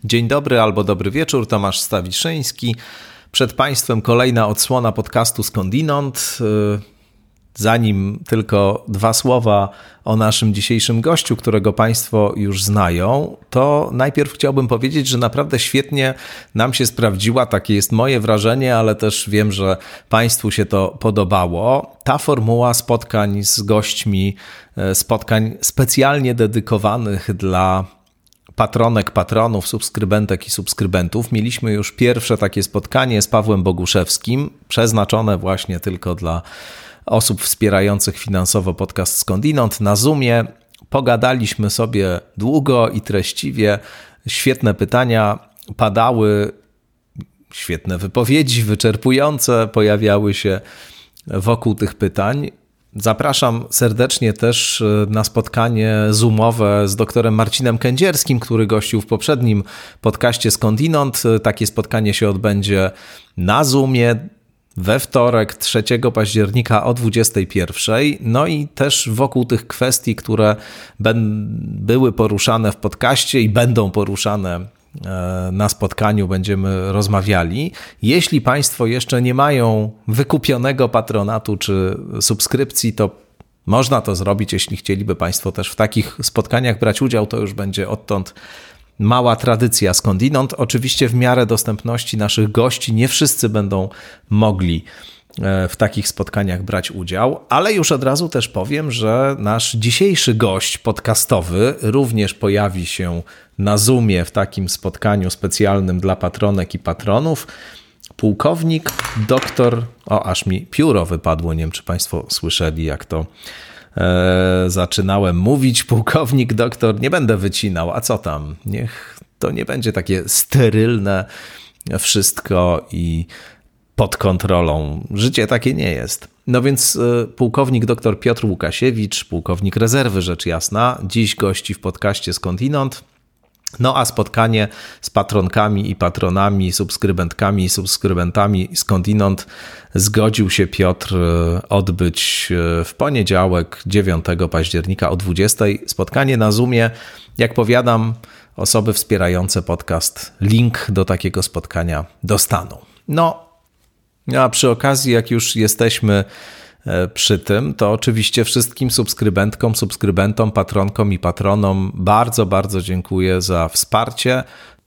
Dzień dobry albo dobry wieczór, Tomasz Stawiszyński. Przed Państwem kolejna odsłona podcastu Skądinąd. Zanim tylko dwa słowa o naszym dzisiejszym gościu, którego Państwo już znają, to najpierw chciałbym powiedzieć, że naprawdę świetnie nam się sprawdziła, takie jest moje wrażenie, ale też wiem, że Państwu się to podobało. Ta formuła spotkań z gośćmi, spotkań specjalnie dedykowanych dla patronek, patronów, subskrybentek i subskrybentów. Mieliśmy już pierwsze takie spotkanie z Pawłem Boguszewskim, przeznaczone właśnie tylko dla osób wspierających finansowo podcast Skądinąd na Zoomie. Pogadaliśmy sobie długo i treściwie. Świetne pytania padały, świetne wypowiedzi, wyczerpujące pojawiały się wokół tych pytań. Zapraszam serdecznie też na spotkanie zoomowe z doktorem Marcinem Kędzierskim, który gościł w poprzednim podcaście Skądinąd. Takie spotkanie się odbędzie na Zoomie we wtorek 3 października o 21:00. No i też wokół tych kwestii, które były poruszane w podcaście i będą poruszane na spotkaniu, będziemy rozmawiali. Jeśli Państwo jeszcze nie mają wykupionego patronatu czy subskrypcji, to można to zrobić. Jeśli chcieliby Państwo też w takich spotkaniach brać udział, to już będzie odtąd mała tradycja Skądinąd. Oczywiście w miarę dostępności naszych gości nie wszyscy będą mogli w takich spotkaniach brać udział, ale już od razu też powiem, że nasz dzisiejszy gość podcastowy również pojawi się na Zoomie w takim spotkaniu specjalnym dla patronek i patronów. Pułkownik doktor, aż mi pióro wypadło, nie wiem czy Państwo słyszeli jak to zaczynałem mówić, pułkownik doktor, nie będę wycinał, a co tam, niech to nie będzie takie sterylne wszystko i pod kontrolą. Życie takie nie jest. No więc pułkownik dr Piotr Łukasiewicz, pułkownik rezerwy rzecz jasna, dziś gości w podcaście Skądinąd. No a spotkanie z patronkami i patronami, subskrybentkami i subskrybentami Skądinąd zgodził się Piotr odbyć w poniedziałek 9 października o 20:00. Spotkanie na Zoomie, jak powiadam, osoby wspierające podcast link do takiego spotkania dostaną. No a przy okazji, jak już jesteśmy przy tym, to oczywiście wszystkim subskrybentkom, subskrybentom, patronkom i patronom bardzo, bardzo dziękuję za wsparcie.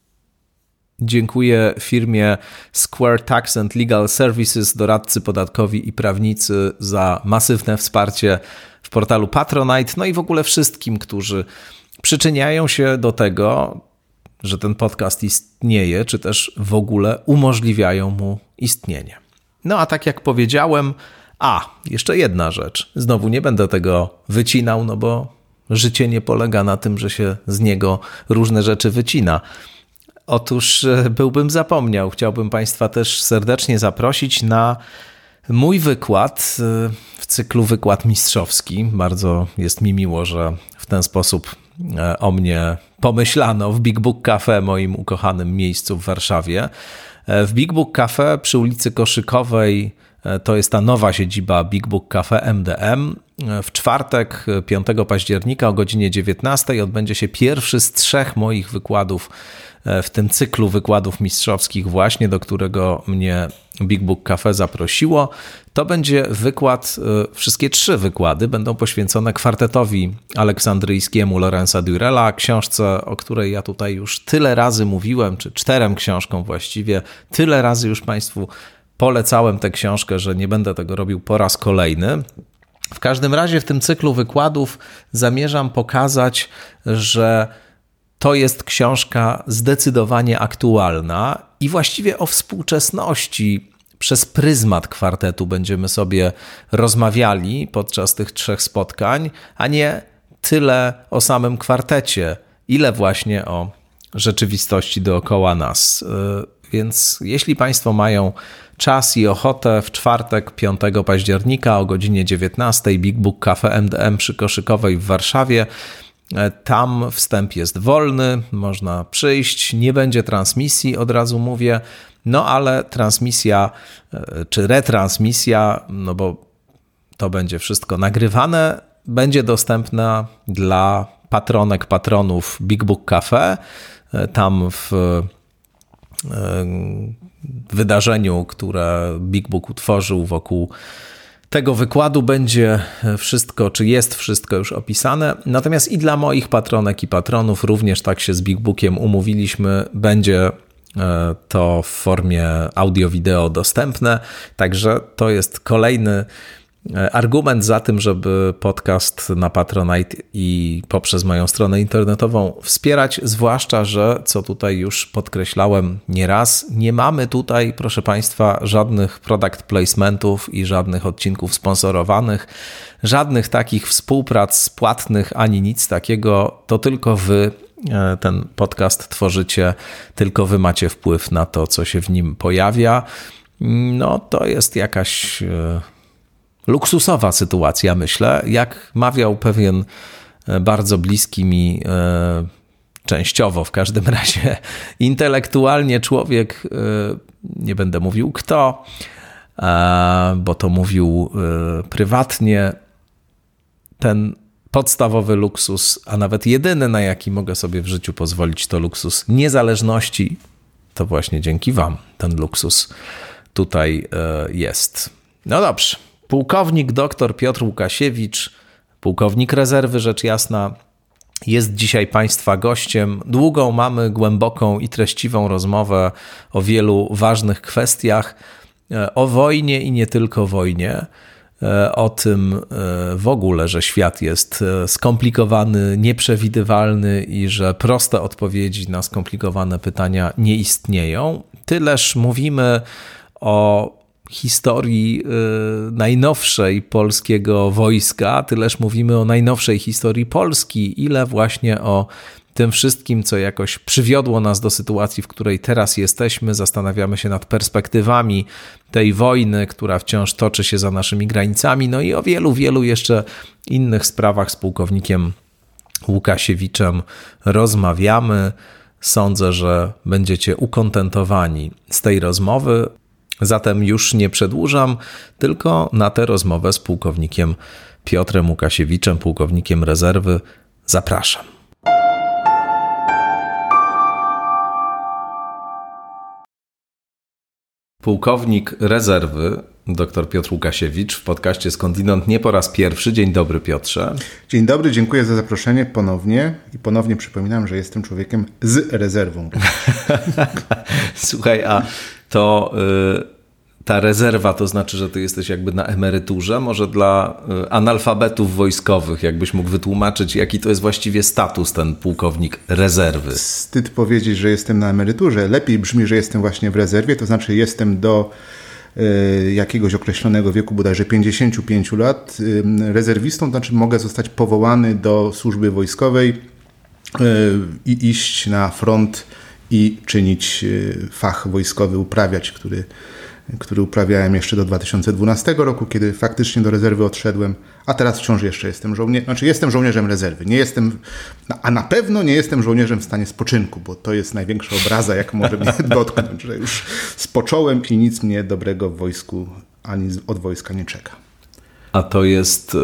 Dziękuję firmie Square Tax and Legal Services, doradcy podatkowi i prawnicy za masywne wsparcie w portalu Patronite, no i w ogóle wszystkim, którzy przyczyniają się do tego, że ten podcast istnieje, czy też w ogóle umożliwiają mu istnienie. No a tak jak powiedziałem, jeszcze jedna rzecz. Znowu nie będę tego wycinał, no bo życie nie polega na tym, że się z niego różne rzeczy wycina. Otóż byłbym zapomniał. Chciałbym Państwa też serdecznie zaprosić na mój wykład w cyklu Wykład Mistrzowski. Bardzo jest mi miło, że w ten sposób o mnie pomyślano w Big Book Cafe, moim ukochanym miejscu w Warszawie. W Big Book Cafe przy ulicy Koszykowej, to jest ta nowa siedziba Big Book Cafe MDM. W czwartek 5 października o godzinie 19:00 odbędzie się pierwszy z 3 moich wykładów w tym cyklu wykładów mistrzowskich właśnie, do którego mnie Big Book Cafe zaprosiło. To będzie wykład, wszystkie 3 wykłady będą poświęcone kwartetowi aleksandryjskiemu Lorenza Durella, książce, o której ja tutaj już tyle razy mówiłem, czy 4 książkom właściwie, tyle razy już Państwu polecałem tę książkę, że nie będę tego robił po raz kolejny. W każdym razie w tym cyklu wykładów zamierzam pokazać, że to jest książka zdecydowanie aktualna i właściwie o współczesności przez pryzmat kwartetu będziemy sobie rozmawiali podczas tych 3 spotkań, a nie tyle o samym kwartecie, ile właśnie o rzeczywistości dookoła nas. Więc jeśli Państwo mają czas i ochotę, w czwartek 5 października o godzinie 19:00 Big Book Cafe MDM przy Koszykowej w Warszawie. Tam wstęp jest wolny, można przyjść, nie będzie transmisji, od razu mówię, no ale transmisja czy retransmisja, no bo to będzie wszystko nagrywane, będzie dostępna dla patronek, patronów Big Book Cafe. Tam w wydarzeniu, które Big Book utworzył wokół tego wykładu, będzie wszystko, czy jest wszystko już opisane. Natomiast i dla moich patronek i patronów, również tak się z Big Bookiem umówiliśmy, będzie to w formie audio-wideo dostępne. Także to jest kolejny argument za tym, żeby podcast na Patronite i poprzez moją stronę internetową wspierać, zwłaszcza, że, co tutaj już podkreślałem nieraz, nie mamy tutaj, proszę Państwa, żadnych product placementów i żadnych odcinków sponsorowanych, żadnych takich współprac płatnych, ani nic takiego. To tylko wy ten podcast tworzycie, tylko wy macie wpływ na to, co się w nim pojawia. No to jest jakaś luksusowa sytuacja, myślę. Jak mawiał pewien bardzo bliski mi, częściowo w każdym razie, intelektualnie człowiek, nie będę mówił kto, bo to mówił prywatnie, ten podstawowy luksus, a nawet jedyny, na jaki mogę sobie w życiu pozwolić, to luksus niezależności. To właśnie dzięki wam ten luksus tutaj jest. No dobrze. Pułkownik dr Piotr Łukasiewicz, pułkownik rezerwy, rzecz jasna, jest dzisiaj Państwa gościem. Długą mamy, głęboką i treściwą rozmowę o wielu ważnych kwestiach, o wojnie i nie tylko wojnie, o tym w ogóle, że świat jest skomplikowany, nieprzewidywalny i że proste odpowiedzi na skomplikowane pytania nie istnieją. Tyleż mówimy o historii najnowszej polskiego wojska, tyleż mówimy o najnowszej historii Polski, ile właśnie o tym wszystkim, co jakoś przywiodło nas do sytuacji, w której teraz jesteśmy, zastanawiamy się nad perspektywami tej wojny, która wciąż toczy się za naszymi granicami, no i o wielu, wielu jeszcze innych sprawach z pułkownikiem Łukasiewiczem rozmawiamy. Sądzę, że będziecie ukontentowani z tej rozmowy. Zatem już nie przedłużam, tylko na tę rozmowę z pułkownikiem Piotrem Łukasiewiczem, pułkownikiem rezerwy, zapraszam. Pułkownik rezerwy, dr Piotr Łukasiewicz w podcaście Skądinąd nie po raz pierwszy. Dzień dobry, Piotrze. Dzień dobry, dziękuję za zaproszenie ponownie. I ponownie przypominam, że jestem człowiekiem z rezerwą. Słuchaj, a to ta rezerwa to znaczy, że ty jesteś jakby na emeryturze? Może dla analfabetów wojskowych, jakbyś mógł wytłumaczyć, jaki to jest właściwie status ten pułkownik rezerwy? Wstyd powiedzieć, że jestem na emeryturze. Lepiej brzmi, że jestem właśnie w rezerwie, to znaczy jestem do jakiegoś określonego wieku, bodajże 55 lat, rezerwistą, to znaczy mogę zostać powołany do służby wojskowej i iść na front i czynić fach wojskowy, uprawiać, który uprawiałem jeszcze do 2012 roku, kiedy faktycznie do rezerwy odszedłem, a teraz wciąż jeszcze jestem żołnierzem, znaczy jestem żołnierzem rezerwy. Nie jestem, a na pewno nie jestem żołnierzem w stanie spoczynku, bo to jest największa obraza, jak może mnie dotknąć, że już spocząłem i nic mnie dobrego w wojsku ani od wojska nie czeka. A to jest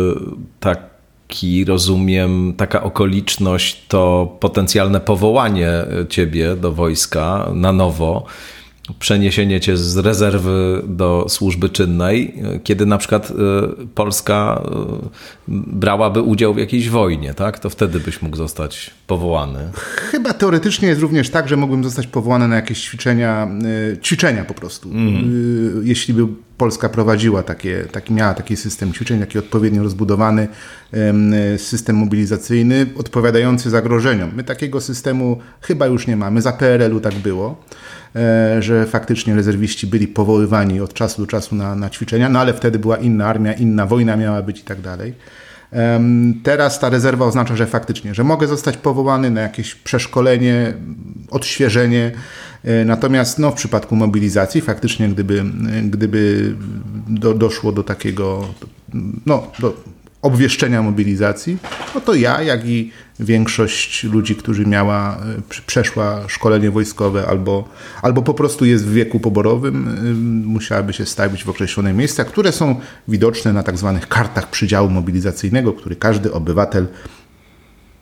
taki, rozumiem, taka okoliczność, to potencjalne powołanie ciebie do wojska na nowo, przeniesienie cię z rezerwy do służby czynnej, kiedy na przykład Polska brałaby udział w jakiejś wojnie, tak? To wtedy byś mógł zostać powołany. Chyba teoretycznie jest również tak, że mógłbym zostać powołany na jakieś ćwiczenia po prostu. Jeśli by Polska prowadziła miała taki system ćwiczeń, taki odpowiednio rozbudowany system mobilizacyjny odpowiadający zagrożeniom. My takiego systemu chyba już nie mamy. Za PRL-u tak było, że faktycznie rezerwiści byli powoływani od czasu do czasu na ćwiczenia, no ale wtedy była inna armia, inna wojna miała być i tak dalej. Teraz ta rezerwa oznacza, że faktycznie, że mogę zostać powołany na jakieś przeszkolenie, odświeżenie, natomiast w przypadku mobilizacji faktycznie gdyby doszło do takiego, do obwieszczenia mobilizacji, no to ja, jak i większość ludzi, którzy przeszła szkolenie wojskowe albo po prostu jest w wieku poborowym, musiałaby się stawić w określone miejsca, które są widoczne na tak zwanych kartach przydziału mobilizacyjnego, który każdy obywatel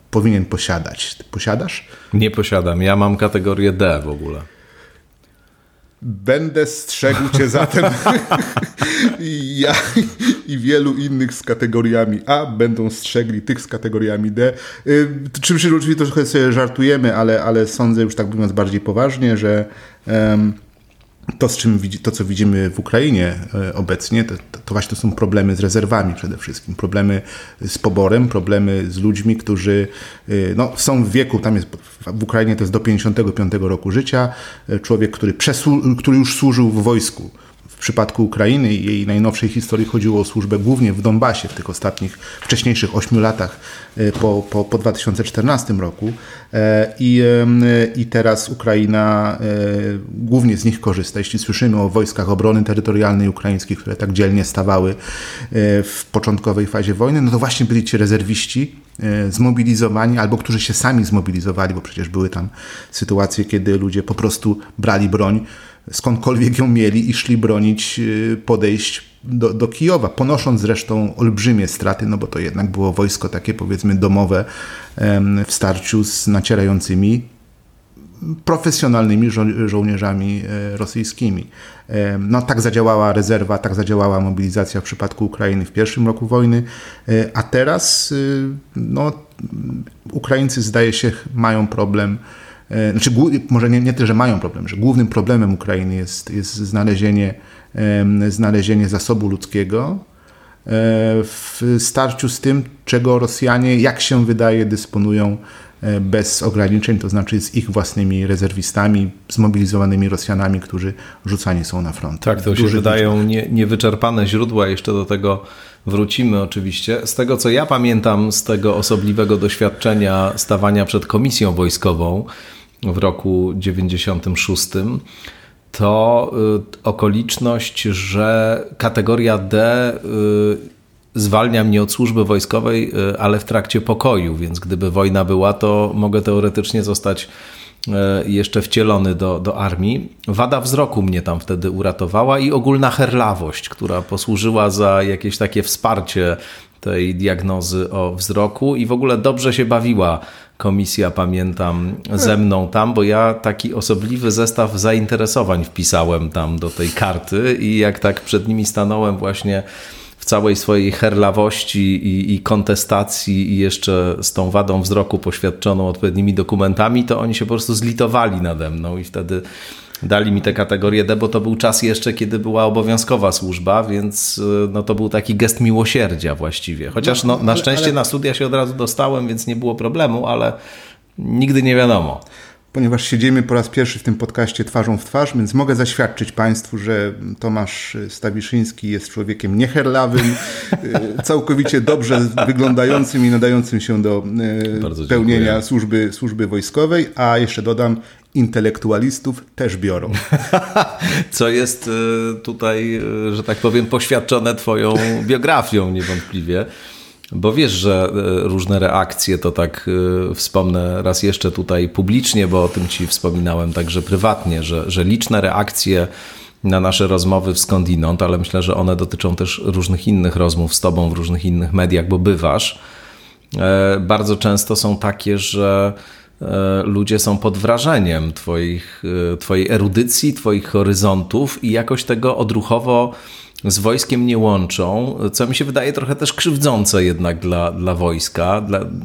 powinien posiadać. Ty posiadasz? Nie posiadam. Ja mam kategorię D w ogóle. Będę strzegł cię zatem. Ja i wielu innych z kategoriami A będą strzegli tych z kategoriami D. Czym się oczywiście trochę sobie żartujemy, ale sądzę już tak mówiąc bardziej poważnie, że to, co widzimy w Ukrainie obecnie, to właśnie to są problemy z rezerwami przede wszystkim. Problemy z poborem, problemy z ludźmi, którzy są w wieku, tam jest w Ukrainie to jest do 55 roku życia, człowiek, który już służył w wojsku. W przypadku Ukrainy i jej najnowszej historii chodziło o służbę głównie w Donbasie w tych wcześniejszych 8 latach po 2014 roku i teraz Ukraina głównie z nich korzysta. Jeśli słyszymy o wojskach obrony terytorialnej ukraińskiej, które tak dzielnie stawały w początkowej fazie wojny, no to właśnie byli ci rezerwiści zmobilizowani albo którzy się sami zmobilizowali, bo przecież były tam sytuacje, kiedy ludzie po prostu brali broń skądkolwiek ją mieli i szli bronić podejść do Kijowa, ponosząc zresztą olbrzymie straty, no bo to jednak było wojsko takie powiedzmy domowe w starciu z nacierającymi profesjonalnymi żołnierzami rosyjskimi. No tak zadziałała rezerwa, tak zadziałała mobilizacja w przypadku Ukrainy w pierwszym roku wojny, a teraz Ukraińcy zdaje się mają problem. Znaczy, może nie tyle, że mają problem, że głównym problemem Ukrainy jest znalezienie zasobu ludzkiego w starciu z tym, czego Rosjanie, jak się wydaje, dysponują bez ograniczeń, to znaczy z ich własnymi rezerwistami, zmobilizowanymi Rosjanami, którzy rzucani są na front. Tak, to się wydają niewyczerpane źródła, jeszcze do tego wrócimy oczywiście. Z tego, co ja pamiętam z tego osobliwego doświadczenia stawania przed komisją wojskową w roku 96, to okoliczność, że kategoria D zwalnia mnie od służby wojskowej, ale w trakcie pokoju, więc gdyby wojna była, to mogę teoretycznie zostać jeszcze wcielony do armii. Wada wzroku mnie tam wtedy uratowała i ogólna herlawość, która posłużyła za jakieś takie wsparcie tej diagnozy o wzroku i w ogóle dobrze się bawiła komisja, pamiętam, ze mną tam, bo ja taki osobliwy zestaw zainteresowań wpisałem tam do tej karty i jak tak przed nimi stanąłem właśnie w całej swojej herlawości i kontestacji i jeszcze z tą wadą wzroku poświadczoną odpowiednimi dokumentami, to oni się po prostu zlitowali nade mną i wtedy dali mi tę kategorię D, bo to był czas jeszcze, kiedy była obowiązkowa służba, więc to był taki gest miłosierdzia właściwie. Chociaż na szczęście na studia się od razu dostałem, więc nie było problemu, ale nigdy nie wiadomo. Ponieważ siedzimy po raz pierwszy w tym podcaście twarzą w twarz, więc mogę zaświadczyć Państwu, że Tomasz Stawiszyński jest człowiekiem nieherlawym, całkowicie dobrze wyglądającym i nadającym się do pełnienia służby wojskowej, a jeszcze dodam, intelektualistów też biorą. Co jest tutaj, że tak powiem, poświadczone twoją biografią niewątpliwie. Bo wiesz, że różne reakcje, to tak wspomnę raz jeszcze tutaj publicznie, bo o tym ci wspominałem także prywatnie, że liczne reakcje na nasze rozmowy w Skądinąd, ale myślę, że one dotyczą też różnych innych rozmów z tobą w różnych innych mediach, bo bywasz. Bardzo często są takie, że ludzie są pod wrażeniem twojej erudycji, twoich horyzontów i jakoś tego odruchowo z wojskiem nie łączą, co mi się wydaje trochę też krzywdzące jednak dla wojska.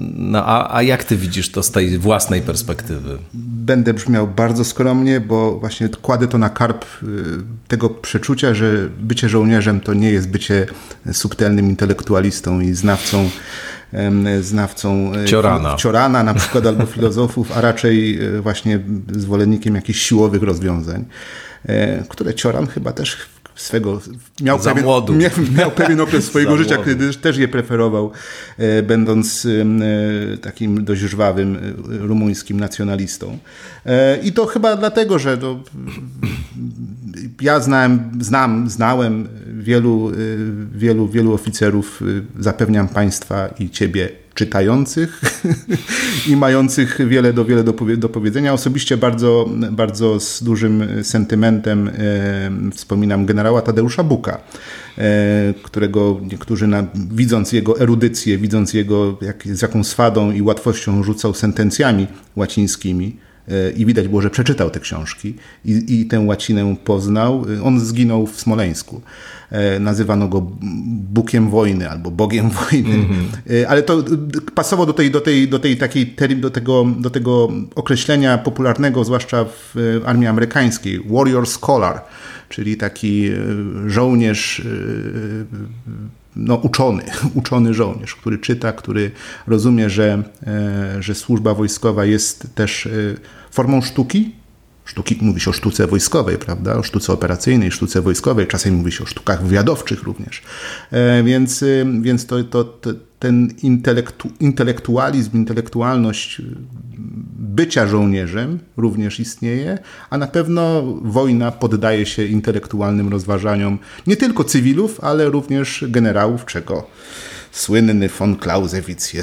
A jak ty widzisz to z tej własnej perspektywy? Będę brzmiał bardzo skromnie, bo właśnie kładę to na karb tego przeczucia, że bycie żołnierzem to nie jest bycie subtelnym intelektualistą i znawcą Ciorana na przykład albo filozofów, a raczej właśnie zwolennikiem jakichś siłowych rozwiązań, które Cioran chyba też miał pewien okres swojego życia, kiedy też je preferował, będąc takim dość żwawym rumuńskim nacjonalistą. I to chyba dlatego, że ja znałem wielu oficerów, zapewniam Państwa i Ciebie, czytających i mających wiele do powiedzenia. Osobiście bardzo, bardzo z dużym sentymentem wspominam generała Tadeusza Buka, którego niektórzy widząc jego erudycję, widząc jego z jaką swadą i łatwością rzucał sentencjami łacińskimi, i widać było, że przeczytał te książki i tę łacinę poznał. On zginął w Smoleńsku. Nazywano go Bukiem wojny albo Bogiem wojny. Ale to pasowało do tego określenia popularnego, zwłaszcza w armii amerykańskiej, warrior scholar, czyli taki żołnierz, uczony żołnierz, który czyta, który rozumie, że służba wojskowa jest też formą sztuki. Mówi się o sztuce wojskowej, prawda? O sztuce operacyjnej, sztuce wojskowej. Czasem mówi się o sztukach wywiadowczych również. Więc ten intelektualizm, intelektualność bycia żołnierzem również istnieje, a na pewno wojna poddaje się intelektualnym rozważaniom nie tylko cywilów, ale również generałów, czego słynny von Clausewitz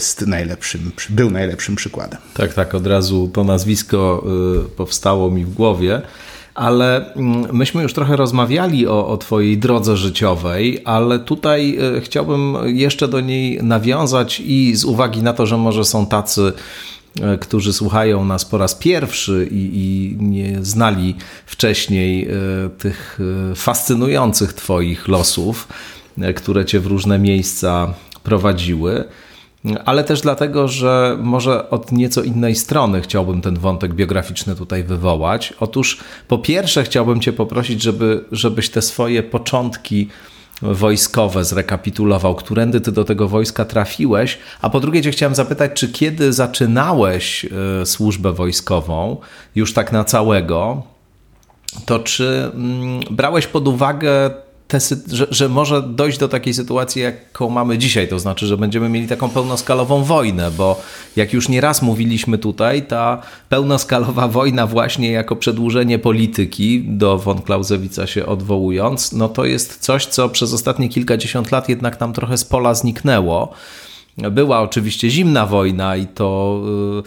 był najlepszym przykładem. Tak, od razu to nazwisko powstało mi w głowie, ale myśmy już trochę rozmawiali o twojej drodze życiowej, ale tutaj chciałbym jeszcze do niej nawiązać i z uwagi na to, że może są tacy, którzy słuchają nas po raz pierwszy i nie znali wcześniej tych fascynujących twoich losów, które cię w różne miejsca prowadziły, ale też dlatego, że może od nieco innej strony chciałbym ten wątek biograficzny tutaj wywołać. Otóż po pierwsze chciałbym cię poprosić, żebyś te swoje początki wojskowe zrekapitulował, którędy ty do tego wojska trafiłeś, a po drugie cię chciałem zapytać, czy kiedy zaczynałeś służbę wojskową, już tak na całego, to czy brałeś pod uwagę że może dojść do takiej sytuacji, jaką mamy dzisiaj, to znaczy, że będziemy mieli taką pełnoskalową wojnę, bo jak już nieraz mówiliśmy tutaj, ta pełnoskalowa wojna właśnie jako przedłużenie polityki, do von Clausewitza się odwołując, no to jest coś, co przez ostatnie kilkadziesiąt lat jednak nam trochę z pola zniknęło. Była oczywiście zimna wojna i to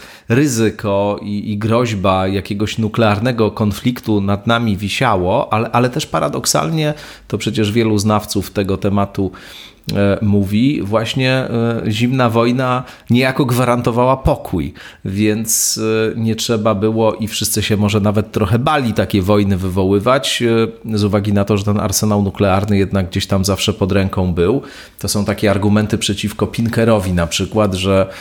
ryzyko i groźba jakiegoś nuklearnego konfliktu nad nami wisiało, ale też paradoksalnie, to przecież wielu znawców tego tematu mówi, właśnie zimna wojna niejako gwarantowała pokój, więc nie trzeba było i wszyscy się może nawet trochę bali takiej wojny wywoływać, z uwagi na to, że ten arsenał nuklearny jednak gdzieś tam zawsze pod ręką był. To są takie argumenty przeciwko Pinkerowi na przykład,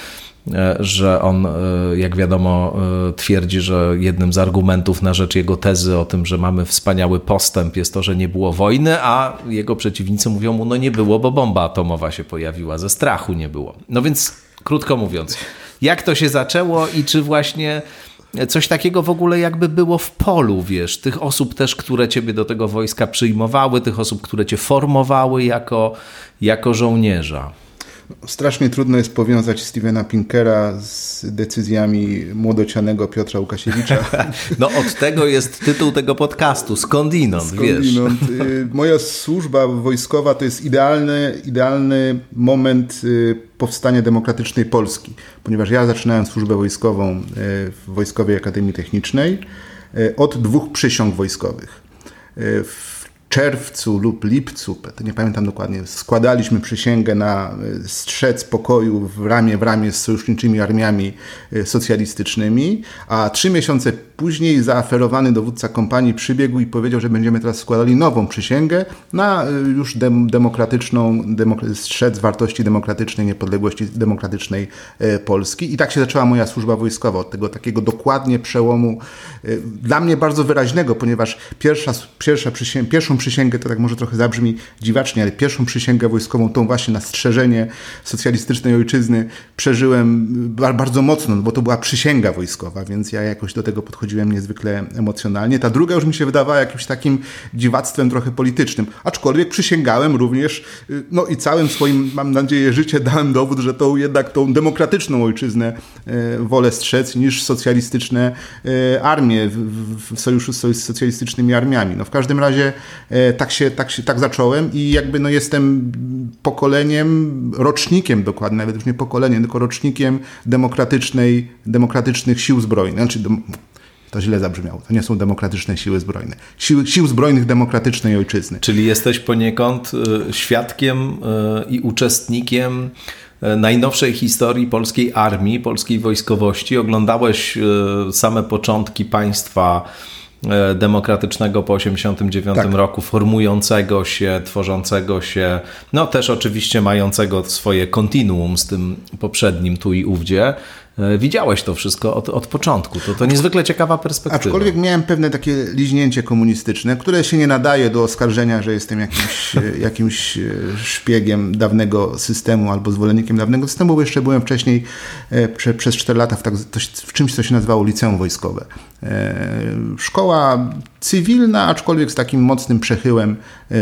że on, jak wiadomo, twierdzi, że jednym z argumentów na rzecz jego tezy o tym, że mamy wspaniały postęp, jest to, że nie było wojny, a jego przeciwnicy mówią mu, no nie było, bo bomba atomowa się pojawiła, ze strachu nie było. No więc, krótko mówiąc, jak to się zaczęło i czy właśnie coś takiego w ogóle jakby było w polu, wiesz, tych osób też, które ciebie do tego wojska przyjmowały, tych osób, które cię formowały jako żołnierza? Strasznie trudno jest powiązać Stevena Pinkera z decyzjami młodocianego Piotra Łukasiewicza. No od tego jest tytuł tego podcastu, Skądinąd, wiesz. Moja służba wojskowa to jest idealny moment powstania demokratycznej Polski, ponieważ ja zaczynałem służbę wojskową w Wojskowej Akademii Technicznej od 2 przysiąg wojskowych. W czerwcu lub lipcu, nie pamiętam dokładnie, składaliśmy przysięgę na strzec pokoju w ramię z sojuszniczymi armiami socjalistycznymi, a 3 miesiące później zaaferowany dowódca kompanii przybiegł i powiedział, że będziemy teraz składali nową przysięgę na już strzec wartości demokratycznej, niepodległości demokratycznej Polski. I tak się zaczęła moja służba wojskowa, od tego takiego dokładnie przełomu, dla mnie bardzo wyraźnego, ponieważ pierwszą przysięgę, to tak może trochę zabrzmi dziwacznie, ale pierwszą przysięgę wojskową, tą właśnie na strzeżenie socjalistycznej ojczyzny przeżyłem bardzo mocno, bo to była przysięga wojskowa, więc ja jakoś do tego podchodziłem niezwykle emocjonalnie. Ta druga już mi się wydawała jakimś takim dziwactwem trochę politycznym, aczkolwiek przysięgałem również, no i całym swoim, mam nadzieję, życie dałem dowód, że to jednak tą demokratyczną ojczyznę wolę strzec niż socjalistyczne armie w sojuszu z socjalistycznymi armiami. No w każdym razie Tak zacząłem i jakby no jestem rocznikiem dokładnie, nawet już nie pokoleniem, tylko rocznikiem demokratycznych sił zbrojnych. Znaczy, to źle zabrzmiało. To nie są demokratyczne siły zbrojne. Sił zbrojnych demokratycznej ojczyzny. Czyli jesteś poniekąd świadkiem i uczestnikiem najnowszej historii polskiej armii, polskiej wojskowości. Oglądałeś same początki państwa demokratycznego po 1989 roku, formującego się, tworzącego się, no też oczywiście mającego swoje kontinuum z tym poprzednim tu i ówdzie. Widziałeś to wszystko od początku. To niezwykle ciekawa perspektywa. Aczkolwiek miałem pewne takie liźnięcie komunistyczne, które się nie nadaje do oskarżenia, że jestem jakimś szpiegiem dawnego systemu albo zwolennikiem dawnego systemu, bo jeszcze byłem wcześniej przez 4 lata w czymś, co się nazywało liceum wojskowe. Szkoła cywilna, aczkolwiek z takim mocnym przechyłem.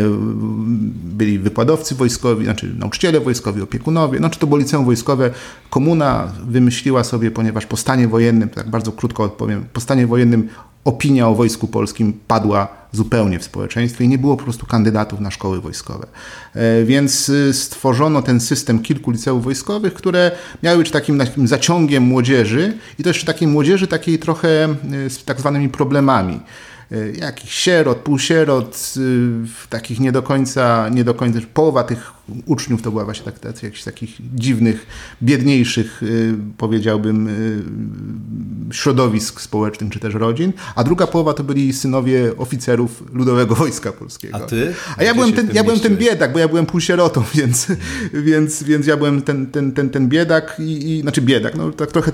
Byli wykładowcy wojskowi, znaczy nauczyciele wojskowi, opiekunowie. Znaczy to było liceum wojskowe. Komuna wymyśliła sobie, ponieważ po stanie wojennym, tak bardzo krótko odpowiem, po stanie wojennym opinia o wojsku polskim padła zupełnie w społeczeństwie i nie było po prostu kandydatów na szkoły wojskowe. Więc stworzono ten system kilku liceów wojskowych, które miały być takim zaciągiem młodzieży i to jeszcze takiej młodzieży takiej trochę z tak zwanymi problemami. Jakichś sierot, półsierot, takich nie do końca, połowa tych uczniów to była właśnie jakichś takich dziwnych, biedniejszych, powiedziałbym, środowisk społecznych czy też rodzin, a druga połowa to byli synowie oficerów Ludowego Wojska Polskiego. A ty? A ja byłem ten biedak, bo ja byłem półsierotą, więc ja byłem ten biedak i znaczy biedak, no tak trochę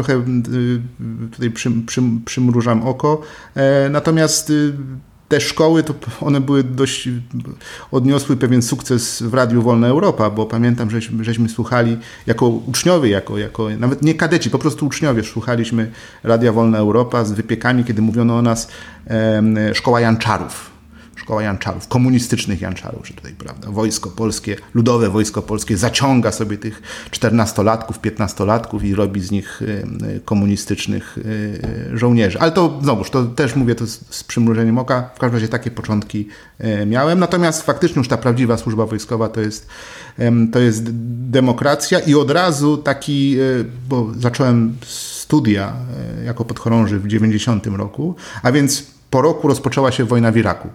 tutaj przymrużam oko, natomiast te szkoły, to one odniosły pewien sukces w Radiu Wolna Europa, bo pamiętam, żeśmy słuchali jako uczniowie, jako nawet nie kadeci, po prostu uczniowie słuchaliśmy Radia Wolna Europa z wypiekami, kiedy mówiono o nas szkoła Janczarów, komunistycznych Janczarów, że tutaj, prawda, wojsko polskie, Ludowe Wojsko Polskie zaciąga sobie tych 14-latków, 15-latków i robi z nich komunistycznych żołnierzy. Ale to znowuż, to też mówię to z przymrużeniem oka, w każdym razie takie początki miałem. Natomiast faktycznie już ta prawdziwa służba wojskowa to jest demokracja i od razu taki, bo zacząłem studia jako podchorąży w 90 roku, a więc po roku rozpoczęła się wojna w Iraku.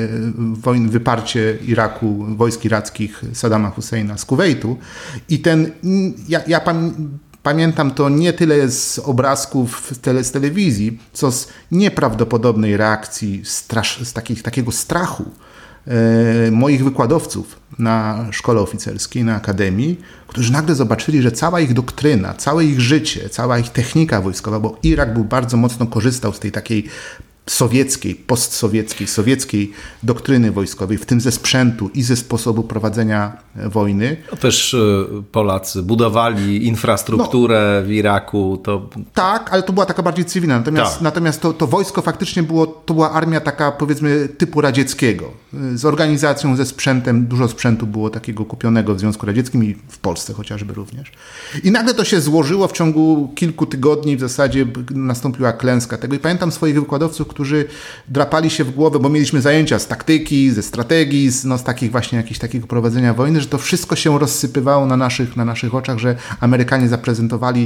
Wyparcie Iraku, wojsk irackich Saddama Husseina z Kuwejtu. I ja pamiętam to nie tyle z obrazków z telewizji, co z nieprawdopodobnej reakcji, z takiego strachu moich wykładowców na szkole oficerskiej, na akademii, którzy nagle zobaczyli, że cała ich doktryna, całe ich życie, cała ich technika wojskowa, bo Irak bardzo mocno korzystał z tej takiej sowieckiej, sowieckiej doktryny wojskowej, w tym ze sprzętu i ze sposobu prowadzenia wojny. No też Polacy budowali infrastrukturę w Iraku. Tak, ale to była taka bardziej cywilna. Natomiast to wojsko faktycznie to była armia taka, powiedzmy, typu radzieckiego. Z organizacją, ze sprzętem. Dużo sprzętu było takiego kupionego w Związku Radzieckim i w Polsce chociażby również. I nagle to się złożyło w ciągu kilku tygodni. W zasadzie nastąpiła klęska tego. I pamiętam swoich wykładowców, którzy drapali się w głowę, bo mieliśmy zajęcia z taktyki, ze strategii, z takich właśnie jakichś takiego prowadzenia wojny, że to wszystko się rozsypywało na naszych oczach, że Amerykanie zaprezentowali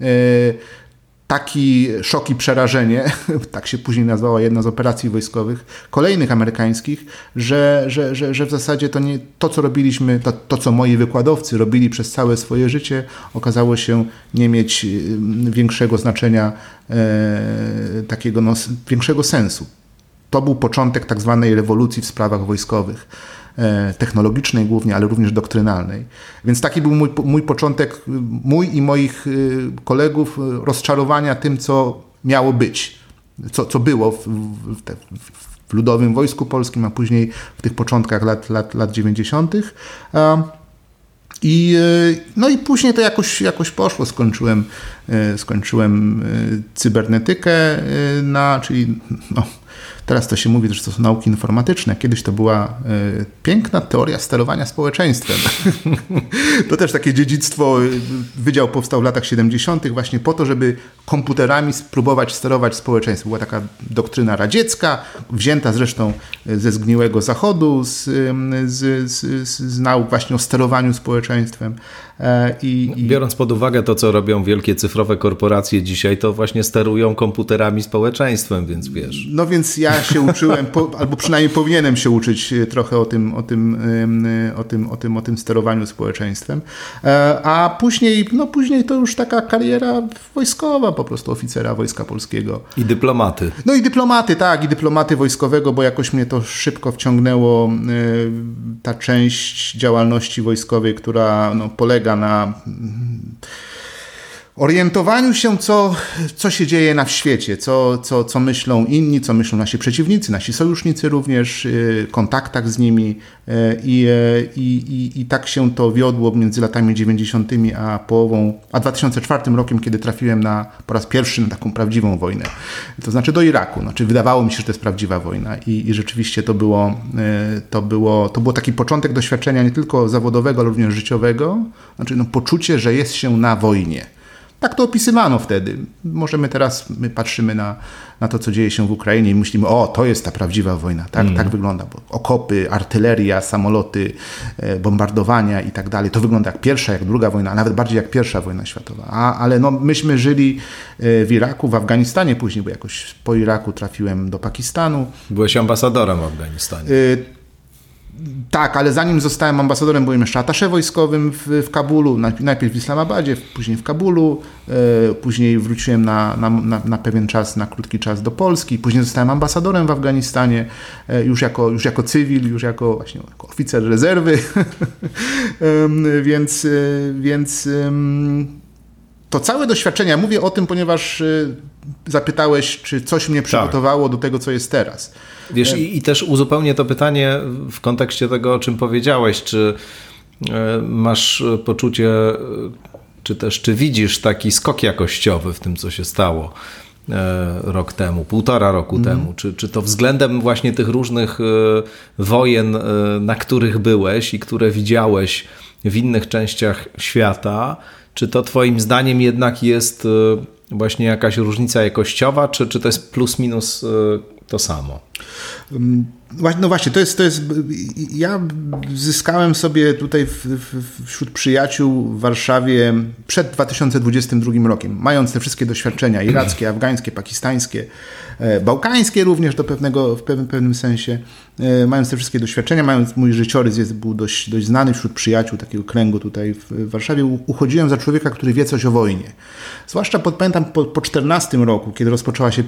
taki szok i przerażenie, tak się później nazwała jedna z operacji wojskowych, kolejnych amerykańskich, że w zasadzie to co robiliśmy, to co moi wykładowcy robili przez całe swoje życie, okazało się nie mieć większego znaczenia, większego sensu. To był początek tak zwanej rewolucji w sprawach wojskowych. Technologicznej głównie, ale również doktrynalnej. Więc taki był mój początek, mój i moich kolegów, rozczarowania tym, co miało być, co było w Ludowym Wojsku Polskim, a później w tych początkach lat 90. I później to jakoś poszło. Skończyłem skończyłem cybernetykę, czyli teraz to się mówi, że to są nauki informatyczne. Kiedyś to była piękna teoria sterowania społeczeństwem. To też takie dziedzictwo. Wydział powstał w latach 70. właśnie po to, żeby komputerami spróbować sterować społeczeństwo. Była taka doktryna radziecka, wzięta zresztą ze zgniłego Zachodu, z nauk właśnie o sterowaniu społeczeństwem. Biorąc pod uwagę to, co robią wielkie cyfrowe korporacje dzisiaj, to właśnie sterują komputerami społeczeństwem, więc wiesz. No więc ja się uczyłem, albo przynajmniej powinienem się uczyć trochę o tym sterowaniu społeczeństwem. A później to już taka kariera wojskowa, po prostu oficera Wojska Polskiego. I dyplomaty. No i dyplomaty, tak, i dyplomaty wojskowego, bo jakoś mnie to szybko wciągnęło, ta część działalności wojskowej, która polega na orientowaniu się, co się dzieje w świecie, co myślą inni, co myślą nasi przeciwnicy, nasi sojusznicy również, kontaktach z nimi i tak się to wiodło między latami 90. a 2004 rokiem, kiedy trafiłem po raz pierwszy na taką prawdziwą wojnę. To znaczy do Iraku. Wydawało mi się, że to jest prawdziwa wojna i rzeczywiście to było taki początek doświadczenia nie tylko zawodowego, ale również życiowego. Poczucie, że jest się na wojnie. Tak to opisywano wtedy. My patrzymy na to, co dzieje się w Ukrainie i myślimy, to jest ta prawdziwa wojna. Tak wygląda. Bo okopy, artyleria, samoloty, bombardowania i tak dalej. To wygląda jak pierwsza, jak druga wojna, a nawet bardziej jak pierwsza wojna światowa. Ale myśmy żyli w Iraku, w Afganistanie później, bo jakoś po Iraku trafiłem do Pakistanu. Byłeś ambasadorem w Afganistanie. Tak, ale zanim zostałem ambasadorem, byłem jeszcze atasze wojskowym w Kabulu, najpierw w Islamabadzie, później w Kabulu, później wróciłem na pewien czas, na krótki czas do Polski, później zostałem ambasadorem w Afganistanie, już jako cywil, już jako oficer rezerwy, więc to całe doświadczenie, ja mówię o tym, ponieważ zapytałeś, czy coś mnie przygotowało do tego, co jest teraz. Wiesz, i też uzupełnię to pytanie w kontekście tego, o czym powiedziałeś, czy masz poczucie, czy widzisz taki skok jakościowy w tym, co się stało rok temu, 1,5 roku temu, czy to względem właśnie tych różnych wojen, na których byłeś i które widziałeś w innych częściach świata, czy to twoim zdaniem jednak jest właśnie jakaś różnica jakościowa, czy to jest plus minus to samo? No właśnie, to jest. Ja zyskałem sobie tutaj wśród przyjaciół w Warszawie przed 2022 rokiem, mając te wszystkie doświadczenia irackie, afgańskie, pakistańskie, bałkańskie również w pewnym sensie, mając te wszystkie doświadczenia, mając mój życiorys był dość znany wśród przyjaciół takiego kręgu tutaj w Warszawie, uchodziłem za człowieka, który wie coś o wojnie. Zwłaszcza pamiętam po 14 roku, kiedy rozpoczęła się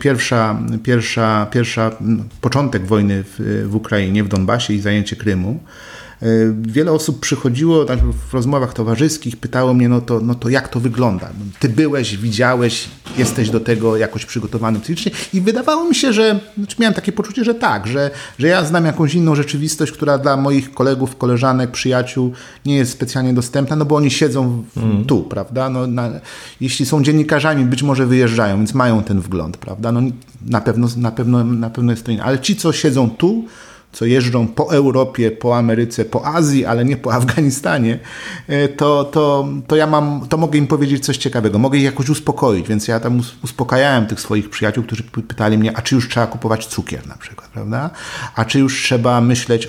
początek wojny w Ukrainie, w Donbasie i zajęcie Krymu. Wiele osób przychodziło w rozmowach towarzyskich, pytało mnie, no to jak to wygląda? Ty byłeś, widziałeś, jesteś do tego jakoś przygotowany psychicznie i wydawało mi się, że miałem takie poczucie, że tak, że ja znam jakąś inną rzeczywistość, która dla moich kolegów, koleżanek, przyjaciół nie jest specjalnie dostępna, no bo oni siedzą tu, prawda? Jeśli są dziennikarzami, być może wyjeżdżają, więc mają ten wgląd, prawda? No, na pewno jest to inne. Ale ci, co siedzą tu, co jeżdżą po Europie, po Ameryce, po Azji, ale nie po Afganistanie, to mogę im powiedzieć coś ciekawego, mogę ich jakoś uspokoić, więc ja tam uspokajałem tych swoich przyjaciół, którzy pytali mnie, a czy już trzeba kupować cukier na przykład, prawda? A czy już trzeba myśleć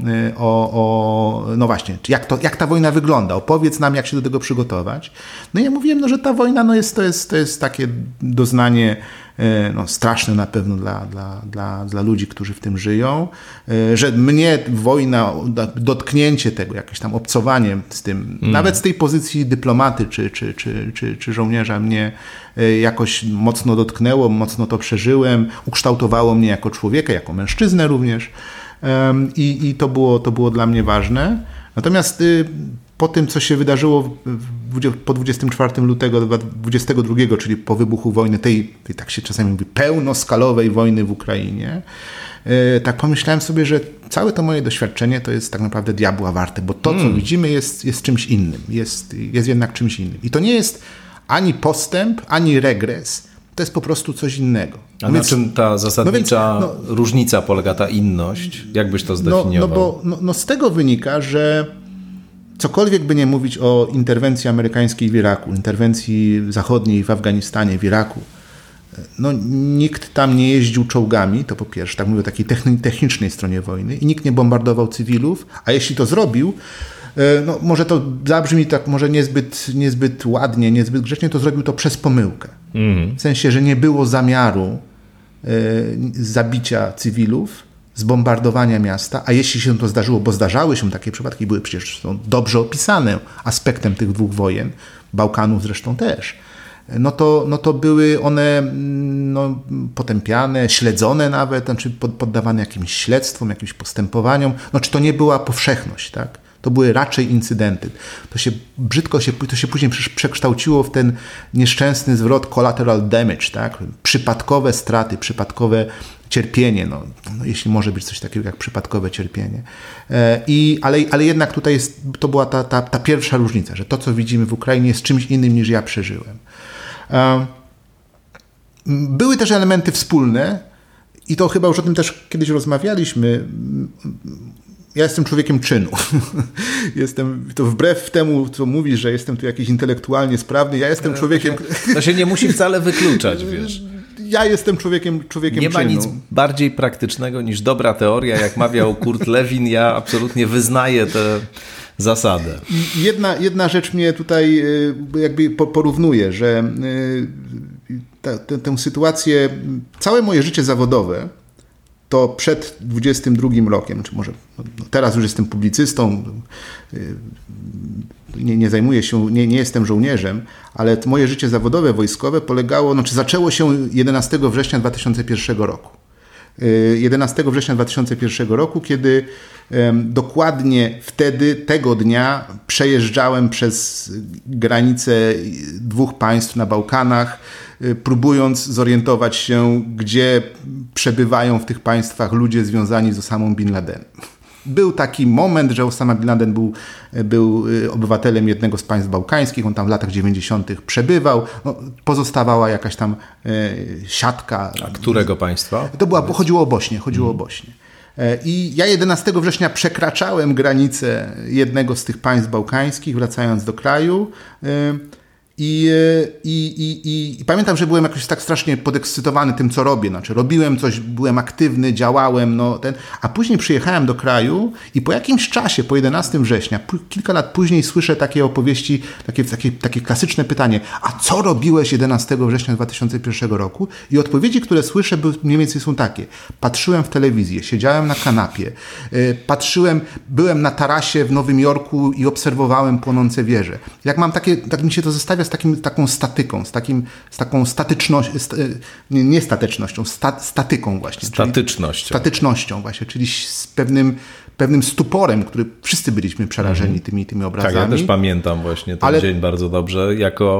no właśnie, jak ta wojna wygląda? Opowiedz nam, jak się do tego przygotować. No i ja mówiłem, że ta wojna to jest takie doznanie straszne na pewno dla ludzi, którzy w tym żyją, że mnie wojna, dotknięcie tego, jakieś tam obcowanie z tym, nawet z tej pozycji dyplomaty czy żołnierza mnie jakoś mocno dotknęło, mocno to przeżyłem, ukształtowało mnie jako człowieka, jako mężczyznę również i to było dla mnie ważne. Natomiast po tym, co się wydarzyło po 24 lutego 2022, czyli po wybuchu wojny, tej tak się czasami mówi, pełnoskalowej wojny w Ukrainie, tak pomyślałem sobie, że całe to moje doświadczenie to jest tak naprawdę diabła warte, bo to, co widzimy, jest czymś innym, jest jednak czymś innym. I to nie jest ani postęp, ani regres. To jest po prostu coś innego. A na czym ta zasadnicza różnica polega, ta inność? Jak byś to zdefiniował? No z tego wynika, że cokolwiek by nie mówić o interwencji amerykańskiej w Iraku, interwencji zachodniej w Afganistanie, w Iraku, no nikt tam nie jeździł czołgami, to po pierwsze, tak mówię o takiej technicznej stronie wojny, i nikt nie bombardował cywilów, a jeśli to zrobił, no może to zabrzmi tak, może niezbyt ładnie, niezbyt grzecznie, to zrobił to przez pomyłkę. W sensie, że nie było zamiaru zabicia cywilów, zbombardowania miasta, a jeśli się to zdarzyło, bo zdarzały się takie przypadki, były przecież dobrze opisane aspektem tych dwóch wojen, Bałkanów zresztą też, no to były one potępiane, śledzone nawet, znaczy poddawane jakimś śledztwom, jakimś postępowaniom. No czy to nie była powszechność, tak? To były raczej incydenty. To się później przekształciło w ten nieszczęsny zwrot collateral damage, tak? Przypadkowe straty, przypadkowe cierpienie, no, jeśli może być coś takiego jak przypadkowe cierpienie. Ale jednak tutaj to była ta pierwsza różnica, że to, co widzimy w Ukrainie, jest czymś innym niż ja przeżyłem. Były też elementy wspólne i to chyba już o tym też kiedyś rozmawialiśmy. Ja jestem człowiekiem czynu. To wbrew temu, co mówisz, że jestem tu jakiś intelektualnie sprawny, ja jestem człowiekiem... To się nie musi wcale wykluczać, wiesz. Ja jestem człowiekiem czynu. Nie ma nic bardziej praktycznego niż dobra teoria, jak mawiał Kurt Lewin. Ja absolutnie wyznaję tę zasadę. Jedna rzecz mnie tutaj jakby porównuje, że tę sytuację, całe moje życie zawodowe, to przed 22 rokiem, czy może teraz już jestem publicystą, nie zajmuję się, nie jestem żołnierzem, ale moje życie zawodowe, wojskowe zaczęło się 11 września 2001 roku. 11 września 2001 roku, kiedy dokładnie wtedy, tego dnia przejeżdżałem przez granicę dwóch państw na Bałkanach, próbując zorientować się, gdzie przebywają w tych państwach ludzie związani z Osamą Bin Ladenem. Był taki moment, że Osama Bin Laden był obywatelem jednego z państw bałkańskich, on tam w latach 90. przebywał, pozostawała jakaś tam siatka. A którego państwa? Chodziło o Bośnię. I ja 11 września przekraczałem granicę jednego z tych państw bałkańskich, wracając do kraju. I pamiętam, że byłem jakoś tak strasznie podekscytowany tym, co robię. Znaczy, robiłem coś, byłem aktywny, działałem, a później przyjechałem do kraju i po jakimś czasie, po 11 września, kilka lat później słyszę takie opowieści, takie klasyczne pytanie: a co robiłeś 11 września 2001 roku? I odpowiedzi, które słyszę, mniej więcej są takie: patrzyłem w telewizję, siedziałem na kanapie, byłem na tarasie w Nowym Jorku i obserwowałem płonące wieże. Jak mam tak mi się to zestawia z taką statyką, z taką statycznością, nie statecznością, statyką właśnie. Statycznością właśnie, czyli z pewnym stuporem, który wszyscy byliśmy przerażeni tymi obrazami. Tak, ja też pamiętam właśnie ten dzień bardzo dobrze,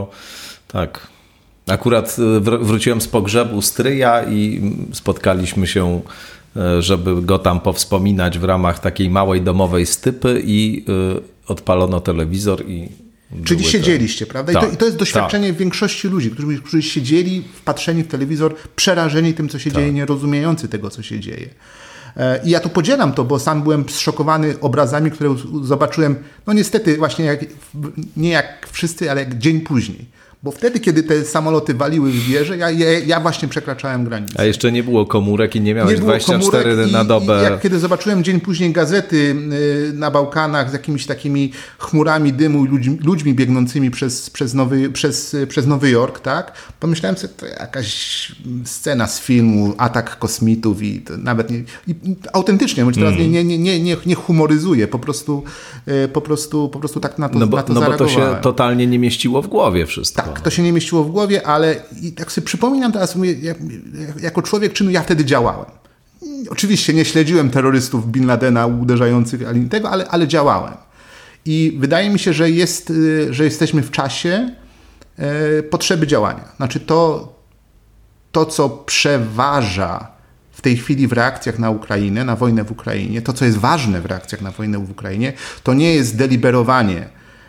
akurat wróciłem z pogrzebu stryja i spotkaliśmy się, żeby go tam powspominać w ramach takiej małej domowej stypy i odpalono telewizor i czyli siedzieliście, prawda? I to jest doświadczenie większości ludzi, którzy siedzieli wpatrzeni w telewizor, przerażeni tym, co się dzieje, nie rozumiejący tego, co się dzieje. I ja to podzielam bo sam byłem zszokowany obrazami, które zobaczyłem, niestety właśnie nie jak wszyscy, ale jak dzień później. Bo wtedy, kiedy te samoloty waliły w wieże, ja właśnie przekraczałem granicę. A jeszcze nie było komórek i nie miałeś 24 na dobę. Kiedy zobaczyłem dzień później gazety na Bałkanach z jakimiś takimi chmurami dymu i ludźmi biegnącymi przez Nowy Jork, tak? Pomyślałem sobie, to jakaś scena z filmu, atak kosmitów i to nawet nie... autentycznie, bo teraz nie humoryzuję, po prostu tak na to zareagowałem. Bo to się totalnie nie mieściło w głowie wszystko. Tak, to się nie mieściło w głowie, ale tak sobie przypominam teraz, jako człowiek czynu, ja wtedy działałem. Oczywiście nie śledziłem terrorystów Bin Ladena uderzających ani tego, ale działałem. I wydaje mi się, że jesteśmy w czasie potrzeby działania. Znaczy to, co przeważa w tej chwili w reakcjach na Ukrainę, na wojnę w Ukrainie, to, co jest ważne w reakcjach na wojnę w Ukrainie, to nie jest deliberowanie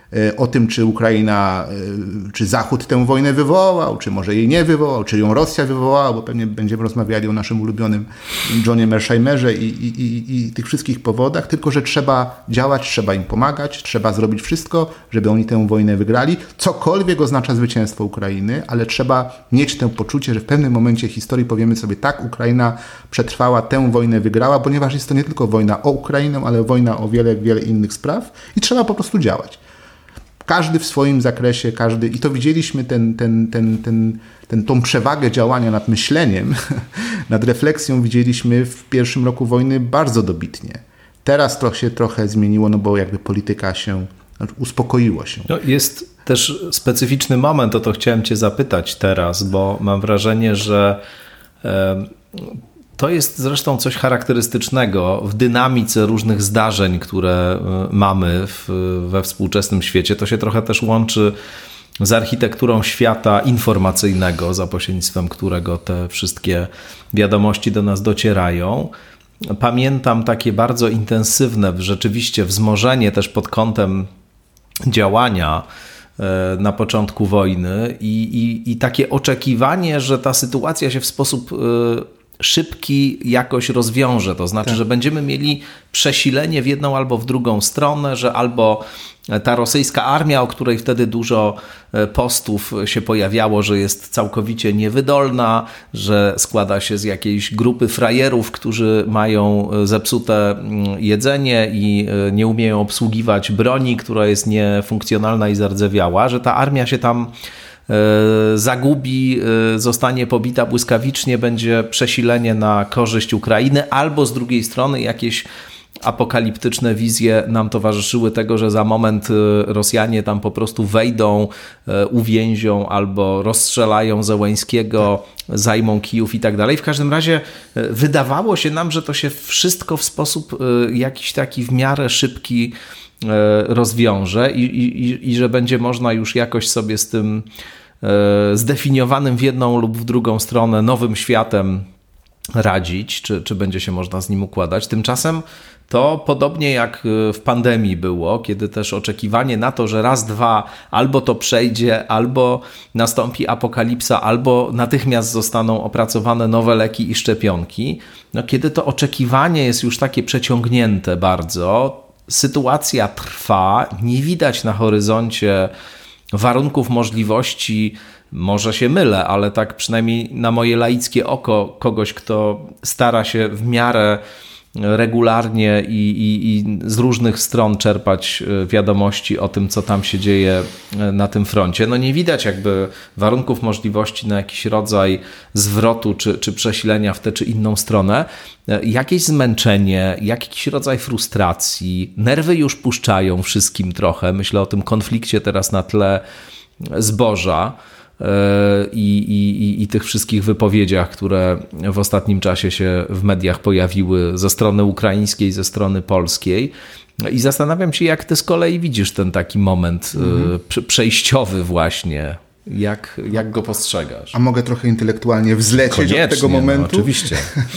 o tym, czy Ukraina, czy Zachód tę wojnę wywołał, czy może jej nie wywołał, czy ją Rosja wywołała, bo pewnie będziemy rozmawiali o naszym ulubionym Johnie Mersheimerze i tych wszystkich powodach, tylko że trzeba działać, trzeba im pomagać, trzeba zrobić wszystko, żeby oni tę wojnę wygrali. Cokolwiek oznacza zwycięstwo Ukrainy, ale trzeba mieć to poczucie, że w pewnym momencie historii powiemy sobie tak, Ukraina przetrwała, tę wojnę wygrała, ponieważ jest to nie tylko wojna o Ukrainę, ale wojna o wiele, wiele innych spraw i trzeba po prostu działać. Każdy w swoim zakresie, i to widzieliśmy tą przewagę działania nad myśleniem, nad refleksją widzieliśmy w pierwszym roku wojny bardzo dobitnie. Teraz to się trochę zmieniło, no bo jakby polityka uspokoiło się. No, jest też specyficzny moment, o to chciałem cię zapytać teraz, bo mam wrażenie, że to jest zresztą coś charakterystycznego w dynamice różnych zdarzeń, które mamy we współczesnym świecie. To się trochę też łączy z architekturą świata informacyjnego, za pośrednictwem którego te wszystkie wiadomości do nas docierają. Pamiętam takie bardzo intensywne rzeczywiście wzmożenie też pod kątem działania na początku wojny i takie oczekiwanie, że ta sytuacja się w sposób szybki jakoś rozwiąże. To znaczy, że będziemy mieli przesilenie w jedną albo w drugą stronę, że albo ta rosyjska armia, o której wtedy dużo postów się pojawiało, że jest całkowicie niewydolna, że składa się z jakiejś grupy frajerów, którzy mają zepsute jedzenie i nie umieją obsługiwać broni, która jest niefunkcjonalna i zardzewiała, że ta armia się tam zagubi, zostanie pobita błyskawicznie, będzie przesilenie na korzyść Ukrainy, albo z drugiej strony jakieś apokaliptyczne wizje nam towarzyszyły tego, że za moment Rosjanie tam po prostu wejdą, uwięzią albo rozstrzelają Zełenskiego, zajmą Kijów i tak dalej. W każdym razie wydawało się nam, że to się wszystko w sposób jakiś taki w miarę szybki rozwiąże i że będzie można już jakoś sobie z tym zdefiniowanym w jedną lub w drugą stronę nowym światem radzić, czy będzie się można z nim układać. Tymczasem to podobnie jak w pandemii było, kiedy też oczekiwanie na to, że raz, dwa, albo to przejdzie, albo nastąpi apokalipsa, albo natychmiast zostaną opracowane nowe leki i szczepionki. No, kiedy to oczekiwanie jest już takie przeciągnięte bardzo, sytuacja trwa, nie widać na horyzoncie warunków, możliwości, może się mylę, ale tak przynajmniej na moje laickie oko kogoś, kto stara się w miarę regularnie i z różnych stron czerpać wiadomości o tym, co tam się dzieje na tym froncie. No nie widać jakby warunków, możliwości na jakiś rodzaj zwrotu czy przesilenia w tę czy inną stronę. Jakieś zmęczenie, jakiś rodzaj frustracji, nerwy już puszczają wszystkim trochę. Myślę o tym konflikcie teraz na tle zboża i tych wszystkich wypowiedziach, które w ostatnim czasie się w mediach pojawiły ze strony ukraińskiej, ze strony polskiej. I zastanawiam się, jak ty z kolei widzisz ten taki moment przejściowy właśnie. Jak go postrzegasz? A mogę trochę intelektualnie wzlecieć koniecznie, od tego momentu? No, oczywiście.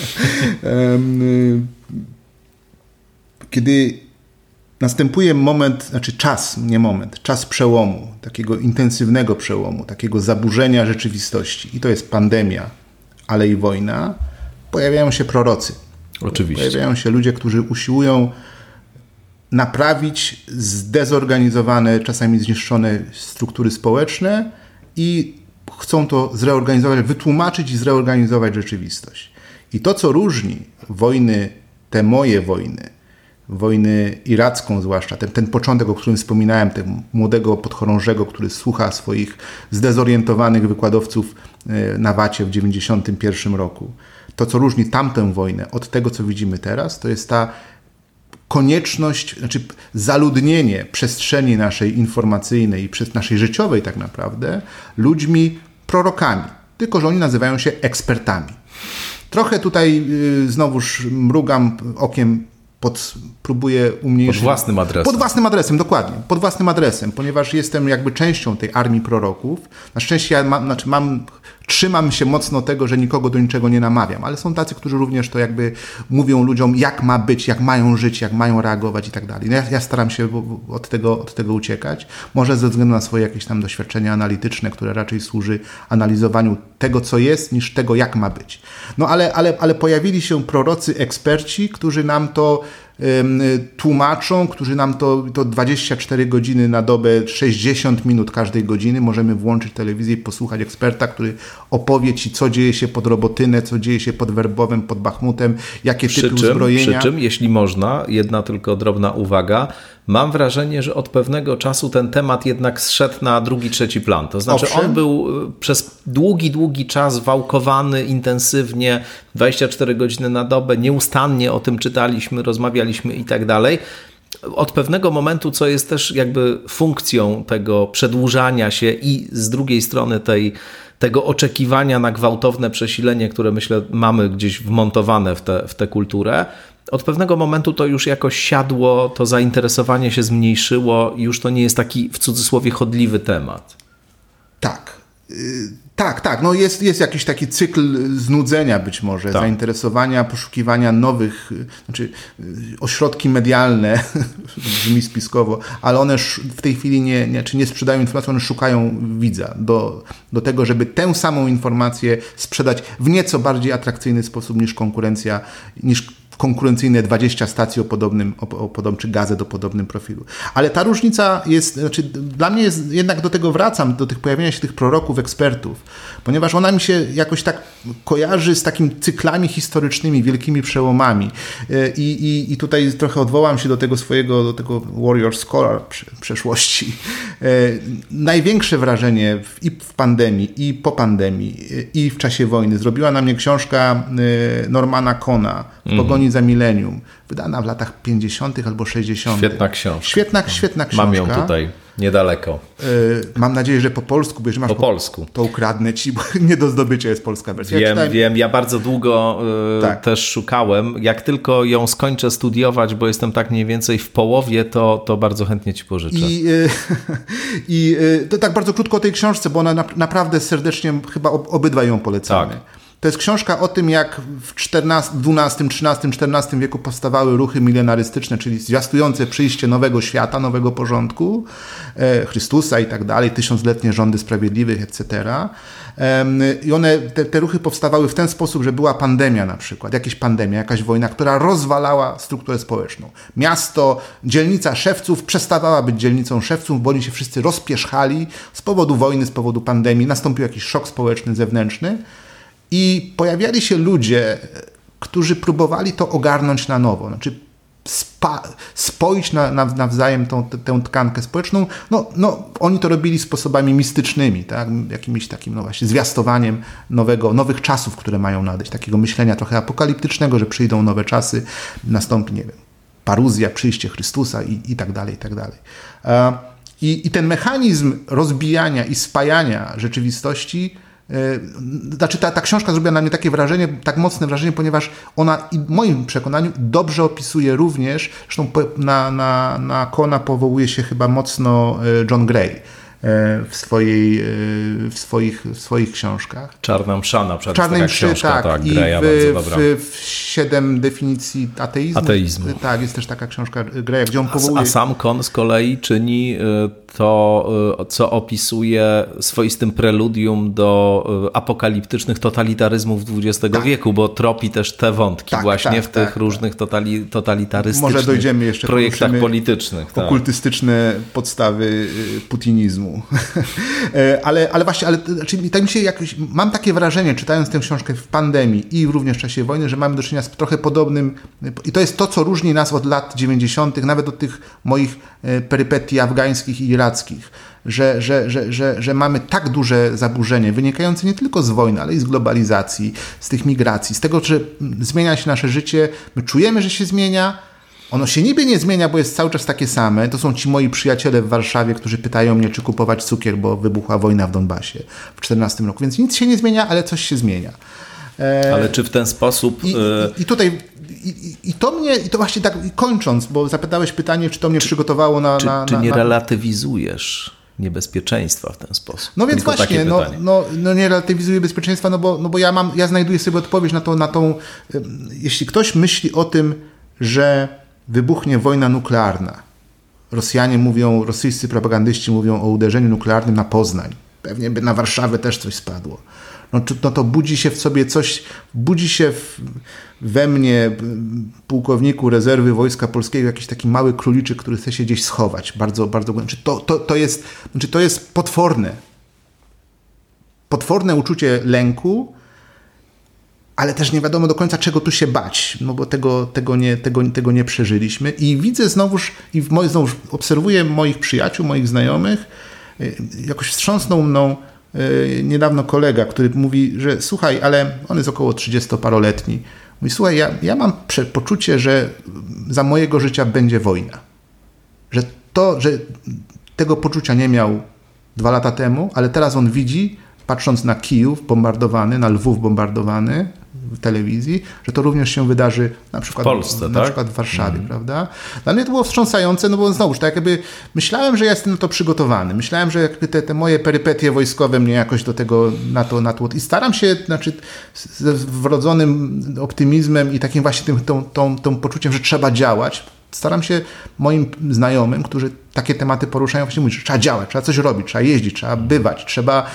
Kiedy następuje moment, czas przełomu, takiego intensywnego przełomu, takiego zaburzenia rzeczywistości. I to jest pandemia, ale i wojna. Pojawiają się prorocy. Oczywiście. Pojawiają się ludzie, którzy usiłują naprawić zdezorganizowane, czasami zniszczone struktury społeczne i chcą to zreorganizować, wytłumaczyć i zreorganizować rzeczywistość. I to, co różni wojny, te moje wojny, wojnę iracką zwłaszcza, ten początek, o którym wspominałem, tego młodego podchorążego, który słucha swoich zdezorientowanych wykładowców na Wacie w 1991 roku. To, co różni tamtę wojnę od tego, co widzimy teraz, to jest ta konieczność, zaludnienie przestrzeni naszej informacyjnej i naszej życiowej tak naprawdę ludźmi prorokami, tylko że oni nazywają się ekspertami. Trochę tutaj znowuż mrugam okiem, próbuję umniejszyć. Pod własnym adresem. Pod własnym adresem, dokładnie. Pod własnym adresem, ponieważ jestem jakby częścią tej armii proroków. Na szczęście ja mam trzymam się mocno tego, że nikogo do niczego nie namawiam, ale są tacy, którzy również to jakby mówią ludziom, jak ma być, jak mają żyć, jak mają reagować i tak dalej. No ja staram się od tego uciekać. Może ze względu na swoje jakieś tam doświadczenia analityczne, które raczej służy analizowaniu tego, co jest, niż tego, jak ma być. No ale pojawili się prorocy, eksperci, którzy nam to tłumaczą, którzy nam to 24 godziny na dobę, 60 minut każdej godziny możemy włączyć telewizję i posłuchać eksperta, który opowie ci, co dzieje się pod Robotynę, co dzieje się pod Werbowem, pod Bachmutem, jakie typy uzbrojenia. Przy czym, jeśli można, jedna tylko drobna uwaga, mam wrażenie, że od pewnego czasu ten temat jednak zszedł na drugi, trzeci plan. To znaczy on był przez długi czas wałkowany intensywnie, 24 godziny na dobę, nieustannie o tym czytaliśmy, rozmawialiśmy i tak dalej. Od pewnego momentu, co jest też jakby funkcją tego przedłużania się i z drugiej strony tego oczekiwania na gwałtowne przesilenie, które myślę mamy gdzieś wmontowane w tę kulturę, od pewnego momentu to już jakoś siadło, to zainteresowanie się zmniejszyło i już to nie jest taki w cudzysłowie chodliwy temat. Tak. No jest jakiś taki cykl znudzenia być może, zainteresowania, poszukiwania nowych, znaczy ośrodki medialne, brzmi spiskowo, ale one w tej chwili nie sprzedają informacji, one szukają widza do tego, żeby tę samą informację sprzedać w nieco bardziej atrakcyjny sposób niż konkurencja, niż konkurencyjne 20 stacji czy gazet o podobnym profilu. Ale ta różnica jest, znaczy dla mnie jest, jednak do tego wracam, do tych pojawienia się tych proroków, ekspertów, ponieważ ona mi się jakoś tak kojarzy z takimi cyklami historycznymi, wielkimi przełomami. I tutaj trochę odwołam się do tego Warrior Scholar przeszłości. Największe wrażenie i w pandemii, i po pandemii, i w czasie wojny zrobiła na mnie książka Normana Cohna W pogoni za milenium, wydana w latach 50. albo 60. Świetna książka. Świetna książka. Mam ją tutaj niedaleko. Mam nadzieję, że po polsku, bo jeżeli masz po polsku, to ukradnę ci, bo nie do zdobycia jest polska wersja. Wiem. Ja bardzo długo też szukałem. Jak tylko ją skończę studiować, bo jestem tak mniej więcej w połowie, to bardzo chętnie ci pożyczę. I to tak bardzo krótko o tej książce, bo ona naprawdę serdecznie chyba obydwaj ją polecamy. Tak. To jest książka o tym, jak w XII, XIII, XIV wieku powstawały ruchy milenarystyczne, czyli zwiastujące przyjście nowego świata, nowego porządku, Chrystusa i tak dalej, tysiącletnie rządy sprawiedliwych, etc. I one, te ruchy powstawały w ten sposób, że była pandemia na przykład, jakaś wojna, która rozwalała strukturę społeczną. Miasto, dzielnica szewców przestawała być dzielnicą szewców, bo oni się wszyscy rozpierzchali z powodu wojny, z powodu pandemii, nastąpił jakiś szok społeczny, zewnętrzny. I pojawiali się ludzie, którzy próbowali to ogarnąć na nowo, znaczy spoić nawzajem tę tkankę społeczną. No, oni to robili sposobami mistycznymi, tak? Jakimś takim właśnie zwiastowaniem nowych czasów, które mają nadejść, takiego myślenia trochę apokaliptycznego, że przyjdą nowe czasy, nastąpi, nie wiem, paruzja, przyjście Chrystusa i tak dalej, i tak dalej. I ten mechanizm rozbijania i spajania rzeczywistości, znaczy ta książka zrobiła na mnie takie wrażenie, tak mocne wrażenie, ponieważ ona w moim przekonaniu dobrze opisuje również, zresztą na Cohna powołuje się chyba mocno John Gray w swoich książkach. Czarna msza na przykład. Czarnej mszy, książka, tak. I Graya, bardzo dobra. w 7 definicji ateizmu. Tak, jest też taka książka Graya, gdzie on powołuje... A sam Cohn z kolei czyni to, co opisuje swoistym preludium do apokaliptycznych totalitaryzmów XX wieku, bo tropi też te wątki w tych różnych totalitarystycznych może dojdziemy jeszcze, projektach politycznych. Okultystyczne podstawy putinizmu. ale właśnie, czyli tak mi się jakoś, mam takie wrażenie, czytając tę książkę w pandemii i również w czasie wojny, że mamy do czynienia z trochę podobnym, i to jest to, co różni nas od lat 90., nawet od tych moich perypetii afgańskich i irackich, że mamy tak duże zaburzenie, wynikające nie tylko z wojny, ale i z globalizacji, z tych migracji, z tego, że zmienia się nasze życie, my czujemy, że się zmienia. Ono się niby nie zmienia, bo jest cały czas takie same. To są ci moi przyjaciele w Warszawie, którzy pytają mnie, czy kupować cukier, bo wybuchła wojna w Donbasie w 2014 roku. Więc nic się nie zmienia, ale coś się zmienia. Ale czy w ten sposób... I to właśnie tak kończąc, bo zapytałeś pytanie, czy to mnie przygotowało Czy nie relatywizujesz niebezpieczeństwa w ten sposób. No więc tylko właśnie, no nie relatywizuję bezpieczeństwa, bo ja znajduję sobie odpowiedź na tą, jeśli ktoś myśli o tym, że wybuchnie wojna nuklearna, Rosjanie mówią, rosyjscy propagandyści mówią o uderzeniu nuklearnym na Poznań, pewnie by na Warszawę też coś spadło. No to budzi się w sobie coś, we mnie, pułkowniku rezerwy Wojska Polskiego, jakiś taki mały króliczek, który chce się gdzieś schować. Bardzo, bardzo głęboko. To jest potworne uczucie lęku, ale też nie wiadomo do końca, czego tu się bać, no bo tego nie przeżyliśmy. I widzę znowuż obserwuję moich przyjaciół, moich znajomych, jakoś wstrząsnął mną niedawno kolega, który mówi, że słuchaj, ale on jest około 30-paroletni. Mówi, słuchaj, ja mam poczucie, że za mojego życia będzie wojna. Że tego poczucia nie miał 2 lata temu, ale teraz on widzi, patrząc na Kijów bombardowany, na Lwów bombardowany w telewizji, że to również się wydarzy na przykład, przykład w Warszawie, prawda? Dla mnie to było wstrząsające, no bo znowuż, tak jakby myślałem, że ja jestem na to przygotowany. Myślałem, że jakby te moje perypetie wojskowe mnie jakoś do tego, na to i staram się, ze wrodzonym optymizmem i takim właśnie tą poczuciem, że trzeba działać. Staram się moim znajomym, którzy takie tematy poruszają, właśnie mówić, że trzeba działać, trzeba coś robić, trzeba jeździć, trzeba bywać, trzeba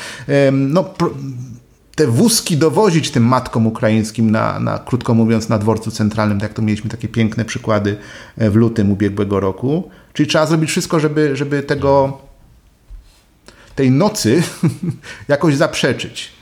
te wózki dowozić tym matkom ukraińskim krótko mówiąc, na dworcu centralnym, tak jak to mieliśmy takie piękne przykłady w lutym ubiegłego roku. Czyli trzeba zrobić wszystko, żeby tej nocy jakoś zaprzeczyć.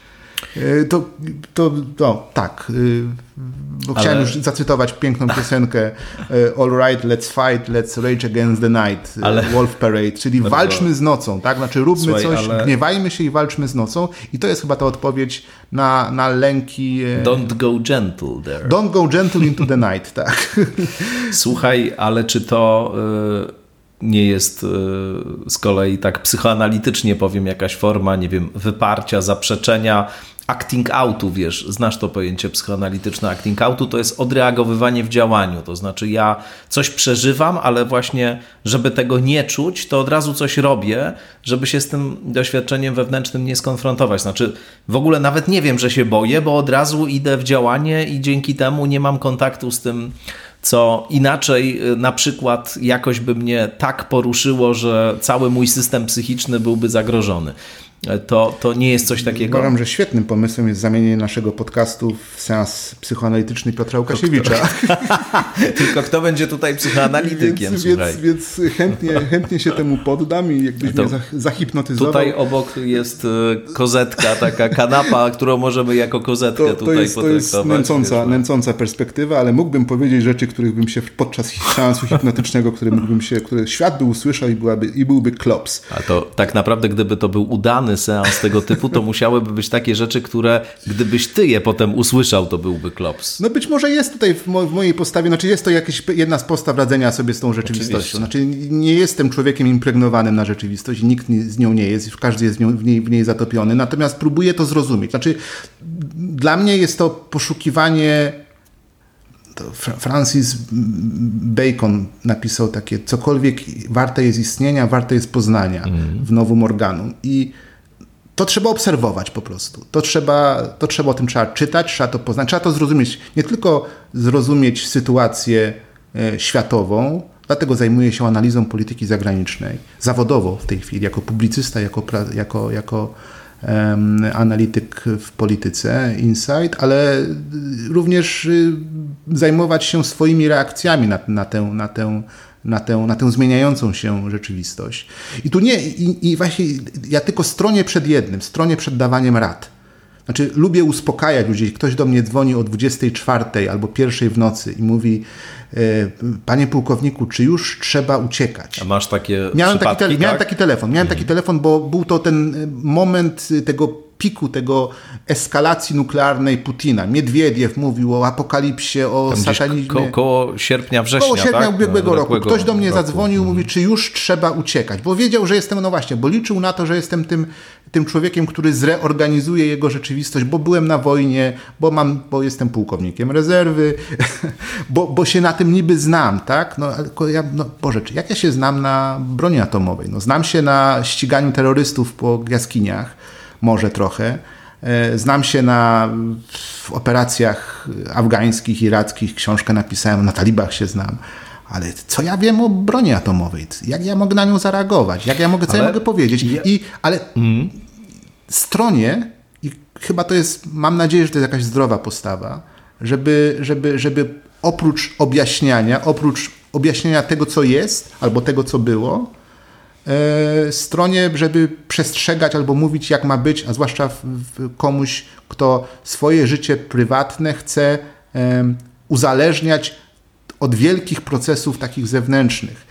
Tak. Bo chciałem już zacytować piękną piosenkę All right, let's fight, let's rage against the night, Wolf Parade, czyli walczmy z nocą, tak? Znaczy róbmy coś, gniewajmy się i walczmy z nocą i to jest chyba ta odpowiedź na lęki. Don't go gentle there. Don't go gentle into the night, tak. Słuchaj, ale czy to nie jest z kolei tak psychoanalitycznie powiem jakaś forma, nie wiem, wyparcia, zaprzeczenia, acting outu, wiesz, znasz to pojęcie psychoanalityczne acting outu, to jest odreagowywanie w działaniu, to znaczy ja coś przeżywam, ale właśnie żeby tego nie czuć, to od razu coś robię, żeby się z tym doświadczeniem wewnętrznym nie skonfrontować, znaczy w ogóle nawet nie wiem, że się boję, bo od razu idę w działanie i dzięki temu nie mam kontaktu z tym, co inaczej na przykład jakoś by mnie tak poruszyło, że cały mój system psychiczny byłby zagrożony. To nie jest coś takiego. Uważam, że świetnym pomysłem jest zamienienie naszego podcastu w seans psychoanalityczny Piotra Łukasiewicza. Tylko kto będzie tutaj psychoanalitykiem? Więc chętnie się temu poddam i jakbyś mnie zahipnotyzował. Tutaj obok jest kozetka, taka kanapa, którą możemy jako kozetkę tutaj potraktować. To jest nęcąca perspektywa, ale mógłbym powiedzieć rzeczy, których bym się podczas seansu hipnotycznego, które świat by usłyszał i byłby klops. A to tak naprawdę, gdyby to był udany seans tego typu, to musiałyby być takie rzeczy, które gdybyś ty je potem usłyszał, to byłby klops. No być może jest tutaj w mojej postawie, znaczy jest to jedna z postaw radzenia sobie z tą rzeczywistością. Oczywiście. Znaczy nie jestem człowiekiem impregnowanym na rzeczywistość, nikt z nią nie jest, każdy jest w niej zatopiony, natomiast próbuję to zrozumieć. Znaczy dla mnie jest to poszukiwanie. Francis Bacon napisał takie, cokolwiek warte jest istnienia, warte jest poznania w Novum Organum. I to trzeba obserwować po prostu. O tym trzeba czytać, trzeba to poznać, trzeba to zrozumieć. Nie tylko zrozumieć sytuację światową, dlatego zajmuję się analizą polityki zagranicznej. Zawodowo w tej chwili, jako publicysta, jako analityk w polityce, insight, ale również zajmować się swoimi reakcjami na tę zmieniającą się rzeczywistość. I tu i właśnie ja tylko stronię przed dawaniem rad. Znaczy lubię uspokajać ludzi. Ktoś do mnie dzwoni o 24 albo 1 w nocy i mówi: panie pułkowniku, czy już trzeba uciekać? A masz takie Miałem przypadki? taki telefon, bo był to ten moment tego piku, tego eskalacji nuklearnej Putina. Miedwiediew mówił o apokalipsie, o satanizmie. Koło sierpnia, września, Koło sierpnia ubiegłego roku. Ktoś do mnie roku. zadzwonił, mówi, czy już trzeba uciekać. Bo wiedział, że jestem, bo liczył na to, że jestem tym tym człowiekiem, który zreorganizuje jego rzeczywistość, bo byłem na wojnie, bo jestem pułkownikiem rezerwy, bo się na tym niby znam, tak? Boże, jak ja się znam na broni atomowej? No, znam się na ściganiu terrorystów po jaskiniach, może trochę. Znam się na operacjach afgańskich, irackich, książkę napisałem, na talibach się znam. Ale co ja wiem o broni atomowej? Jak ja mogę na nią zareagować? Co ja mogę powiedzieć? Ale stronie, i chyba to jest, mam nadzieję, że to jest jakaś zdrowa postawa, żeby oprócz objaśniania tego, co jest, albo tego, co było, stronie, żeby przestrzegać albo mówić, jak ma być, a zwłaszcza komuś, kto swoje życie prywatne chce uzależniać od wielkich procesów takich zewnętrznych.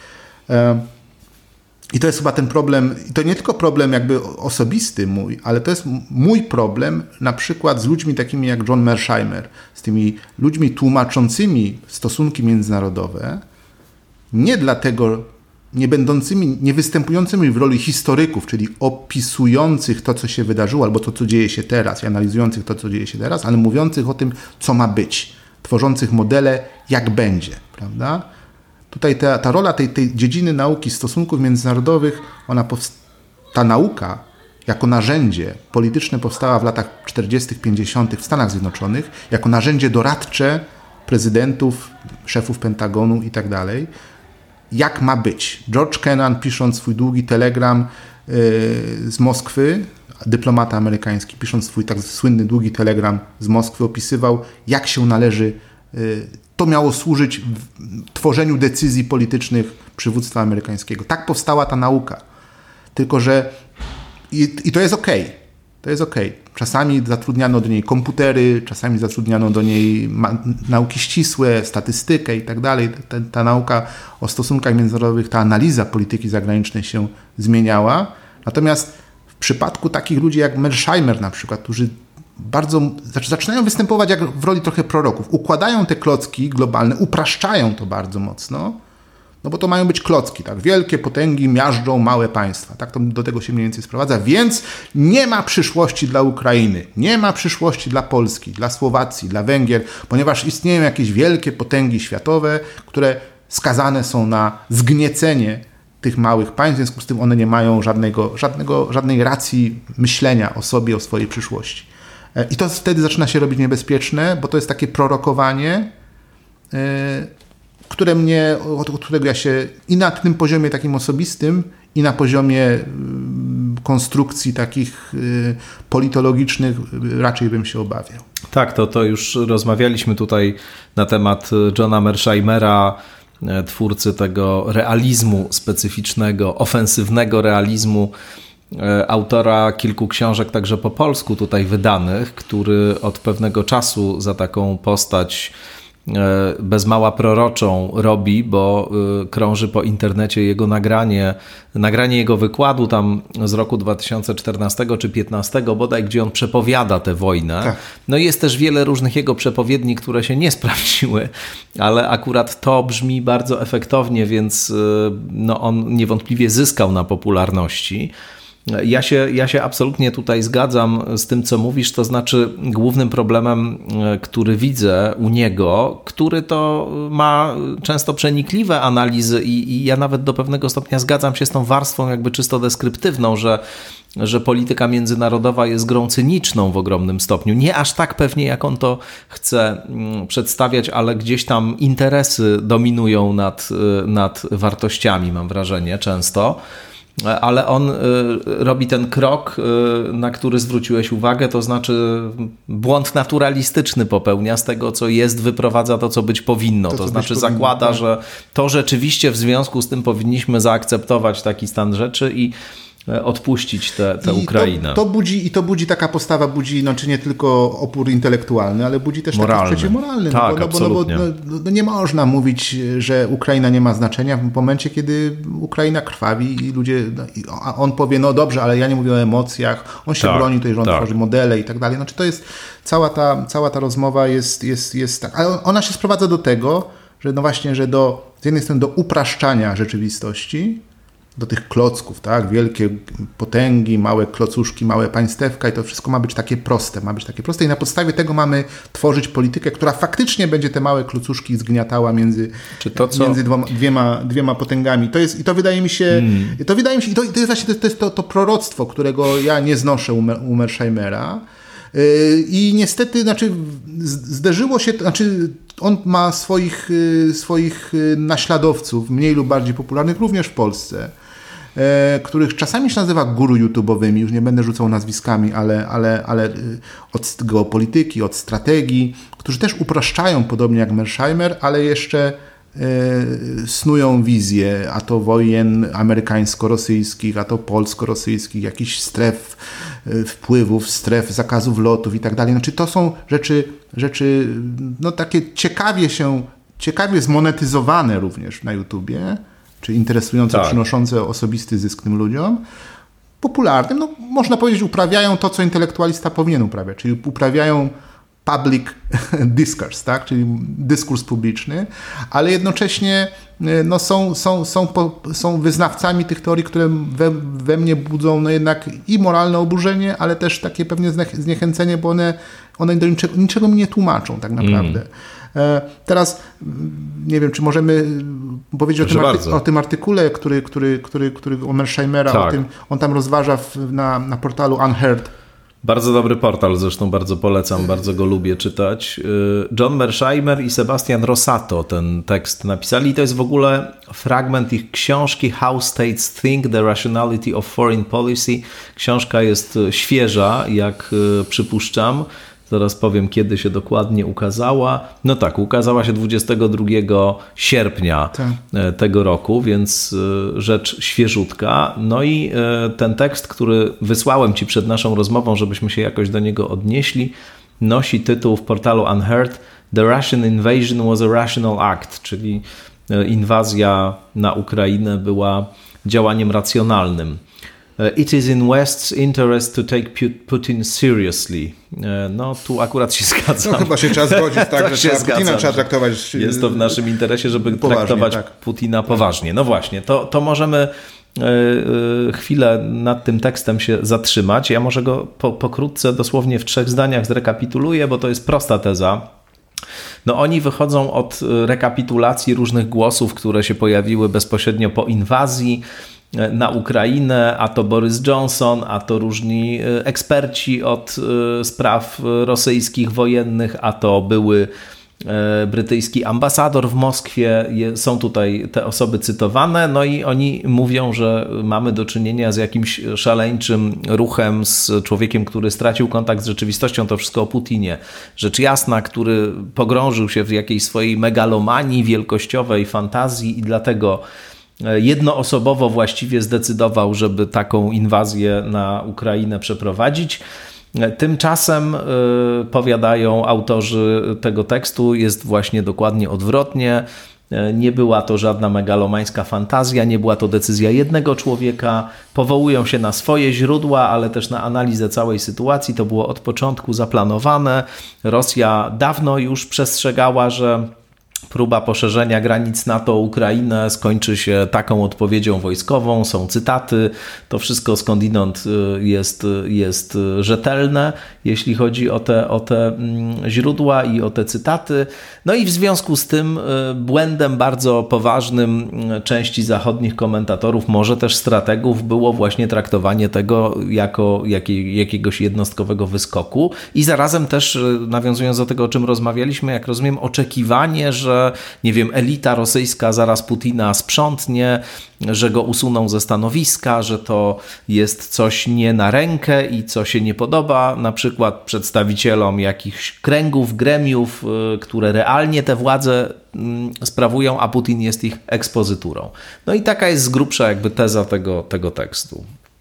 I to jest chyba ten problem, i to nie tylko problem jakby osobisty mój, ale to jest mój problem na przykład z ludźmi takimi jak John Mearsheimer, z tymi ludźmi tłumaczącymi stosunki międzynarodowe, nie dlatego nie występującymi w roli historyków, czyli opisujących to, co się wydarzyło, albo to, co dzieje się teraz, i analizujących to, co dzieje się teraz, ale mówiących o tym, co ma być, tworzących modele, jak będzie, prawda? Tutaj ta rola tej dziedziny nauki stosunków międzynarodowych, ta nauka jako narzędzie polityczne powstała w latach 40., 50. w Stanach Zjednoczonych, jako narzędzie doradcze prezydentów, szefów Pentagonu i tak dalej. Jak ma być? George Kennan, pisząc swój długi telegram z Moskwy, dyplomata amerykański, pisząc swój tak słynny długi telegram z Moskwy, opisywał, jak się należy. To miało służyć w tworzeniu decyzji politycznych przywództwa amerykańskiego. Tak powstała ta nauka. Tylko że i to jest okej. To jest okej. Czasami zatrudniano do niej komputery, czasami zatrudniano do niej nauki ścisłe, statystykę i tak dalej. Ta nauka o stosunkach międzynarodowych, ta analiza polityki zagranicznej się zmieniała. Natomiast w przypadku takich ludzi jak Mearsheimer na przykład, którzy zaczynają występować jak w roli trochę proroków. Układają te klocki globalne, upraszczają to bardzo mocno, no bo to mają być klocki, tak? Wielkie potęgi miażdżą małe państwa. Tak to do tego się mniej więcej sprowadza. Więc nie ma przyszłości dla Ukrainy, nie ma przyszłości dla Polski, dla Słowacji, dla Węgier, ponieważ istnieją jakieś wielkie potęgi światowe, które skazane są na zgniecenie tych małych państw, w związku z tym one nie mają żadnej racji myślenia o sobie, o swojej przyszłości. I to wtedy zaczyna się robić niebezpieczne, bo to jest takie prorokowanie, od którego ja się i na tym poziomie takim osobistym, i na poziomie konstrukcji takich politologicznych raczej bym się obawiał. Tak, to już rozmawialiśmy tutaj na temat Johna Mearsheimera, twórcy tego realizmu specyficznego, ofensywnego realizmu, autora kilku książek także po polsku tutaj wydanych, który od pewnego czasu za taką postać bez mała proroczą robi, bo krąży po internecie jego nagranie jego wykładu tam z roku 2014 czy 2015 bodaj, gdzie on przepowiada tę wojnę. Tak. No i jest też wiele różnych jego przepowiedni, które się nie sprawdziły, ale akurat to brzmi bardzo efektownie, więc no on niewątpliwie zyskał na popularności. Ja się absolutnie tutaj zgadzam z tym, co mówisz, to znaczy głównym problemem, który widzę u niego, który to ma często przenikliwe analizy i ja nawet do pewnego stopnia zgadzam się z tą warstwą jakby czysto deskryptywną, że polityka międzynarodowa jest grą cyniczną w ogromnym stopniu. Nie aż tak pewnie, jak on to chce przedstawiać, ale gdzieś tam interesy dominują nad wartościami, mam wrażenie, często. Ale on robi ten krok, na który zwróciłeś uwagę, to znaczy błąd naturalistyczny popełnia, z tego co jest, wyprowadza to, co być powinno. To znaczy zakłada, tak, że to rzeczywiście w związku z tym powinniśmy zaakceptować taki stan rzeczy i odpuścić tę Ukrainę. To budzi taka postawa, czy nie tylko opór intelektualny, ale budzi też moralny. Taki sprzeciw moralny. Tak, absolutnie. Bo nie można mówić, że Ukraina nie ma znaczenia w momencie, kiedy Ukraina krwawi i ludzie, a on powie, no dobrze, ale ja nie mówię o emocjach, on się broni, tutaj rząd tworzy modele i tak dalej. To jest cała ta rozmowa jest tak, ale ona się sprowadza do tego, że no właśnie, że z jednej strony do upraszczania rzeczywistości, do tych klocków, tak? Wielkie potęgi, małe klocuszki, małe państewka i to wszystko ma być takie proste. I na podstawie tego mamy tworzyć politykę, która faktycznie będzie te małe klocuszki zgniatała między dwiema potęgami. To wydaje mi się, to jest właśnie to proroctwo, którego ja nie znoszę u Mersheimera. I niestety, zderzyło się, on ma swoich naśladowców, mniej lub bardziej popularnych, również w Polsce, których czasami się nazywa guru YouTube'owymi, już nie będę rzucał nazwiskami, ale od geopolityki, od strategii, którzy też upraszczają, podobnie jak Mersheimer, ale jeszcze snują wizję, a to wojen amerykańsko-rosyjskich, a to polsko-rosyjskich, jakichś stref wpływów, stref zakazów lotów i tak dalej. To są rzeczy takie ciekawie zmonetyzowane również na YouTubie, czy interesujące, przynoszące osobisty zysk tym ludziom. Popularnym, można powiedzieć, uprawiają to, co intelektualista powinien uprawiać, czyli uprawiają public discourse, tak? Czyli dyskurs publiczny, ale jednocześnie są wyznawcami tych teorii, które we mnie budzą jednak i moralne oburzenie, ale też takie pewnie zniechęcenie, bo one do niczego mi nie tłumaczą tak naprawdę. Teraz nie wiem, czy możemy powiedzieć o tym artykule, który o Mersheimera, on tam rozważa na portalu Unheard. Bardzo dobry portal, zresztą bardzo polecam, bardzo go lubię czytać. John Mersheimer i Sebastian Rosato ten tekst napisali i to jest w ogóle fragment ich książki How States Think, The Rationality of Foreign Policy. Książka jest świeża, jak przypuszczam. Zaraz powiem, kiedy się dokładnie ukazała. Ukazała się 22 sierpnia tego roku, więc rzecz świeżutka. I ten tekst, który wysłałem Ci przed naszą rozmową, żebyśmy się jakoś do niego odnieśli, nosi tytuł w portalu Unheard The Russian Invasion was a Rational Act, czyli inwazja na Ukrainę była działaniem racjonalnym. It is in West's interest to take Putin seriously. Tu akurat się zgadzam. Chyba się trzeba zgodzić, tak, że Putina trzeba traktować. Jest to w naszym interesie, żeby traktować Putina poważnie. No właśnie, to możemy chwilę nad tym tekstem się zatrzymać. Ja może go pokrótce, dosłownie w 3 zdaniach zrekapituluję, bo to jest prosta teza. Oni wychodzą od rekapitulacji różnych głosów, które się pojawiły bezpośrednio po inwazji na Ukrainę, a to Boris Johnson, a to różni eksperci od spraw rosyjskich wojennych, a to były brytyjski ambasador w Moskwie. Są tutaj te osoby cytowane, i oni mówią, że mamy do czynienia z jakimś szaleńczym ruchem, z człowiekiem, który stracił kontakt z rzeczywistością. To wszystko o Putinie. Rzecz jasna, który pogrążył się w jakiejś swojej megalomanii wielkościowej, fantazji i dlatego jednoosobowo właściwie zdecydował, żeby taką inwazję na Ukrainę przeprowadzić. Tymczasem, powiadają autorzy tego tekstu, jest właśnie dokładnie odwrotnie. Nie była to żadna megalomańska fantazja, nie była to decyzja jednego człowieka. Powołują się na swoje źródła, ale też na analizę całej sytuacji. To było od początku zaplanowane. Rosja dawno już przestrzegała, że próba poszerzenia granic NATO o Ukrainę skończy się taką odpowiedzią wojskową. Są cytaty. To wszystko skądinąd jest rzetelne, jeśli chodzi o te źródła i o te cytaty. I w związku z tym błędem bardzo poważnym części zachodnich komentatorów, może też strategów, było właśnie traktowanie tego jako jakiegoś jednostkowego wyskoku i zarazem też, nawiązując do tego, o czym rozmawialiśmy, jak rozumiem, oczekiwanie, że elita rosyjska zaraz Putina sprzątnie, że go usuną ze stanowiska, że to jest coś nie na rękę i co się nie podoba na przykład przedstawicielom jakichś kręgów, gremiów, które realnie tę władzę sprawują, a Putin jest ich ekspozyturą. I taka jest z grubsza jakby teza tego tekstu.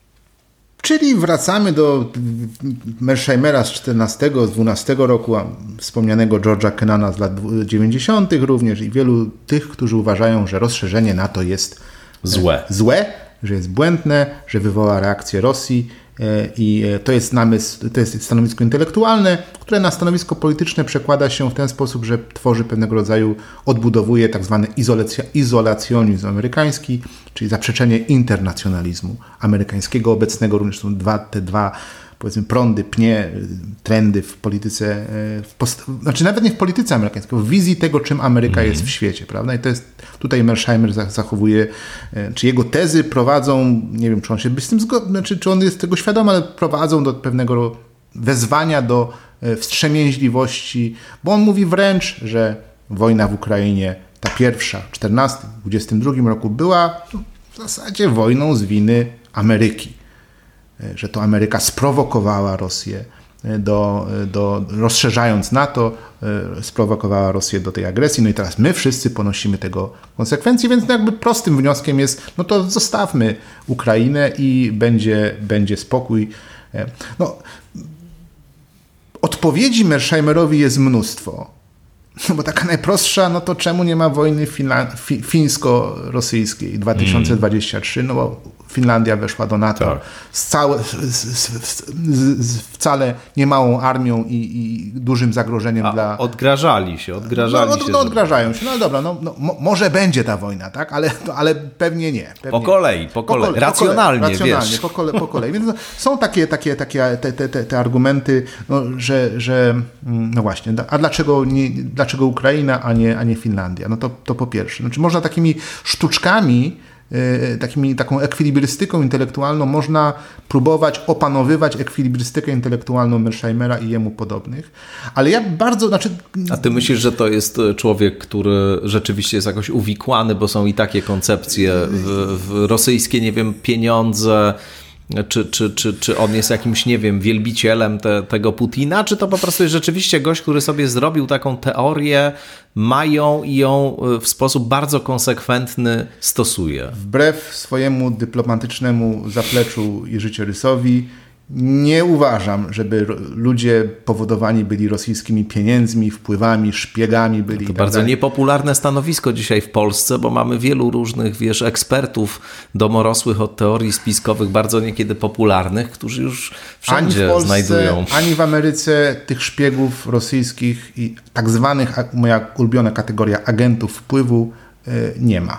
Czyli wracamy do Mersheimera z 14-12 roku, wspomnianego George'a Kennana z lat 90. również i wielu tych, którzy uważają, że rozszerzenie NATO jest złe, że jest błędne, że wywoła reakcję Rosji I to jest namysł, to jest stanowisko intelektualne, które na stanowisko polityczne przekłada się w ten sposób, że tworzy pewnego rodzaju, odbudowuje tak zwany izolacjonizm amerykański, czyli zaprzeczenie internacjonalizmu amerykańskiego obecnego. Również są te dwa powiedzmy prądy, pnie, trendy w polityce, znaczy nawet nie w polityce amerykańskiej, w wizji tego, czym Ameryka jest w świecie, prawda? I to jest, tutaj Mearsheimer zachowuje, czy jego tezy prowadzą, nie wiem, czy on się z tym zgodzi, czy on jest tego świadomy, ale prowadzą do pewnego wezwania do wstrzemięźliwości, bo on mówi wręcz, że wojna w Ukrainie, ta pierwsza, w 1914-1922 roku była w zasadzie wojną z winy Ameryki. Że to Ameryka sprowokowała Rosję rozszerzając NATO, sprowokowała Rosję do tej agresji, no i teraz my wszyscy ponosimy tego konsekwencje, więc jakby prostym wnioskiem jest, no to zostawmy Ukrainę i będzie spokój. No, odpowiedzi Mearsheimerowi jest mnóstwo. No bo taka najprostsza, no to czemu nie ma wojny fińsko-rosyjskiej 2023, no bo Finlandia weszła do NATO tak. Wcale niemałą armią i dużym zagrożeniem dla... Odgrażali się. Odgrażają się. No dobra, może będzie ta wojna, tak? Ale pewnie nie. Pewnie. Po kolei. Racjonalnie, wiesz. Po kolei. Więc są takie te argumenty, no, że no właśnie, a dlaczego Ukraina, a nie Finlandia? No to po pierwsze. Znaczy można takimi sztuczkami, taką ekwilibrystyką intelektualną można próbować opanowywać ekwilibrystykę intelektualną Mearsheimera i jemu podobnych, ale ja bardzo... A ty myślisz, że to jest człowiek, który rzeczywiście jest jakoś uwikłany, bo są i takie koncepcje w rosyjskie, nie wiem, pieniądze, czy on jest jakimś, nie wiem, wielbicielem tego Putina, czy to po prostu jest rzeczywiście gość, który sobie zrobił taką teorię, mają i ją w sposób bardzo konsekwentny stosuje? Wbrew swojemu dyplomatycznemu zapleczu i życiorysowi nie uważam, żeby ludzie powodowani byli rosyjskimi pieniędzmi, wpływami, szpiegami byli. To bardzo niepopularne stanowisko dzisiaj w Polsce, bo mamy wielu różnych, ekspertów domorosłych od teorii spiskowych, bardzo niekiedy popularnych, którzy już wszędzie ani w Polsce, znajdują. Ani w Ameryce tych szpiegów rosyjskich i tak zwanych, moja ulubiona kategoria, agentów wpływu nie ma.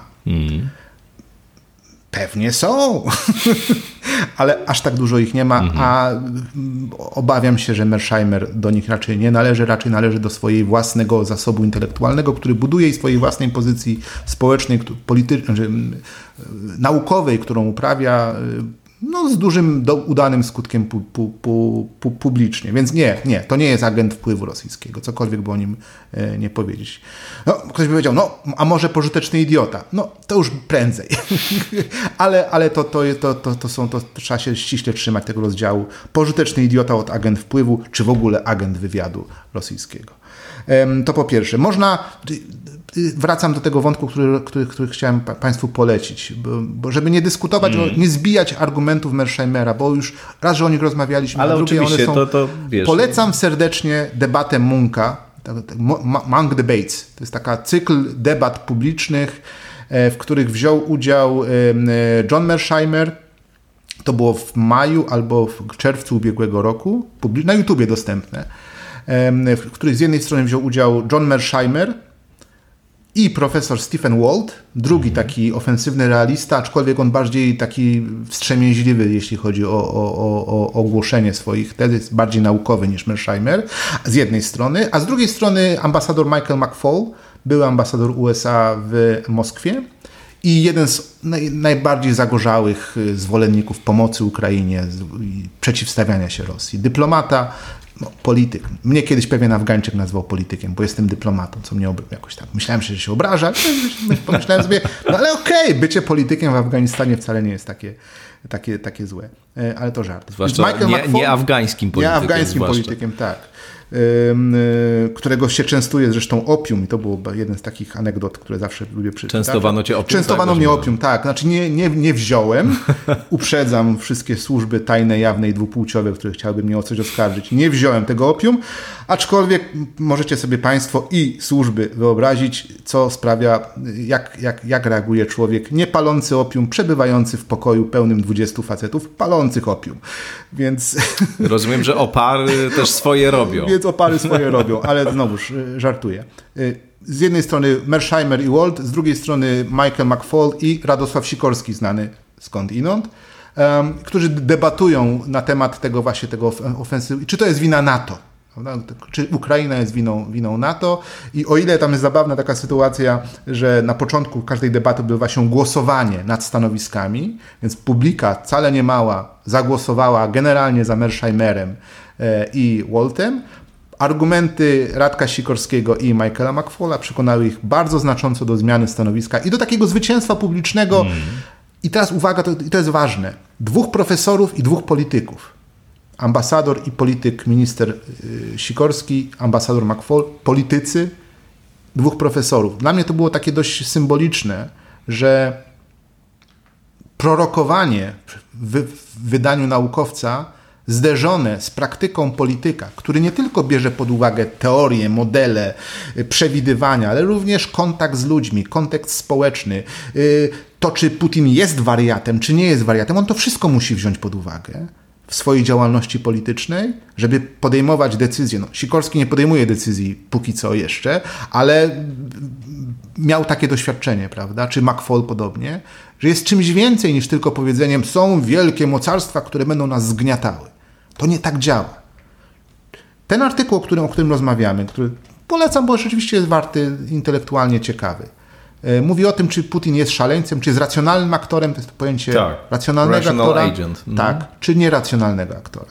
Pewnie są, ale aż tak dużo ich nie ma, a obawiam się, że Mearsheimer do nich raczej nie należy, raczej należy do swojej własnego zasobu intelektualnego, który buduje i swojej własnej pozycji społecznej, politycznej, naukowej, którą uprawia, no, z dużym, udanym skutkiem publicznie. Więc nie, to nie jest agent wpływu rosyjskiego, cokolwiek by o nim nie powiedzieć. No, ktoś by powiedział, no, a może pożyteczny idiota? No, to już prędzej. ale to trzeba się ściśle trzymać tego rozdziału. Pożyteczny idiota od agent wpływu, czy w ogóle agent wywiadu rosyjskiego. To po pierwsze. Wracam do tego wątku, który chciałem Państwu polecić, bo żeby nie dyskutować, nie zbijać argumentów Mearsheimera, bo już raz, że o nich rozmawialiśmy, ale a drugie one są... wiesz, polecam serdecznie debatę Munka, Munk Debates. To jest taka cykl debat publicznych, w których wziął udział John Mearsheimer. To było w maju albo w czerwcu ubiegłego roku, na YouTubie dostępne, w których z jednej strony wziął udział John Mearsheimer i profesor Stephen Walt, drugi taki ofensywny realista, aczkolwiek on bardziej taki wstrzemięźliwy, jeśli chodzi o ogłoszenie swoich tez, jest bardziej naukowy niż Mearsheimer, z jednej strony, a z drugiej strony ambasador Michael McFaul, były ambasador USA w Moskwie i jeden z najbardziej zagorzałych zwolenników pomocy Ukrainie i przeciwstawiania się Rosji. Dyplomata, polityk. Mnie kiedyś pewien Afgańczyk nazwał politykiem, bo jestem dyplomatą, co mnie jakoś tak. Myślałem, że się obraża, ale pomyślałem sobie, no ale okej, bycie politykiem w Afganistanie wcale nie jest takie złe. Ale to żart. Zwłaszcza nie afgańskim politykiem. Nie afgańskim politykiem, tak. którego się częstuje zresztą opium, i to był jeden z takich anegdot, które zawsze lubię przeczytać. Częstowano cię opium? Częstowano mnie opium, tak. Znaczy nie wziąłem. Uprzedzam wszystkie służby tajne, jawne i dwupłciowe, które chciałyby mnie o coś oskarżyć. Nie wziąłem tego opium, aczkolwiek możecie sobie państwo i służby wyobrazić, co sprawia, jak reaguje człowiek niepalący opium, przebywający w pokoju pełnym 20 facetów palących opium. Więc... Rozumiem, że opary też swoje robią. Więc opary swoje robią, ale znowuż żartuję. Z jednej strony Mearsheimer i Walt, z drugiej strony Michael McFaul i Radosław Sikorski, znany skądinąd, którzy debatują na temat tego ofensywy. Czy to jest wina NATO? Czy Ukraina jest winą NATO? I o ile tam jest zabawna taka sytuacja, że na początku każdej debaty odbywa się głosowanie nad stanowiskami, więc publika wcale nie mała zagłosowała generalnie za Mearsheimerem i Waltem. Argumenty Radka Sikorskiego i Michaela McFaula przekonały ich bardzo znacząco do zmiany stanowiska i do takiego zwycięstwa publicznego. I teraz uwaga, to jest ważne. 2 profesorów i 2 polityków. Ambasador i polityk, minister Sikorski, ambasador McFaul, politycy, 2 profesorów. Dla mnie to było takie dość symboliczne, że prorokowanie w wydaniu naukowca zderzone z praktyką polityka, który nie tylko bierze pod uwagę teorie, modele, przewidywania, ale również kontakt z ludźmi, kontekst społeczny, to czy Putin jest wariatem, czy nie jest wariatem, on to wszystko musi wziąć pod uwagę w swojej działalności politycznej, żeby podejmować decyzje. Sikorski nie podejmuje decyzji póki co jeszcze, ale miał takie doświadczenie, prawda? Czy McFaul podobnie, że jest czymś więcej niż tylko powiedzeniem, są wielkie mocarstwa, które będą nas zgniatały. To nie tak działa. Ten artykuł, o którym rozmawiamy, który polecam, bo rzeczywiście jest warty, intelektualnie ciekawy, mówi o tym, czy Putin jest szaleńcem, czy jest racjonalnym aktorem, to jest to pojęcie racjonalnego aktora, tak, czy nieracjonalnego aktora.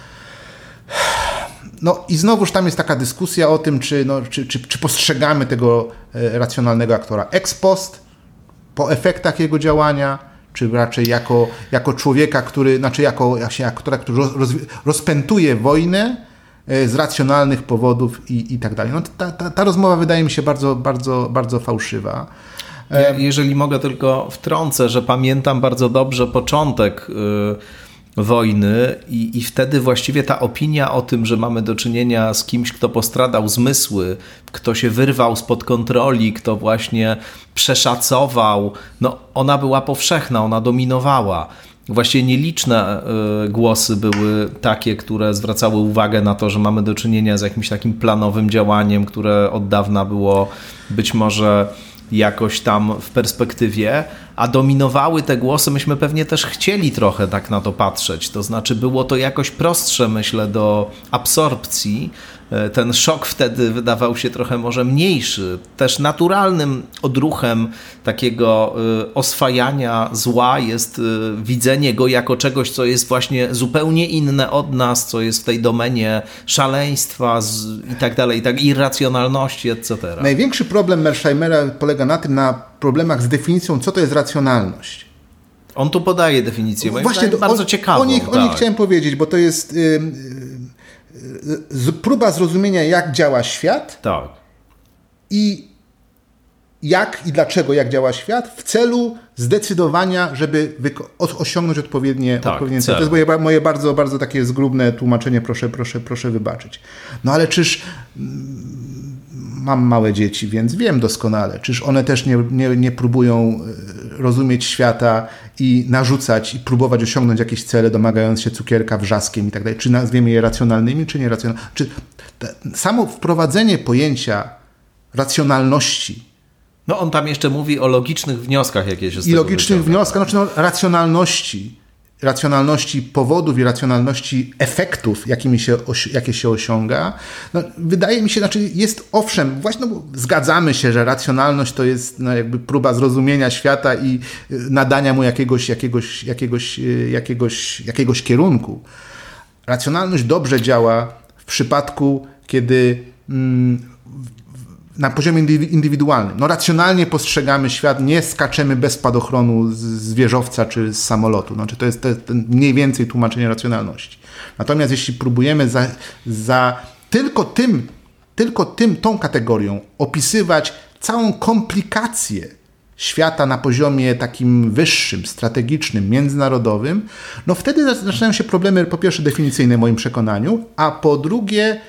No i znowuż tam jest taka dyskusja o tym, czy postrzegamy tego racjonalnego aktora ex post, po efektach jego działania, czy raczej jako człowieka, jako aktora, który rozpętuje wojnę z racjonalnych powodów i tak dalej. No, ta rozmowa wydaje mi się bardzo, bardzo, bardzo fałszywa. Jeżeli mogę, tylko wtrącę, że pamiętam bardzo dobrze początek wojny i wtedy właściwie ta opinia o tym, że mamy do czynienia z kimś, kto postradał zmysły, kto się wyrwał spod kontroli, kto właśnie przeszacował, no ona była powszechna, ona dominowała. Właściwie nieliczne głosy były takie, które zwracały uwagę na to, że mamy do czynienia z jakimś takim planowym działaniem, które od dawna było być może jakoś tam w perspektywie, a dominowały te głosy, myśmy pewnie też chcieli trochę tak na to patrzeć, to znaczy było to jakoś prostsze, myślę, do absorpcji. Ten szok wtedy wydawał się trochę może mniejszy. Też naturalnym odruchem takiego oswajania zła jest widzenie go jako czegoś, co jest właśnie zupełnie inne od nas, co jest w tej domenie szaleństwa i tak dalej, irracjonalności, etc. Największy problem Mearsheimera polega na problemach z definicją, co to jest racjonalność. On tu podaje definicję, właśnie bardzo ciekawą. O niej chciałem powiedzieć, bo to jest próba zrozumienia, jak działa świat i dlaczego działa świat w celu zdecydowania, żeby osiągnąć odpowiednie cele. To jest moje bardzo, bardzo takie zgrubne tłumaczenie, proszę wybaczyć. No ale czyż mam małe dzieci, więc wiem doskonale, czyż one też nie próbują rozumieć świata i narzucać i próbować osiągnąć jakieś cele, domagając się cukierka wrzaskiem i tak dalej. Czy nazwiemy je racjonalnymi, czy nieracjonalnymi? Czy samo wprowadzenie pojęcia racjonalności. No on tam jeszcze mówi o logicznych wnioskach, jakie się z tego logicznych wnioskach, racjonalności powodów i racjonalności efektów, jakie się osiąga. No, wydaje mi się, jest owszem, właśnie zgadzamy się, że racjonalność to jest jakby próba zrozumienia świata i nadania mu jakiegoś kierunku. Racjonalność dobrze działa w przypadku, kiedy na poziomie indywidualnym. Racjonalnie postrzegamy świat, nie skaczemy bez spadochronu z wieżowca czy z samolotu. To jest mniej więcej tłumaczenie racjonalności. Natomiast jeśli próbujemy tą kategorią opisywać całą komplikację świata na poziomie takim wyższym, strategicznym, międzynarodowym, no wtedy zaczynają się problemy, po pierwsze definicyjne w moim przekonaniu, a po drugie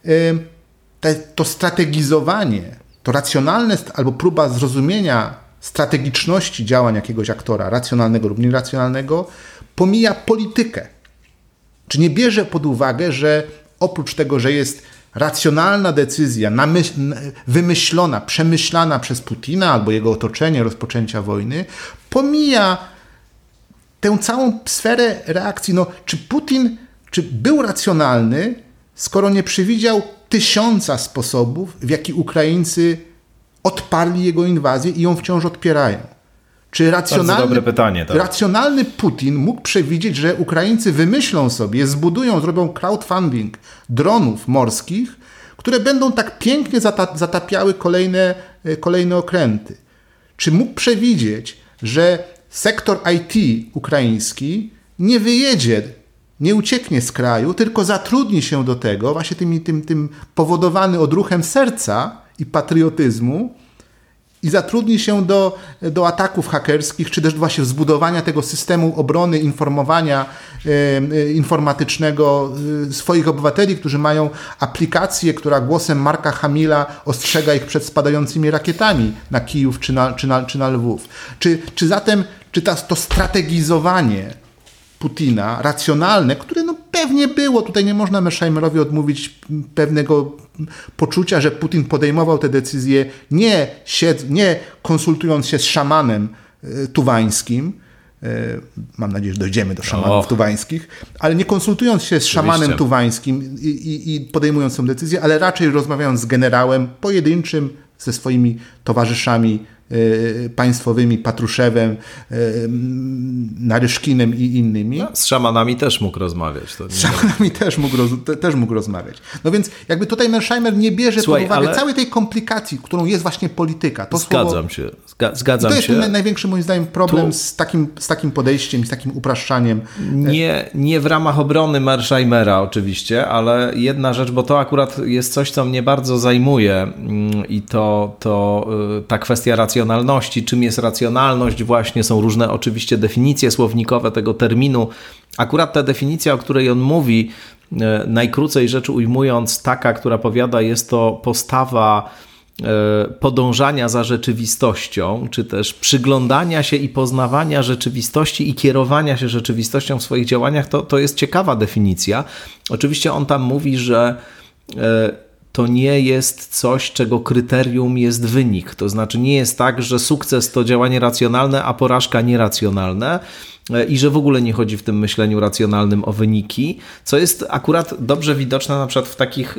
to strategizowanie, to racjonalne albo próba zrozumienia strategiczności działań jakiegoś aktora, racjonalnego lub nieracjonalnego, pomija politykę. Czy nie bierze pod uwagę, że oprócz tego, że jest racjonalna decyzja, wymyślona, przemyślana przez Putina albo jego otoczenie rozpoczęcia wojny, pomija tę całą sferę reakcji. No, czy Putin był racjonalny, skoro nie przewidział 1000 sposobów, w jaki Ukraińcy odparli jego inwazję i ją wciąż odpierają? Czy racjonalny Putin mógł przewidzieć, że Ukraińcy wymyślą sobie, zrobią crowdfunding dronów morskich, które będą tak pięknie zatapiały kolejne okręty? Czy mógł przewidzieć, że sektor IT ukraiński nie wyjedzie, nie ucieknie z kraju, tylko zatrudni się do tego, właśnie tym powodowany odruchem serca i patriotyzmu, i zatrudni się do ataków hakerskich, czy też właśnie zbudowania tego systemu obrony, informowania informatycznego swoich obywateli, którzy mają aplikację, która głosem Marka Hamila ostrzega ich przed spadającymi rakietami na Kijów czy na Lwów. Czy zatem to strategizowanie Putina, racjonalne, które no pewnie było, tutaj nie można Mersheimerowi odmówić pewnego poczucia, że Putin podejmował te decyzje nie konsultując się z szamanem tuwańskim, mam nadzieję, że dojdziemy do szamanów tuwańskich, ale nie konsultując się z szamanem tuwańskim i podejmując tę decyzję, ale raczej rozmawiając z generałem pojedynczym, ze swoimi towarzyszami państwowymi, Patruszewem, Naryszkinem i innymi. No, z szamanami też mógł rozmawiać. Z szamanami też mógł rozmawiać. No więc jakby tutaj Mersheimer nie bierze pod uwagę całej tej komplikacji, którą jest właśnie polityka. Zgadzam się. To jest największy moim zdaniem problem z takim podejściem i z takim upraszczaniem. Nie w ramach obrony Mersheimera oczywiście, ale jedna rzecz, bo to akurat jest coś, co mnie bardzo zajmuje i to ta kwestia racjonalności. Czym jest racjonalność? Właśnie są różne oczywiście definicje słownikowe tego terminu. Akurat ta definicja, o której on mówi, najkrócej rzecz ujmując, taka, która powiada, jest to postawa podążania za rzeczywistością, czy też przyglądania się i poznawania rzeczywistości i kierowania się rzeczywistością w swoich działaniach, to jest ciekawa definicja. Oczywiście on tam mówi, że to nie jest coś, czego kryterium jest wynik. To znaczy nie jest tak, że sukces to działanie racjonalne, a porażka nieracjonalne i że w ogóle nie chodzi w tym myśleniu racjonalnym o wyniki, co jest akurat dobrze widoczne na przykład w takich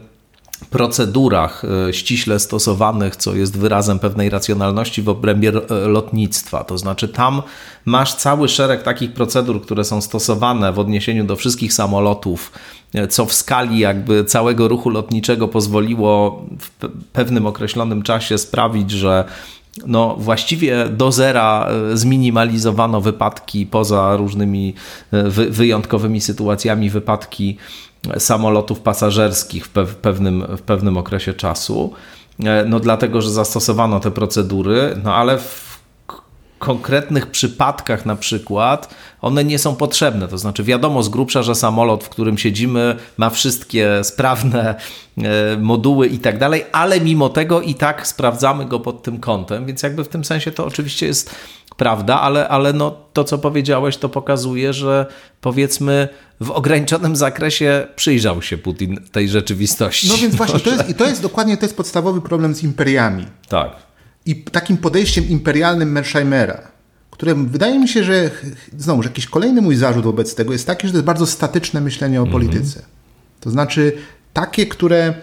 procedurach ściśle stosowanych, co jest wyrazem pewnej racjonalności w obrębie lotnictwa. To znaczy tam masz cały szereg takich procedur, które są stosowane w odniesieniu do wszystkich samolotów, co w skali jakby całego ruchu lotniczego pozwoliło w pewnym określonym czasie sprawić, że no właściwie do zera zminimalizowano wypadki poza różnymi wyjątkowymi sytuacjami, wypadki samolotów pasażerskich w pewnym okresie czasu. No dlatego, że zastosowano te procedury, no ale w konkretnych przypadkach na przykład one nie są potrzebne. To znaczy wiadomo z grubsza, że samolot, w którym siedzimy, ma wszystkie sprawne moduły i tak dalej, ale mimo tego i tak sprawdzamy go pod tym kątem, więc jakby w tym sensie to oczywiście jest prawda, ale no to, co powiedziałeś, to pokazuje, że powiedzmy w ograniczonym zakresie przyjrzał się Putin tej rzeczywistości. No więc właśnie, to jest dokładnie podstawowy problem z imperiami. Tak. I takim podejściem imperialnym Mersheimera, które wydaje mi się, że znowu, że jakiś kolejny mój zarzut wobec tego jest taki, że to jest bardzo statyczne myślenie o polityce. To znaczy takie, które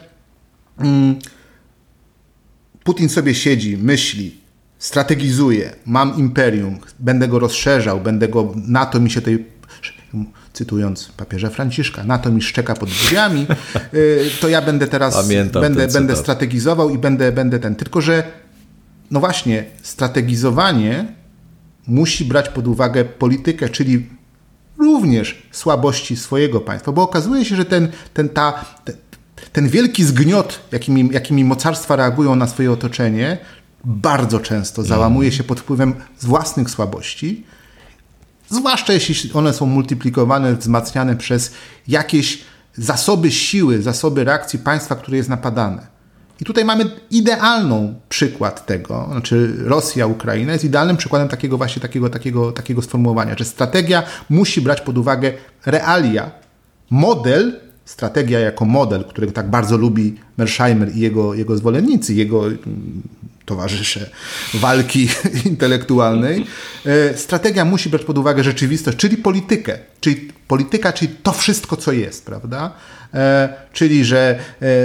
Putin sobie siedzi, myśli, strategizuje, mam imperium, będę go rozszerzał, NATO mi się tej, cytując papieża Franciszka, NATO mi szczeka pod drzwiami, to ja będę teraz, będę strategizował i będę ten. Tylko, że no właśnie, strategizowanie musi brać pod uwagę politykę, czyli również słabości swojego państwa, bo okazuje się, że ten wielki zgniot, jakimi mocarstwa reagują na swoje otoczenie, bardzo często załamuje się pod wpływem własnych słabości, zwłaszcza jeśli one są multiplikowane, wzmacniane przez jakieś zasoby siły, zasoby reakcji państwa, które jest napadane. I tutaj mamy idealny przykład tego, znaczy Rosja, Ukraina jest idealnym przykładem takiego sformułowania, że strategia musi brać pod uwagę realia, strategia jako model, którego tak bardzo lubi Mearsheimer i jego zwolennicy, jego towarzysze walki intelektualnej. Strategia musi brać pod uwagę rzeczywistość, czyli polityka, czyli to wszystko, co jest, prawda? Czyli, że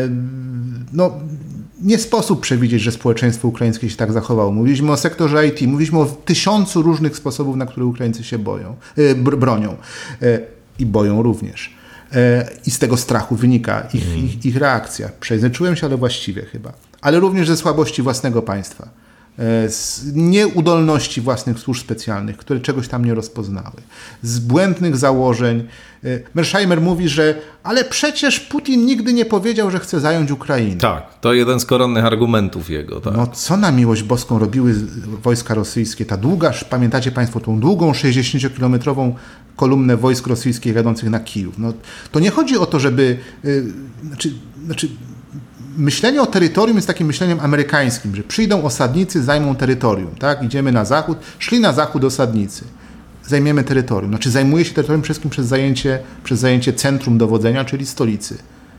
nie sposób przewidzieć, że społeczeństwo ukraińskie się tak zachowało. Mówiliśmy o sektorze IT, mówiliśmy o 1000 różnych sposobów, na które Ukraińcy się bronią i boją również. I z tego strachu wynika ich reakcja. Przejęzyczyłem się, ale właściwie chyba. Ale również ze słabości własnego państwa. Z nieudolności własnych służb specjalnych, które czegoś tam nie rozpoznały. Z błędnych założeń. Mearsheimer mówi, że ale przecież Putin nigdy nie powiedział, że chce zająć Ukrainę. Tak, to jeden z koronnych argumentów jego. Tak. No co na miłość boską robiły wojska rosyjskie? Ta długa, pamiętacie państwo, tą długą 60-kilometrową kolumnę wojsk rosyjskich jadących na Kijów. No, to nie chodzi o to, żeby... Myślenie o terytorium jest takim myśleniem amerykańskim, że przyjdą osadnicy, zajmą terytorium, tak? Idziemy na zachód, szli na zachód osadnicy, zajmiemy terytorium. Znaczy zajmuje się terytorium przede wszystkim przez zajęcie centrum dowodzenia, czyli stolicy.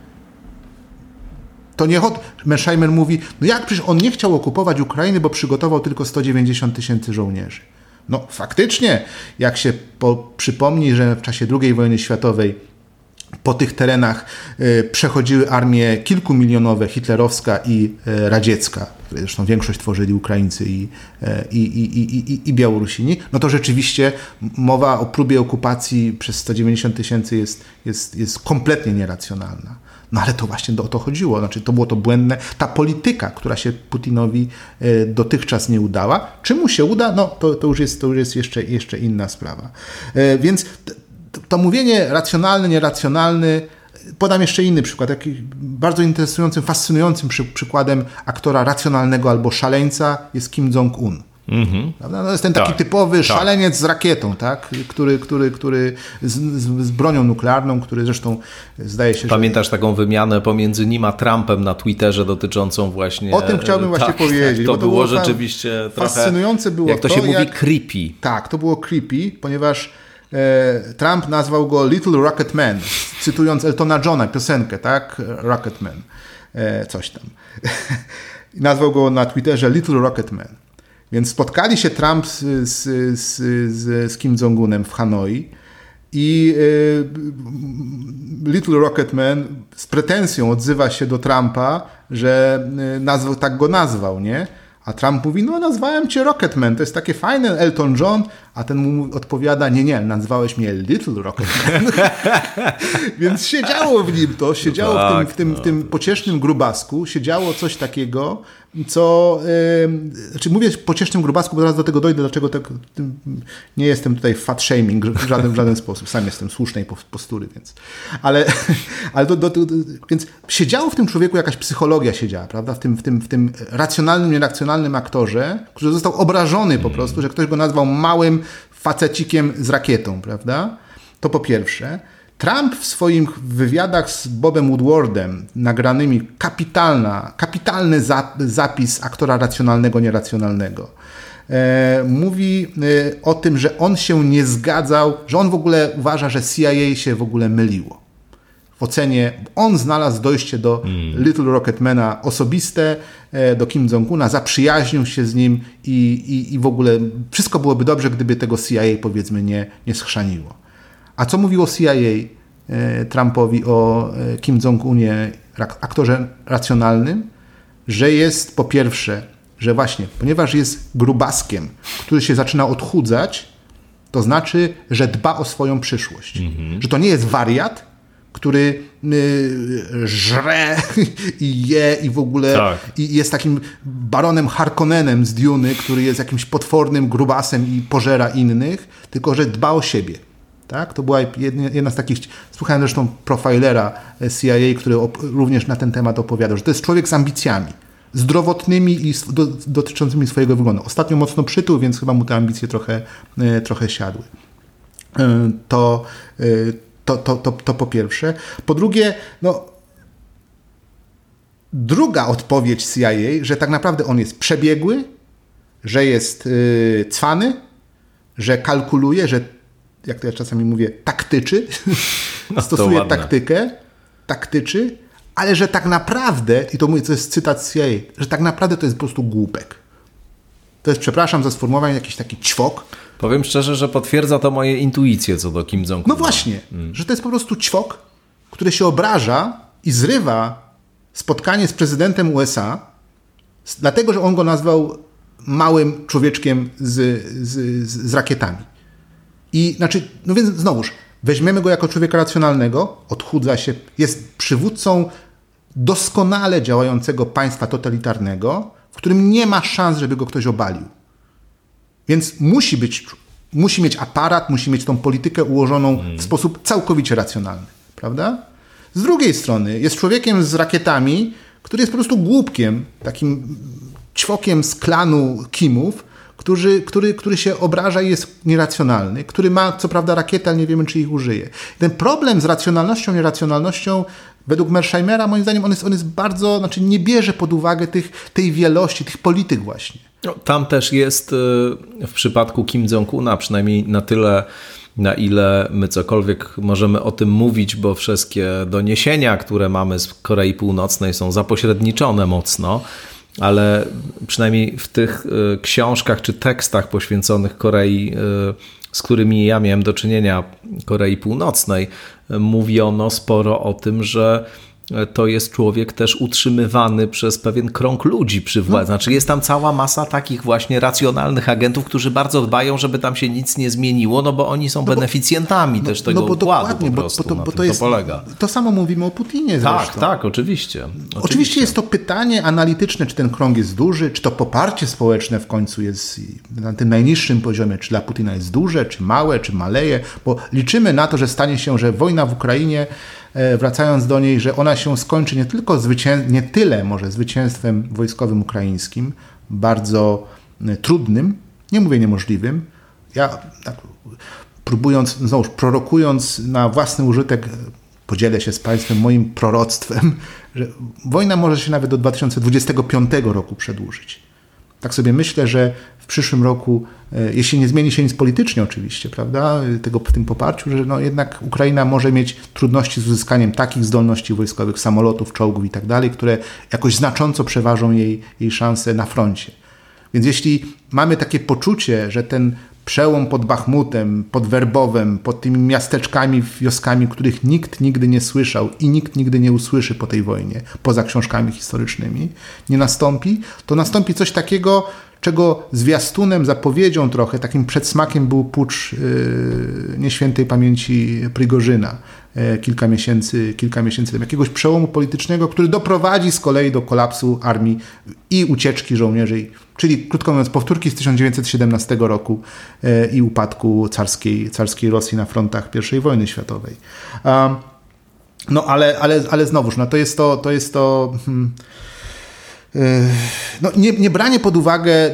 To nie Mearsheimer mówi, no jak przecież on nie chciał okupować Ukrainy, bo przygotował tylko 190 000 żołnierzy. No faktycznie, jak się przypomni, że w czasie II wojny światowej po tych terenach przechodziły armie kilkumilionowe, hitlerowska i radziecka, które zresztą większość tworzyli Ukraińcy i Białorusini, no to rzeczywiście mowa o próbie okupacji przez 190 000 jest kompletnie nieracjonalna. No ale to właśnie o to chodziło, znaczy to było to błędne. Ta polityka, która się Putinowi dotychczas nie udała, czy mu się uda, no to już jest jeszcze inna sprawa. Więc to mówienie racjonalny, nieracjonalny, podam jeszcze inny przykład, taki bardzo interesującym, fascynującym przykładem aktora racjonalnego albo szaleńca jest Kim Jong-un. Prawda? No jest ten taki typowy szaleniec z rakietą, tak? który z bronią nuklearną, który zresztą zdaje się, Pamiętasz taką wymianę pomiędzy nim a Trumpem na Twitterze dotyczącą właśnie... O tym chciałbym właśnie powiedzieć. To było rzeczywiście fascynujące trochę, jak to się mówi, creepy. Tak, to było creepy, ponieważ Trump nazwał go Little Rocket Man, cytując Eltona Johna, piosenkę, tak? Rocket Man, coś tam. Nazwał go na Twitterze Little Rocket Man. Więc spotkali się Trump z Kim Jong-unem w Hanoi i Little Rocket Man z pretensją odzywa się do Trumpa, że tak go nazwał, nie? A Trump mówi, no nazwałem cię Rocketman, to jest takie fajne, Elton John, a ten mu odpowiada, nie, nazwałeś mnie Little Rocketman. Więc siedziało w nim to, w tym pociesznym grubasku, siedziało coś takiego, co, znaczy mówię pociesznym grubasku, bo zaraz do tego dojdę, dlaczego nie jestem tutaj fat shaming w żaden sposób, sam jestem słusznej postury, więc, ale więc siedziało w tym człowieku jakaś psychologia siedziała, prawda, w tym racjonalnym, nieracjonalnym aktorze, który został obrażony po prostu, że ktoś go nazwał małym facecikiem z rakietą, prawda, to po pierwsze. Trump w swoich wywiadach z Bobem Woodwardem, nagranymi kapitalny zapis aktora racjonalnego, nieracjonalnego, mówi o tym, że on się nie zgadzał, że on w ogóle uważa, że CIA się w ogóle myliło. W ocenie, on znalazł dojście do Little Rocketmana osobiste, do Kim Jong-una, zaprzyjaźnił się z nim i w ogóle wszystko byłoby dobrze, gdyby tego CIA powiedzmy nie schrzaniło. A co mówił o CIA Trumpowi, o Kim Jong-unie, aktorze racjonalnym? Że jest po pierwsze, że właśnie, ponieważ jest grubaskiem, który się zaczyna odchudzać, to znaczy, że dba o swoją przyszłość. Że to nie jest wariat, który żre i je i w ogóle i jest takim baronem Harkonnenem z Duny, który jest jakimś potwornym grubasem i pożera innych, tylko że dba o siebie. Tak? To była jedna z takich, słuchałem zresztą profilera CIA, który również na ten temat opowiadał, że to jest człowiek z ambicjami zdrowotnymi i dotyczącymi swojego wyglądu. Ostatnio mocno przytył, więc chyba mu te ambicje trochę siadły. To po pierwsze. Po drugie, druga odpowiedź CIA, że tak naprawdę on jest przebiegły, że jest cwany, że kalkuluje, że jak to ja czasami mówię, taktyczy, stosuje taktyczy, ale że tak naprawdę, i to jest cytat CIA, że tak naprawdę to jest po prostu głupek. To jest, przepraszam za sformułowanie, jakiś taki ćwok. Powiem szczerze, że potwierdza to moje intuicje co do Kim Jong-una. No właśnie, że to jest po prostu ćwok, który się obraża i zrywa spotkanie z prezydentem USA, dlatego, że on go nazwał małym człowieczkiem z rakietami. I znaczy, więc znowuż, weźmiemy go jako człowieka racjonalnego, odchudza się, jest przywódcą doskonale działającego państwa totalitarnego, w którym nie ma szans, żeby go ktoś obalił. Więc musi mieć aparat, musi mieć tą politykę ułożoną w sposób całkowicie racjonalny, prawda? Z drugiej strony jest człowiekiem z rakietami, który jest po prostu głupkiem, takim ćwokiem z klanu Kimów, który się obraża i jest nieracjonalny, który ma co prawda rakiety, ale nie wiemy, czy ich użyje. Ten problem z racjonalnością, nieracjonalnością według Mersheimera, moim zdaniem, on jest bardzo, nie bierze pod uwagę tej wielości, tych polityk właśnie. Tam też jest w przypadku Kim Jong-una, przynajmniej na tyle, na ile my cokolwiek możemy o tym mówić, bo wszystkie doniesienia, które mamy z Korei Północnej, są zapośredniczone mocno, ale przynajmniej w tych książkach czy tekstach poświęconych Korei, z którymi ja miałem do czynienia, Korei Północnej, mówiono sporo o tym, że to jest człowiek też utrzymywany przez pewien krąg ludzi przy władzy. Znaczy jest tam cała masa takich właśnie racjonalnych agentów, którzy bardzo dbają, żeby tam się nic nie zmieniło, bo oni są beneficjentami też tego układu po prostu. Bo to polega. To samo mówimy o Putinie zresztą. Tak, oczywiście. Oczywiście jest to pytanie analityczne, czy ten krąg jest duży, czy to poparcie społeczne w końcu jest na tym najniższym poziomie, czy dla Putina jest duże, czy małe, czy maleje, bo liczymy na to, że stanie się, że wojna w Ukrainie, wracając do niej, że ona się skończy nie tylko nie tyle może zwycięstwem wojskowym ukraińskim, bardzo trudnym, nie mówię niemożliwym. Ja tak, prorokując na własny użytek, podzielę się z Państwem moim proroctwem, że wojna może się nawet do 2025 roku przedłużyć. Tak sobie myślę, że w przyszłym roku, jeśli nie zmieni się nic politycznie oczywiście, prawda, w tym poparciu, że jednak Ukraina może mieć trudności z uzyskaniem takich zdolności wojskowych, samolotów, czołgów i tak dalej, które jakoś znacząco przeważą jej szanse na froncie. Więc jeśli mamy takie poczucie, że ten przełom pod Bachmutem, pod Werbowem, pod tymi miasteczkami, wioskami, których nikt nigdy nie słyszał i nikt nigdy nie usłyszy po tej wojnie, poza książkami historycznymi, nie nastąpi, to nastąpi coś takiego, czego zwiastunem, zapowiedzią trochę, takim przedsmakiem był pucz nieświętej pamięci Prigorzyna kilka miesięcy temu. Jakiegoś przełomu politycznego, który doprowadzi z kolei do kolapsu armii i ucieczki żołnierzy, czyli krótko mówiąc powtórki z 1917 roku i upadku carskiej Rosji na frontach I wojny światowej. Ale znowuż, to jest to nie branie pod uwagę,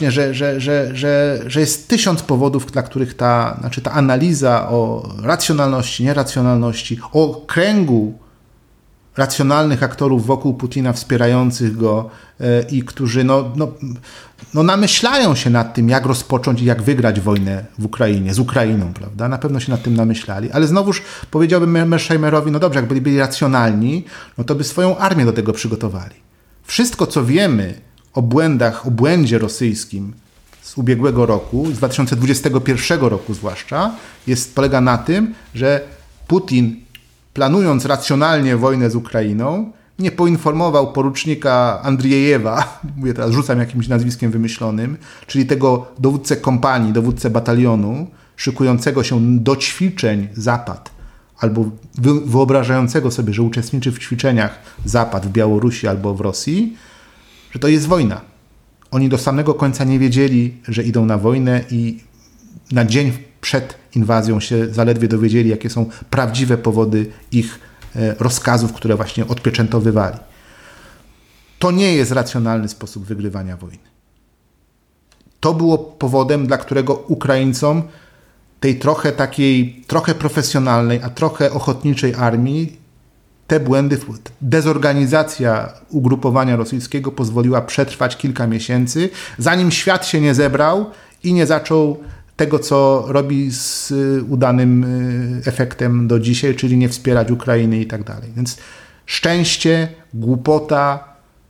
że jest 1000 powodów, dla których ta analiza o racjonalności, nieracjonalności, o kręgu racjonalnych aktorów wokół Putina wspierających go i którzy namyślają się nad tym, jak rozpocząć i jak wygrać wojnę w Ukrainie, z Ukrainą, prawda? Na pewno się nad tym namyślali, ale znowuż powiedziałbym Mersheimerowi, dobrze, jak byli racjonalni, to by swoją armię do tego przygotowali. Wszystko, co wiemy o błędzie rosyjskim z ubiegłego roku, z 2021 roku zwłaszcza, polega na tym, że Putin, planując racjonalnie wojnę z Ukrainą, nie poinformował porucznika Andriejewa, mówię teraz, rzucam jakimś nazwiskiem wymyślonym, czyli tego dowódcę kompanii, dowódcę batalionu, szykującego się do ćwiczeń Zapad, albo wyobrażającego sobie, że uczestniczy w ćwiczeniach Zapad w Białorusi albo w Rosji, że to jest wojna. Oni do samego końca nie wiedzieli, że idą na wojnę i na dzień przed inwazją się zaledwie dowiedzieli, jakie są prawdziwe powody ich rozkazów, które właśnie odpieczętowywali. To nie jest racjonalny sposób wygrywania wojny. To było powodem, dla którego Ukraińcom tej trochę profesjonalnej, a trochę ochotniczej armii te błędy, dezorganizacja ugrupowania rosyjskiego pozwoliła przetrwać kilka miesięcy, zanim świat się nie zebrał i nie zaczął tego, co robi z udanym efektem do dzisiaj, czyli nie wspierać Ukrainy i tak dalej. Więc szczęście, głupota,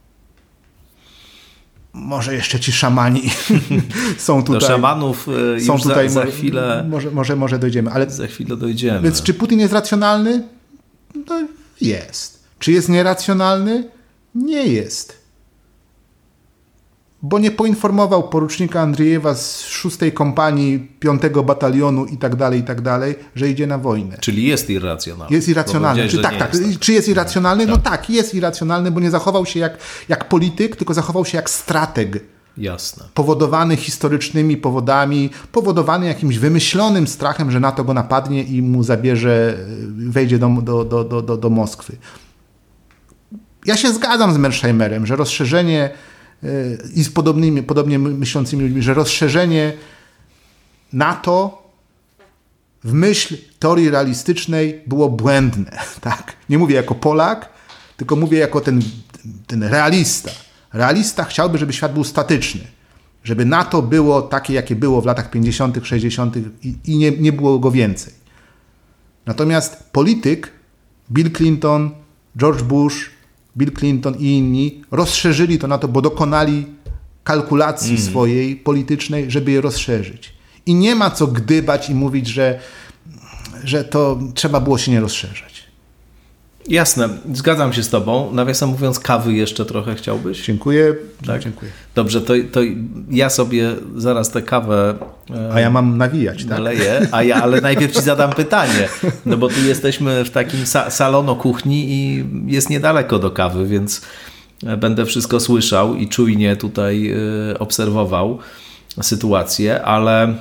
może jeszcze ci szamani są tutaj. Do szamanów są już tutaj, za chwilę. Może dojdziemy. Ale za chwilę dojdziemy. Więc czy Putin jest racjonalny? No jest. Czy jest nieracjonalny? Nie jest. Bo nie poinformował porucznika Andriejewa z 6. kompanii 5. batalionu i tak dalej, że idzie na wojnę. Czyli jest irracjonalny. Jest irracjonalny. Czy jest irracjonalny? No tak, jest irracjonalny, bo nie zachował się jak polityk, tylko zachował się jak strateg. Jasne. Powodowany historycznymi powodami, powodowany jakimś wymyślonym strachem, że NATO go napadnie i mu zabierze, wejdzie do Moskwy. Ja się zgadzam z Mersheimerem, że rozszerzenie i z podobnie myślącymi ludźmi, że rozszerzenie NATO w myśl teorii realistycznej było błędne. Tak? Nie mówię jako Polak, tylko mówię jako ten realista. Realista chciałby, żeby świat był statyczny. Żeby NATO było takie, jakie było w latach 50., 60. i nie było go więcej. Natomiast polityk, Bill Clinton, George Bush, Bill Clinton i inni rozszerzyli to NATO, bo dokonali kalkulacji swojej politycznej, żeby je rozszerzyć. I nie ma co gdybać i mówić, że to trzeba było się nie rozszerzać. Jasne, zgadzam się z tobą. Nawiasem mówiąc, kawy jeszcze trochę chciałbyś? Dziękuję. Tak? Dziękuję. Dobrze, to ja sobie zaraz tę kawę a ja mam nawijać, naleję, tak? Ale najpierw ci zadam pytanie, no bo tu jesteśmy w takim salono kuchni i jest niedaleko do kawy, więc będę wszystko słyszał i czujnie tutaj obserwował sytuację, ale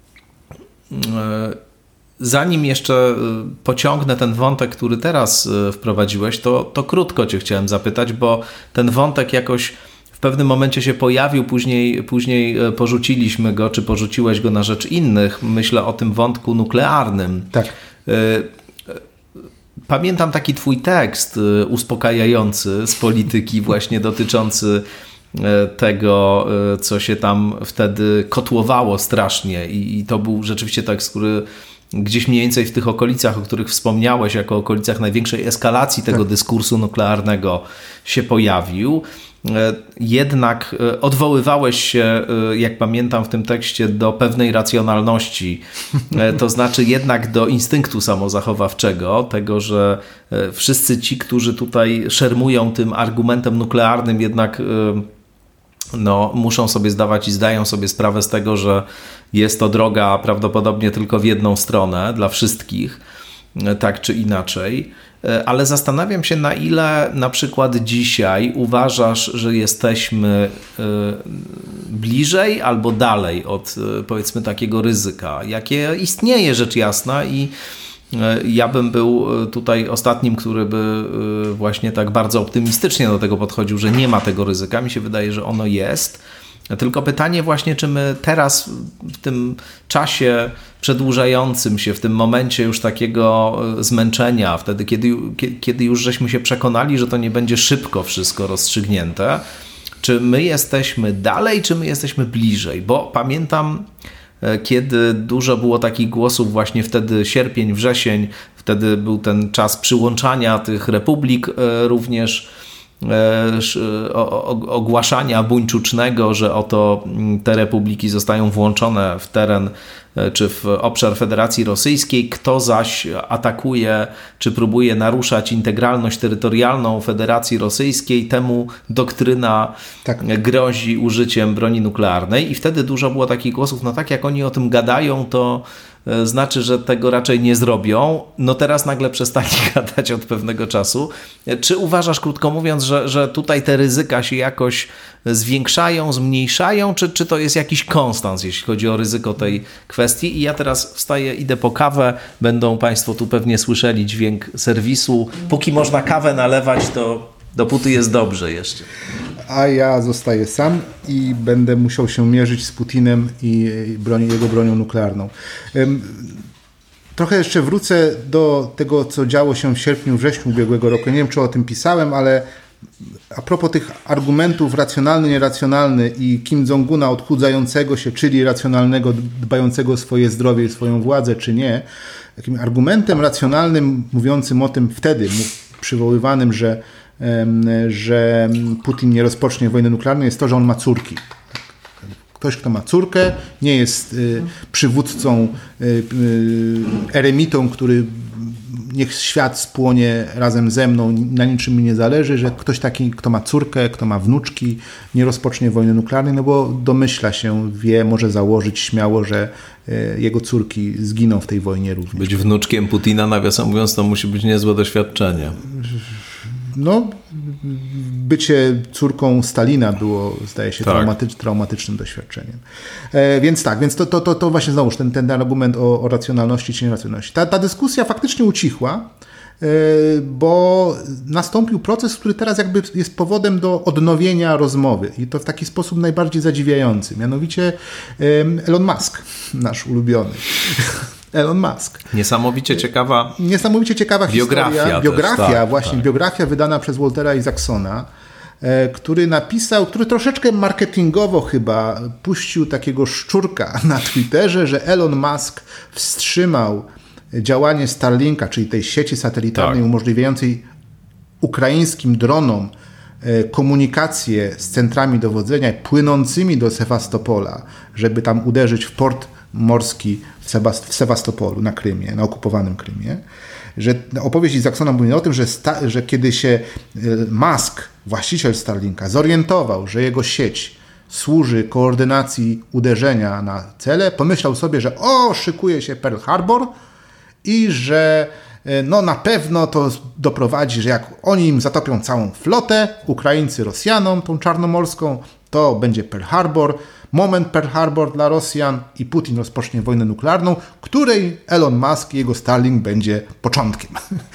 zanim jeszcze pociągnę ten wątek, który teraz wprowadziłeś, to krótko cię chciałem zapytać, bo ten wątek jakoś w pewnym momencie się pojawił, później porzuciliśmy go, czy porzuciłeś go na rzecz innych. Myślę o tym wątku nuklearnym. Tak. Pamiętam taki twój tekst uspokajający z polityki, właśnie dotyczący tego, co się tam wtedy kotłowało strasznie i to był rzeczywiście tekst, który gdzieś mniej więcej w tych okolicach, o których wspomniałeś, jako okolicach największej eskalacji tego dyskursu nuklearnego się pojawił. Jednak odwoływałeś się, jak pamiętam w tym tekście, do pewnej racjonalności, to znaczy jednak do instynktu samozachowawczego, tego, że wszyscy ci, którzy tutaj szermują tym argumentem nuklearnym, jednak muszą sobie zdawać i zdają sobie sprawę z tego, że jest to droga prawdopodobnie tylko w jedną stronę dla wszystkich, tak czy inaczej. Ale zastanawiam się, na ile na przykład dzisiaj uważasz, że jesteśmy bliżej albo dalej od, powiedzmy, takiego ryzyka, jakie istnieje, rzecz jasna, i ja bym był tutaj ostatnim, który by właśnie tak bardzo optymistycznie do tego podchodził, że nie ma tego ryzyka. Mi się wydaje, że ono jest. Tylko pytanie właśnie, czy my teraz w tym czasie przedłużającym się, w tym momencie już takiego zmęczenia, wtedy kiedy już żeśmy się przekonali, że to nie będzie szybko wszystko rozstrzygnięte, czy my jesteśmy dalej, czy my jesteśmy bliżej? Bo pamiętam, kiedy dużo było takich głosów właśnie wtedy, sierpień, wrzesień, wtedy był ten czas przyłączania tych republik również, ogłaszania buńczucznego, że oto te republiki zostają włączone w teren czy w obszar Federacji Rosyjskiej, kto zaś atakuje czy próbuje naruszać integralność terytorialną Federacji Rosyjskiej, temu doktryna grozi użyciem broni nuklearnej. I wtedy dużo było takich głosów, no tak jak oni o tym gadają, to znaczy, że tego raczej nie zrobią. No teraz nagle przestali gadać od pewnego czasu. Czy uważasz, krótko mówiąc, że tutaj te ryzyka się jakoś zwiększają, zmniejszają, czy to jest jakiś konstans, jeśli chodzi o ryzyko tej kwestii kwestii. I ja teraz wstaję, idę po kawę. Będą Państwo tu pewnie słyszeli dźwięk serwisu. Póki można kawę nalewać, to dopóty jest dobrze jeszcze. A ja zostaję sam i będę musiał się mierzyć z Putinem i jego bronią nuklearną. Trochę jeszcze wrócę do tego, co działo się w sierpniu, wrześniu ubiegłego roku. Nie wiem, czy o tym pisałem, ale a propos tych argumentów racjonalny, nieracjonalny i Kim Jong-una odchudzającego się, czyli racjonalnego, dbającego o swoje zdrowie i swoją władzę, czy nie, takim argumentem racjonalnym mówiącym o tym wtedy, przywoływanym, że Putin nie rozpocznie wojny nuklearnej, jest to, że on ma córki. Ktoś, kto ma córkę, nie jest przywódcą, eremitą, który niech świat spłonie razem ze mną, na niczym mi nie zależy, że ktoś taki, kto ma córkę, kto ma wnuczki, nie rozpocznie wojny nuklearnej, no bo domyśla się, wie, może założyć śmiało, że jego córki zginą w tej wojnie również. Być wnuczkiem Putina, nawiasem mówiąc, to musi być niezłe doświadczenie. No, bycie córką Stalina było, zdaje się, traumatycznym doświadczeniem. Więc to właśnie znowuż ten argument o racjonalności czy nieracjonalności. Ta dyskusja faktycznie ucichła, bo nastąpił proces, który teraz jakby jest powodem do odnowienia rozmowy i to w taki sposób najbardziej zadziwiający. Mianowicie Elon Musk, nasz ulubiony. Elon Musk. Niesamowicie ciekawa historia. Biografia, biografia wydana przez Waltera Isaacsona, który troszeczkę marketingowo chyba puścił takiego szczurka na Twitterze, że Elon Musk wstrzymał działanie Starlinka, czyli tej sieci satelitarnej umożliwiającej ukraińskim dronom komunikację z centrami dowodzenia płynącymi do Sewastopola, żeby tam uderzyć w port morski w Sewastopolu, na Krymie, na okupowanym Krymie, że opowieść Isaacsona mówi o tym, że kiedy się Musk, właściciel Starlinka, zorientował, że jego sieć służy koordynacji uderzenia na cele, pomyślał sobie, że szykuje się Pearl Harbor i że na pewno to doprowadzi, że jak oni im zatopią całą flotę, Ukraińcy Rosjanom, tą czarnomorską, to będzie Pearl Harbor, moment Pearl Harbor dla Rosjan i Putin rozpocznie wojnę nuklearną, której Elon Musk i jego Starlink będzie początkiem.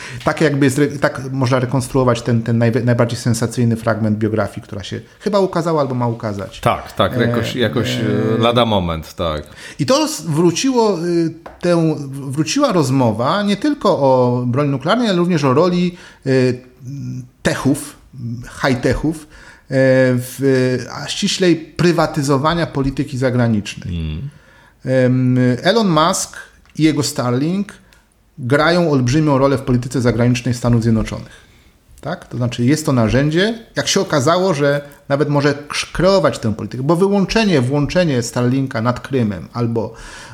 Tak można rekonstruować ten najbardziej sensacyjny fragment biografii, która się chyba ukazała albo ma ukazać. Tak, jakoś lada moment, tak. I to wróciła rozmowa nie tylko o broni nuklearnej, ale również o roli high-techów, a ściślej prywatyzowania polityki zagranicznej. Elon Musk i jego Starlink grają olbrzymią rolę w polityce zagranicznej Stanów Zjednoczonych. Tak? To znaczy jest to narzędzie, jak się okazało, że nawet może kreować tę politykę, bo włączenie Starlinka nad Krymem albo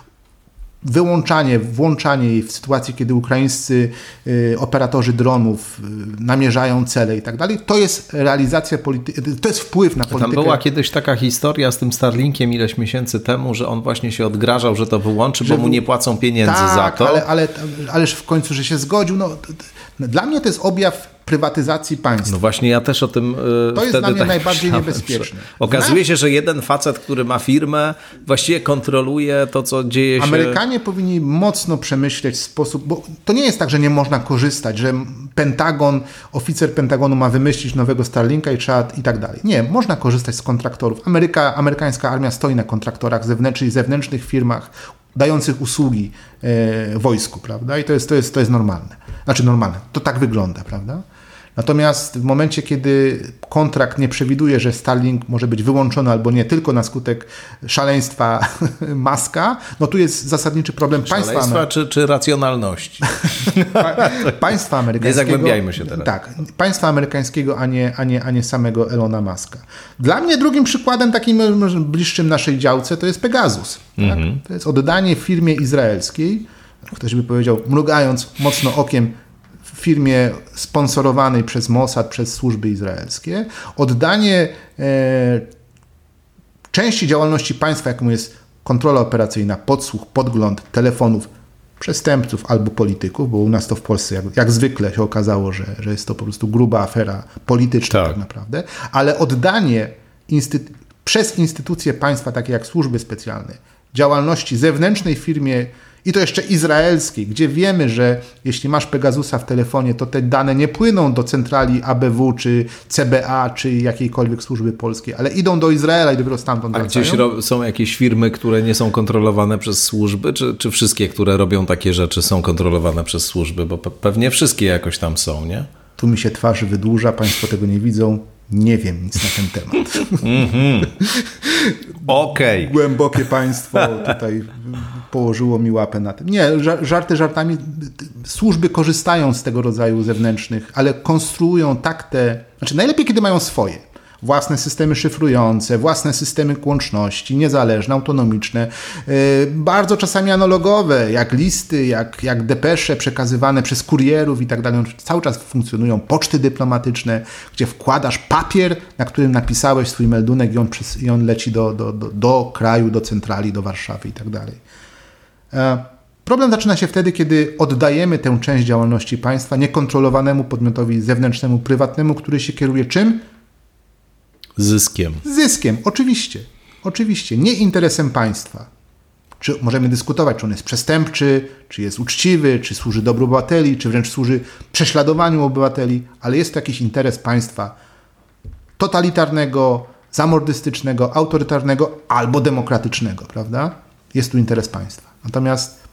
włączanie jej w sytuacji, kiedy ukraińscy operatorzy dronów namierzają cele i tak dalej, to jest realizacja polityki, to jest wpływ na politykę. Tam była kiedyś taka historia z tym Starlinkiem ileś miesięcy temu, że on właśnie się odgrażał, że to wyłączy, bo mu nie płacą pieniędzy za to. Ależ w końcu, że się zgodził. Dla mnie to jest objaw prywatyzacji państwa. No właśnie, ja też o tym to jest dla mnie najbardziej niebezpieczne. Okazuje się, że jeden facet, który ma firmę, właściwie kontroluje to, co dzieje się. Amerykanie powinni mocno przemyśleć sposób, bo to nie jest tak, że nie można korzystać, że oficer Pentagonu ma wymyślić nowego Starlinka i tak dalej. Nie, można korzystać z kontraktorów. Amerykańska armia stoi na kontraktorach zewnętrznych firmach dających usługi wojsku, prawda? I to jest normalne. Znaczy normalne. To tak wygląda, prawda? Natomiast w momencie, kiedy kontrakt nie przewiduje, że Starlink może być wyłączony albo nie tylko na skutek szaleństwa Muska, no tu jest zasadniczy problem państwa. Czy racjonalności? Państwa amerykańskiego. Nie zagłębiajmy się teraz. Tak, państwa amerykańskiego, a nie samego Elona Muska. Dla mnie drugim przykładem takim bliższym naszej działce to jest Pegasus. Tak? To jest oddanie firmie izraelskiej, ktoś by powiedział, mrugając mocno okiem, firmie sponsorowanej przez Mossad, przez służby izraelskie, oddanie części działalności państwa, jaką jest kontrola operacyjna, podsłuch, podgląd telefonów przestępców albo polityków, bo u nas to w Polsce jak zwykle się okazało, że jest to po prostu gruba afera polityczna tak naprawdę, ale oddanie przez instytucje państwa, takie jak służby specjalne, działalności zewnętrznej w firmie i to jeszcze izraelskiej, gdzie wiemy, że jeśli masz Pegasusa w telefonie, to te dane nie płyną do centrali ABW, czy CBA, czy jakiejkolwiek służby polskiej, ale idą do Izraela i dopiero stamtąd wracają. A gdzieś są jakieś firmy, które nie są kontrolowane przez służby, czy wszystkie, które robią takie rzeczy, są kontrolowane przez służby? Bo pewnie wszystkie jakoś tam są, nie? Tu mi się twarz wydłuża, państwo tego nie widzą. Nie wiem nic na ten temat. Okej. Głębokie państwo tutaj położyło mi łapę na tym. Nie, żarty żartami. Służby korzystają z tego rodzaju zewnętrznych, ale konstruują tak znaczy najlepiej, kiedy mają swoje. Własne systemy szyfrujące, własne systemy łączności, niezależne, autonomiczne, bardzo czasami analogowe, jak listy, jak depesze przekazywane przez kurierów i tak dalej. Cały czas funkcjonują poczty dyplomatyczne, gdzie wkładasz papier, na którym napisałeś swój meldunek i on leci do kraju, do centrali, do Warszawy i tak dalej. Problem zaczyna się wtedy, kiedy oddajemy tę część działalności państwa niekontrolowanemu podmiotowi zewnętrznemu, prywatnemu, który się kieruje czym? Zyskiem. Zyskiem, oczywiście. Oczywiście, nie interesem państwa. Czy możemy dyskutować, czy on jest przestępczy, czy jest uczciwy, czy służy dobru obywateli, czy wręcz służy prześladowaniu obywateli, ale jest to jakiś interes państwa totalitarnego, zamordystycznego, autorytarnego albo demokratycznego, prawda? Jest tu interes państwa. Natomiast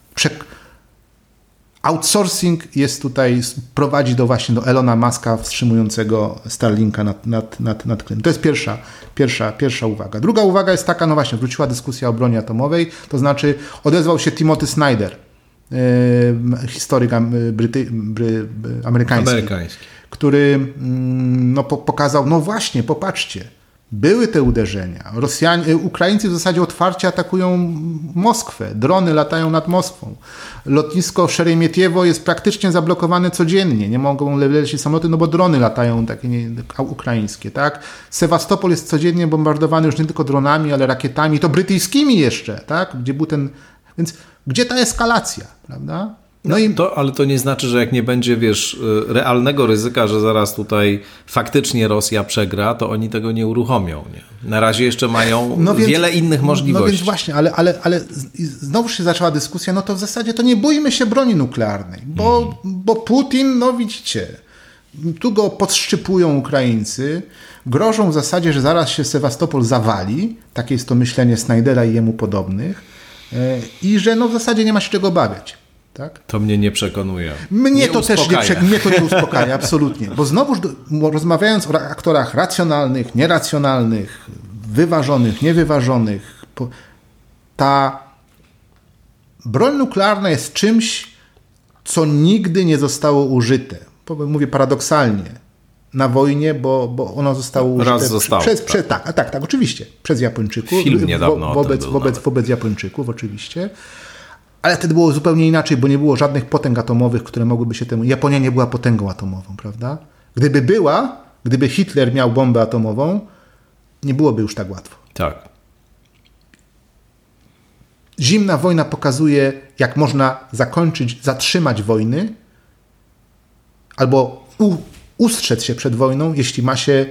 outsourcing jest tutaj, prowadzi właśnie do Elona Muska wstrzymującego Starlinka nad Krymem. To jest pierwsza uwaga. Druga uwaga jest taka, no właśnie, wróciła dyskusja o broni atomowej, to znaczy odezwał się Timothy Snyder, historyk amerykański, który pokazał, no właśnie, popatrzcie, były te uderzenia. Ukraińcy w zasadzie otwarcie atakują Moskwę. Drony latają nad Moskwą. Lotnisko Szeremietiewo jest praktycznie zablokowane codziennie. Nie mogą lecieć samoloty, no bo drony latają takie ukraińskie. Tak? Sewastopol jest codziennie bombardowany już nie tylko dronami, ale rakietami, to brytyjskimi jeszcze. Tak? Gdzie był Więc gdzie ta eskalacja? Prawda? Ale to nie znaczy, że jak nie będzie, realnego ryzyka, że zaraz tutaj faktycznie Rosja przegra, to oni tego nie uruchomią. Nie? Na razie jeszcze mają wiele innych możliwości. No więc właśnie, ale znowu się zaczęła dyskusja, no to w zasadzie to nie bójmy się broni nuklearnej, bo Putin, no widzicie, tu go podszczypują Ukraińcy, grożą w zasadzie, że zaraz się Sewastopol zawali, takie jest to myślenie Snydera i jemu podobnych, i że w zasadzie nie ma się czego obawiać. Tak? To mnie nie przekonuje. Mnie to nie uspokaja, absolutnie. Bo znowuż rozmawiając o aktorach racjonalnych, nieracjonalnych, wyważonych, niewyważonych, ta broń nuklearna jest czymś, co nigdy nie zostało użyte. Mówię paradoksalnie. Na wojnie, bo ono zostało użyte raz zostało. Tak, oczywiście. Przez Japończyków. Film niedawno wobec Japończyków, oczywiście. Ale wtedy było zupełnie inaczej, bo nie było żadnych potęg atomowych, które mogłyby się temu... Japonia nie była potęgą atomową, prawda? Gdyby Hitler miał bombę atomową, nie byłoby już tak łatwo. Tak. Zimna wojna pokazuje, jak można zatrzymać wojny albo ustrzec się przed wojną, jeśli ma się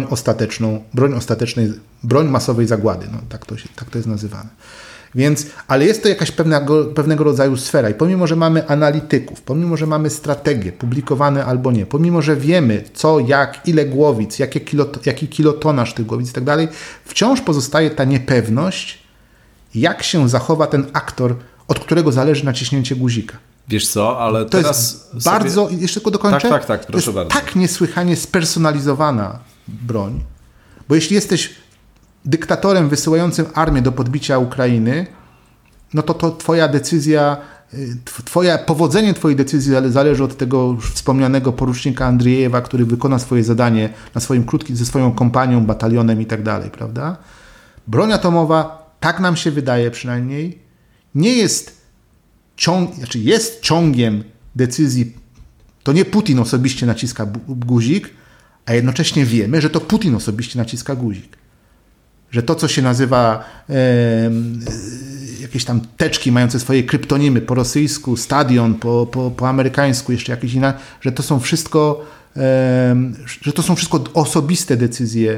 broń masowej zagłady. No, tak to jest nazywane. Ale jest to jakaś pewnego rodzaju sfera i pomimo, że mamy analityków, pomimo, że mamy strategie publikowane albo nie, pomimo, że wiemy co, jak, ile głowic, jaki kilotonaż tych głowic i tak dalej, wciąż pozostaje ta niepewność, jak się zachowa ten aktor, od którego zależy naciśnięcie guzika. Wiesz co, ale to jest bardzo, jeszcze tylko dokończę, tak, proszę bardzo. Tak niesłychanie spersonalizowana broń, bo jeśli jesteś dyktatorem wysyłającym armię do podbicia Ukrainy, no to twoja decyzja, powodzenie twojej decyzji zależy od tego już wspomnianego porucznika Andriejewa, który wykona swoje zadanie na swoim ze swoją kompanią, batalionem i tak dalej, prawda? Broń atomowa, tak nam się wydaje przynajmniej, nie jest jest ciągiem decyzji, to nie Putin osobiście naciska guzik, a jednocześnie wiemy, że to Putin osobiście naciska guzik. Że to, co się nazywa jakieś tam teczki mające swoje kryptonimy po rosyjsku, stadion, po amerykańsku, jeszcze jakieś inne, że to są wszystko osobiste decyzje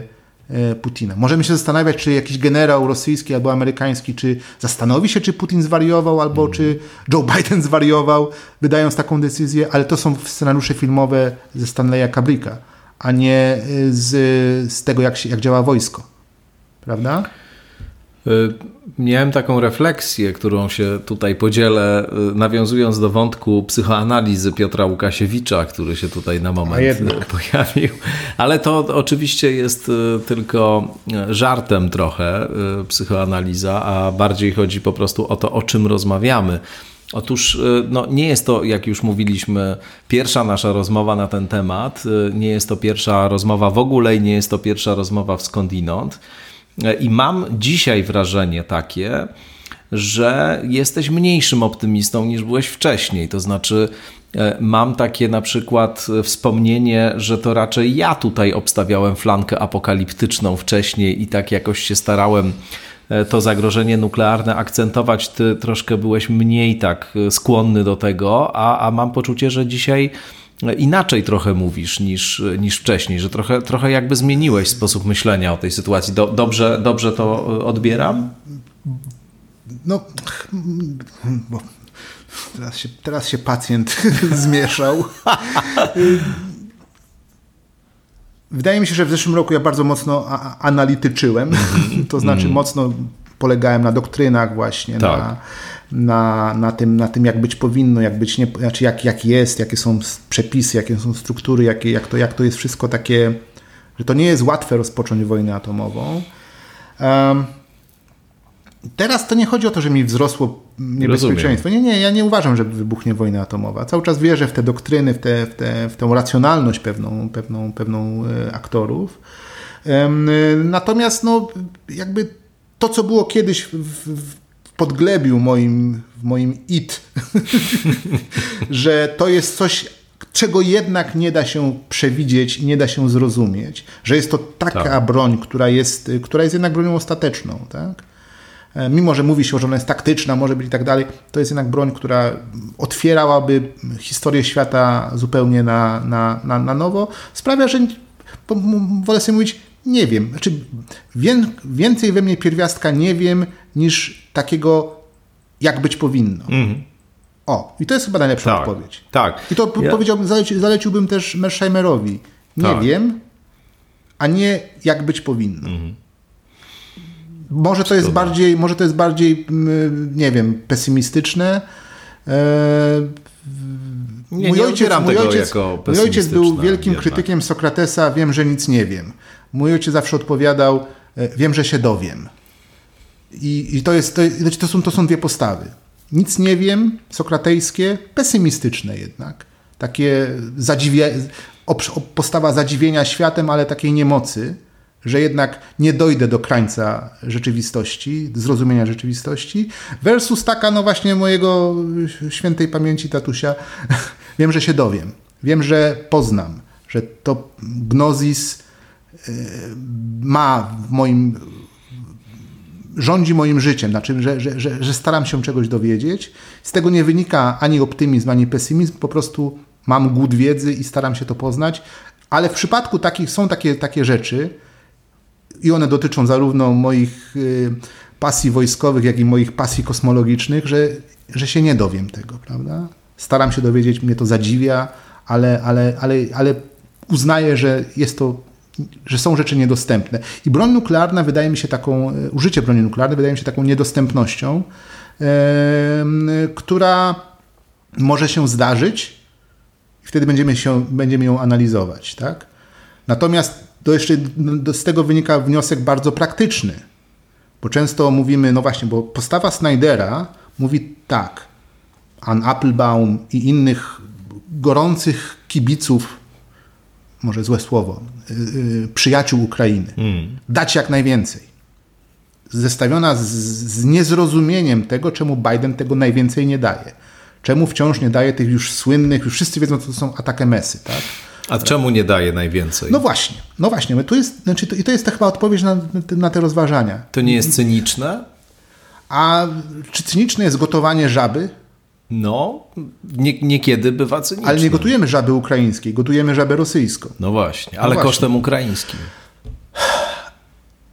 Putina. Możemy się zastanawiać, czy jakiś generał rosyjski albo amerykański, czy zastanowi się, czy Putin zwariował, albo czy Joe Biden zwariował, wydając taką decyzję, ale to są scenariusze filmowe ze Stanleya Kubricka, a nie z tego, jak działa wojsko. Prawda? Miałem taką refleksję, którą się tutaj podzielę, nawiązując do wątku psychoanalizy Piotra Łukasiewicza, który się tutaj na moment pojawił. Ale to oczywiście jest tylko żartem trochę psychoanaliza, a bardziej chodzi po prostu o to, o czym rozmawiamy. Otóż nie jest to, jak już mówiliśmy, pierwsza nasza rozmowa na ten temat, nie jest to pierwsza rozmowa w ogóle i nie jest to pierwsza rozmowa skądinąd. I mam dzisiaj wrażenie takie, że jesteś mniejszym optymistą niż byłeś wcześniej. To znaczy mam takie na przykład wspomnienie, że to raczej ja tutaj obstawiałem flankę apokaliptyczną wcześniej i tak jakoś się starałem to zagrożenie nuklearne akcentować. Ty troszkę byłeś mniej tak skłonny do tego, a mam poczucie, że dzisiaj inaczej trochę mówisz niż wcześniej, że trochę jakby zmieniłeś sposób myślenia o tej sytuacji. Dobrze to odbieram? No, bo teraz się pacjent zmieszał. Wydaje mi się, że w zeszłym roku ja bardzo mocno analityczyłem, to znaczy mocno polegałem na doktrynach właśnie, tak. na tym, jak być powinno, jak być nie, znaczy jak jest, jakie są przepisy, jakie są struktury, jak to jest wszystko takie, że to nie jest łatwe rozpocząć wojnę atomową. Teraz to nie chodzi o to, że mi wzrosło niebezpieczeństwo. Nie, ja nie uważam, że wybuchnie wojna atomowa. Cały czas wierzę w te doktryny, w tę racjonalność pewną aktorów. Natomiast jakby to, co było kiedyś w podglebiu w moim że to jest coś, czego jednak nie da się przewidzieć, nie da się zrozumieć, że jest to taka broń, która jest jednak bronią ostateczną, tak? Mimo że mówi się, że ona jest taktyczna, może być i tak dalej, to jest jednak broń, która otwierałaby historię świata zupełnie na nowo. Sprawia, że wolę sobie mówić, nie wiem. Znaczy, więcej we mnie pierwiastka nie wiem, niż takiego, jak być powinno. I to jest chyba najlepsza odpowiedź. Tak. I to powiedziałbym, zaleciłbym też Mersheimerowi. Nie wiem, a nie jak być powinno. Może to jest bardziej, nie wiem, pesymistyczne. Mój ojciec był wielkim krytykiem Sokratesa, wiem, że nic nie wiem. Mój ojciec zawsze odpowiadał, wiem, że się dowiem. I to są dwie postawy. Nic nie wiem, sokratejskie, pesymistyczne jednak. Takie postawa zadziwienia światem, ale takiej niemocy, że jednak nie dojdę do krańca rzeczywistości, zrozumienia rzeczywistości, versus taka, właśnie mojego świętej pamięci tatusia, wiem, że się dowiem, wiem, że poznam, że to gnozis rządzi moim życiem, znaczy, że staram się czegoś dowiedzieć. Z tego nie wynika ani optymizm, ani pesymizm, po prostu mam głód wiedzy i staram się to poznać, ale w przypadku takich są takie rzeczy, i one dotyczą zarówno moich pasji wojskowych, jak i moich pasji kosmologicznych, że się nie dowiem tego, prawda? Staram się dowiedzieć, mnie to zadziwia, ale uznaję, że są rzeczy niedostępne. I broń nuklearna wydaje mi się użycie broni nuklearnej wydaje mi się taką niedostępnością, która może się zdarzyć i wtedy będziemy ją analizować, tak? Natomiast z tego wynika wniosek bardzo praktyczny, bo często mówimy, bo postawa Snydera mówi tak, Ann Applebaum i innych gorących kibiców, może złe słowo, przyjaciół Ukrainy, dać jak najwięcej. Zestawiona z niezrozumieniem tego, czemu Biden tego najwięcej nie daje. Czemu wciąż nie daje tych już słynnych, już wszyscy wiedzą, co to są atakemesy, tak? A czemu nie daje najwięcej? No właśnie. To jest chyba odpowiedź na te rozważania. To nie jest cyniczne? A czy cyniczne jest gotowanie żaby? No, niekiedy bywa cyniczne. Ale nie gotujemy żaby ukraińskiej, gotujemy żabę rosyjską. No właśnie, ale kosztem ukraińskim.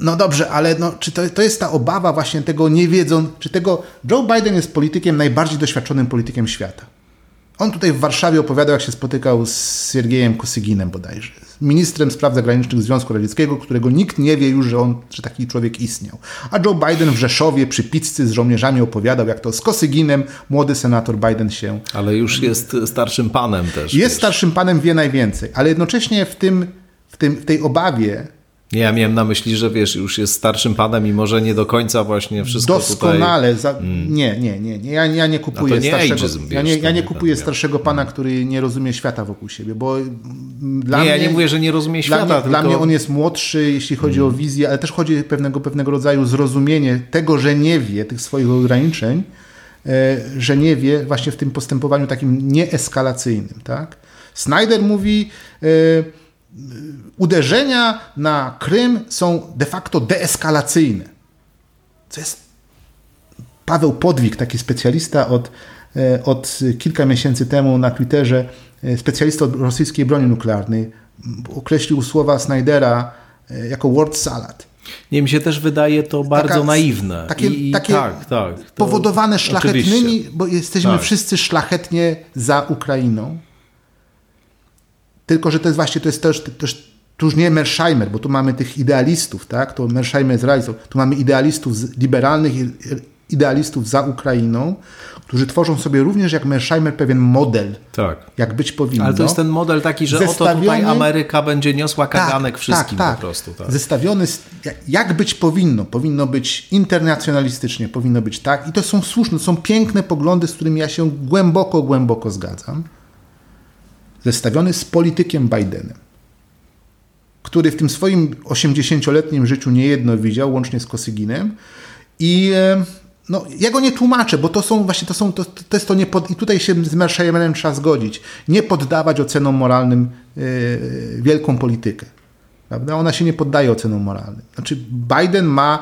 No dobrze, ale czy to jest ta obawa właśnie tego nie wiedzą, Joe Biden jest politykiem, najbardziej doświadczonym politykiem świata. On tutaj w Warszawie opowiadał, jak się spotykał z Siergiejem Kosyginem bodajże, ministrem spraw zagranicznych Związku Radzieckiego, którego nikt nie wie już, że taki człowiek istniał. A Joe Biden w Rzeszowie przy pizzy z żołnierzami opowiadał, jak to z Kosyginem młody senator Biden się... Ale już jest starszym panem też. Jest starszym panem, wie najwięcej, ale jednocześnie w tej obawie... Ja miałem na myśli, że już jest starszym panem i może nie do końca właśnie wszystko doskonale. Nie. Ja nie kupuję starszego pana, który nie rozumie świata wokół siebie, bo ja nie mówię, że nie rozumie świata. Dla mnie on jest młodszy, jeśli chodzi o wizję, ale też chodzi o pewnego rodzaju zrozumienie tego, że nie wie, tych swoich ograniczeń, że nie wie właśnie w tym postępowaniu takim nieeskalacyjnym. Tak? Snyder mówi... uderzenia na Krym są de facto deeskalacyjne. Co jest Paweł Podwik, taki specjalista od kilka miesięcy temu na Twitterze, specjalista od rosyjskiej broni nuklearnej, określił słowa Snydera jako word salad. Nie, mi się też wydaje to bardzo naiwne. Takie powodowane szlachetnymi, oczywiście. Bo jesteśmy wszyscy szlachetnie za Ukrainą. Tylko że to jest też tu już nie Mersheimer, bo tu mamy tych idealistów, tak? To Mersheimer zrealizował. Tu mamy idealistów liberalnych, idealistów za Ukrainą, którzy tworzą sobie również jak Mersheimer pewien model, jak być powinno. Ale to jest ten model taki, że oto tutaj Ameryka będzie niosła kaganek wszystkim po prostu. Tak. Zestawiony jak być powinno. Powinno być internacjonalistycznie, powinno być tak. I to są słuszne, to są piękne poglądy, z którymi ja się głęboko zgadzam. Zestawiony z politykiem Bidenem, który w tym swoim 80-letnim życiu niejedno widział, łącznie z Kosyginem. I ja go nie tłumaczę, bo i tutaj się z Mersheimerem trzeba zgodzić. Nie poddawać ocenom moralnym wielką politykę. Prawda? Ona się nie poddaje ocenom moralnym. Znaczy Biden ma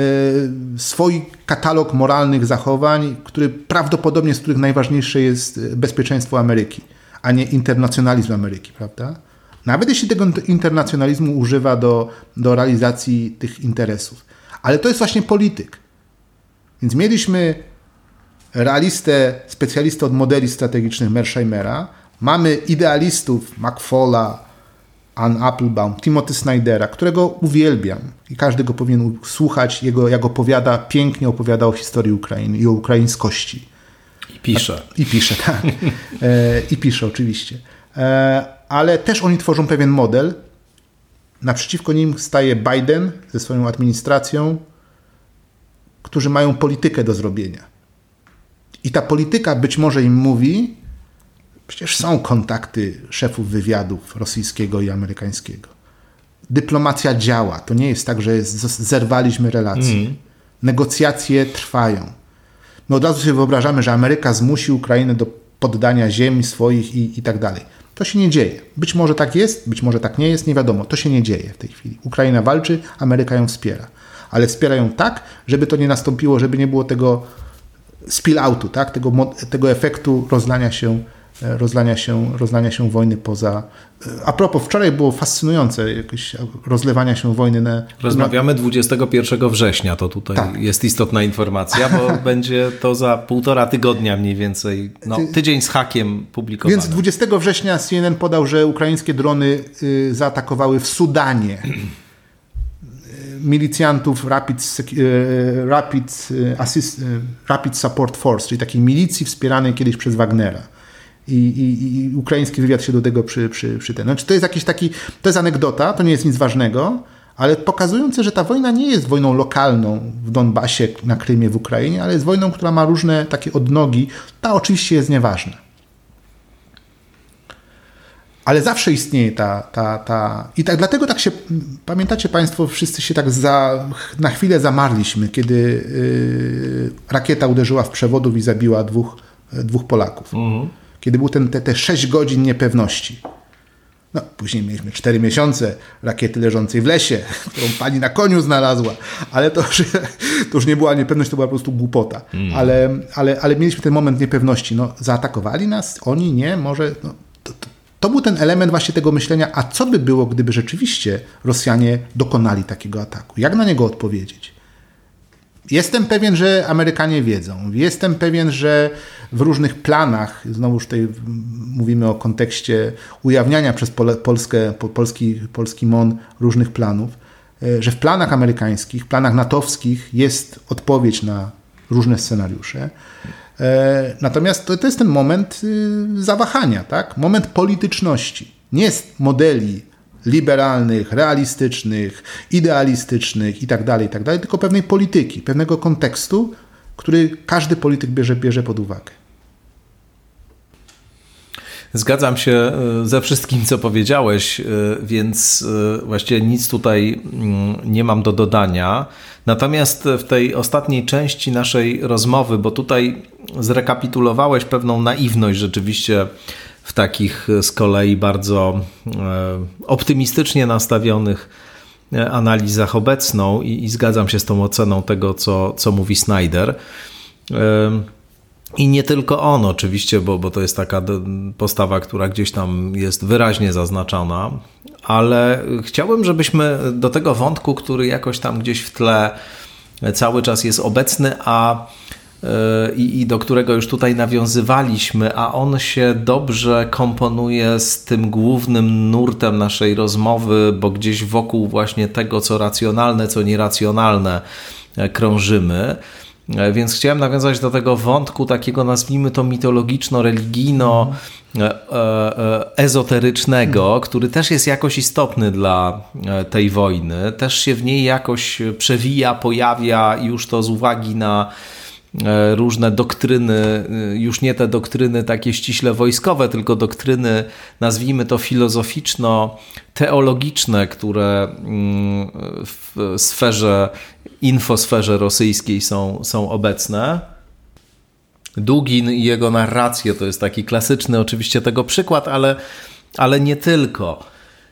swój katalog moralnych zachowań, z których najważniejsze jest bezpieczeństwo Ameryki, a nie internacjonalizm Ameryki, prawda? Nawet jeśli tego internacjonalizmu używa do realizacji tych interesów. Ale to jest właśnie polityk. Więc mieliśmy realistę, specjalistę od modeli strategicznych Mersheimera, mamy idealistów McFalla, Ann Applebaum, Timothy Snydera, którego uwielbiam i każdy go powinien słuchać, jak pięknie opowiada o historii Ukrainy i o ukraińskości. I pisze, tak. I pisze oczywiście. Ale też oni tworzą pewien model. Naprzeciwko nim staje Biden ze swoją administracją, którzy mają politykę do zrobienia. I ta polityka być może im mówi, przecież są kontakty szefów wywiadów rosyjskiego i amerykańskiego. Dyplomacja działa. To nie jest tak, że zerwaliśmy relacje. Negocjacje trwają. My od razu sobie wyobrażamy, że Ameryka zmusi Ukrainę do poddania ziem swoich i tak dalej. To się nie dzieje. Być może tak jest, być może tak nie jest, nie wiadomo. To się nie dzieje w tej chwili. Ukraina walczy, Ameryka ją wspiera. Ale wspiera ją tak, żeby to nie nastąpiło, żeby nie było tego spill-outu, tak? tego efektu rozlania się wojny poza... A propos, wczoraj było fascynujące jakieś rozlewania się wojny Rozmawiamy 21 września, to tutaj jest istotna informacja, bo będzie to za 1,5 tygodnia mniej więcej, tydzień z hakiem publikowane. Więc 20 września CNN podał, że ukraińskie drony zaatakowały w Sudanie milicjantów Rapid Support Force, czyli takiej milicji wspieranej kiedyś przez Wagnera. I ukraiński wywiad się do tego przyten. Znaczy, to jest jakiś taki, to jest anegdota, to nie jest nic ważnego, ale pokazujące, że ta wojna nie jest wojną lokalną w Donbasie, na Krymie, w Ukrainie, ale jest wojną, która ma różne takie odnogi. Ta oczywiście jest nieważna. Ale zawsze istnieje i tak dlatego tak się, pamiętacie Państwo, wszyscy się tak na chwilę zamarliśmy, kiedy rakieta uderzyła w przewodów i zabiła dwóch Polaków. Kiedy był te 6 godzin niepewności. Później mieliśmy 4 miesiące rakiety leżącej w lesie, którą pani na koniu znalazła, ale to już nie była niepewność, to była po prostu głupota. Ale mieliśmy ten moment niepewności. Zaatakowali nas? Oni nie? Może... to był ten element właśnie tego myślenia, a co by było, gdyby rzeczywiście Rosjanie dokonali takiego ataku? Jak na niego odpowiedzieć? Jestem pewien, że Amerykanie wiedzą. Jestem pewien, że w różnych planach, znowu już tutaj mówimy o kontekście ujawniania przez polski MON różnych planów, że w planach amerykańskich, planach natowskich jest odpowiedź na różne scenariusze. Natomiast to jest ten moment zawahania, tak? Moment polityczności. Nie jest modeli liberalnych, realistycznych, idealistycznych i tak dalej, tylko pewnej polityki, pewnego kontekstu, który każdy polityk bierze pod uwagę. Zgadzam się ze wszystkim, co powiedziałeś, więc właściwie nic tutaj nie mam do dodania. Natomiast w tej ostatniej części naszej rozmowy, bo tutaj zrekapitulowałeś pewną naiwność rzeczywiście w takich z kolei bardzo optymistycznie nastawionych analizach obecną i zgadzam się z tą oceną tego, co mówi Snyder. I nie tylko on oczywiście, bo to jest taka postawa, która gdzieś tam jest wyraźnie zaznaczona, ale chciałbym, żebyśmy do tego wątku, który jakoś tam gdzieś w tle cały czas jest obecny, i do którego już tutaj nawiązywaliśmy, a on się dobrze komponuje z tym głównym nurtem naszej rozmowy, bo gdzieś wokół właśnie tego, co racjonalne, co nieracjonalne krążymy. Więc chciałem nawiązać do tego wątku takiego, nazwijmy to mitologiczno-religijno-ezoterycznego, który też jest jakoś istotny dla tej wojny. Też się w niej jakoś przewija, pojawia już to z uwagi na różne doktryny, już nie te doktryny takie ściśle wojskowe, tylko doktryny, nazwijmy to filozoficzno-teologiczne, które w infosferze rosyjskiej są obecne. Dugin i jego narracje to jest taki klasyczny oczywiście tego przykład, ale nie tylko.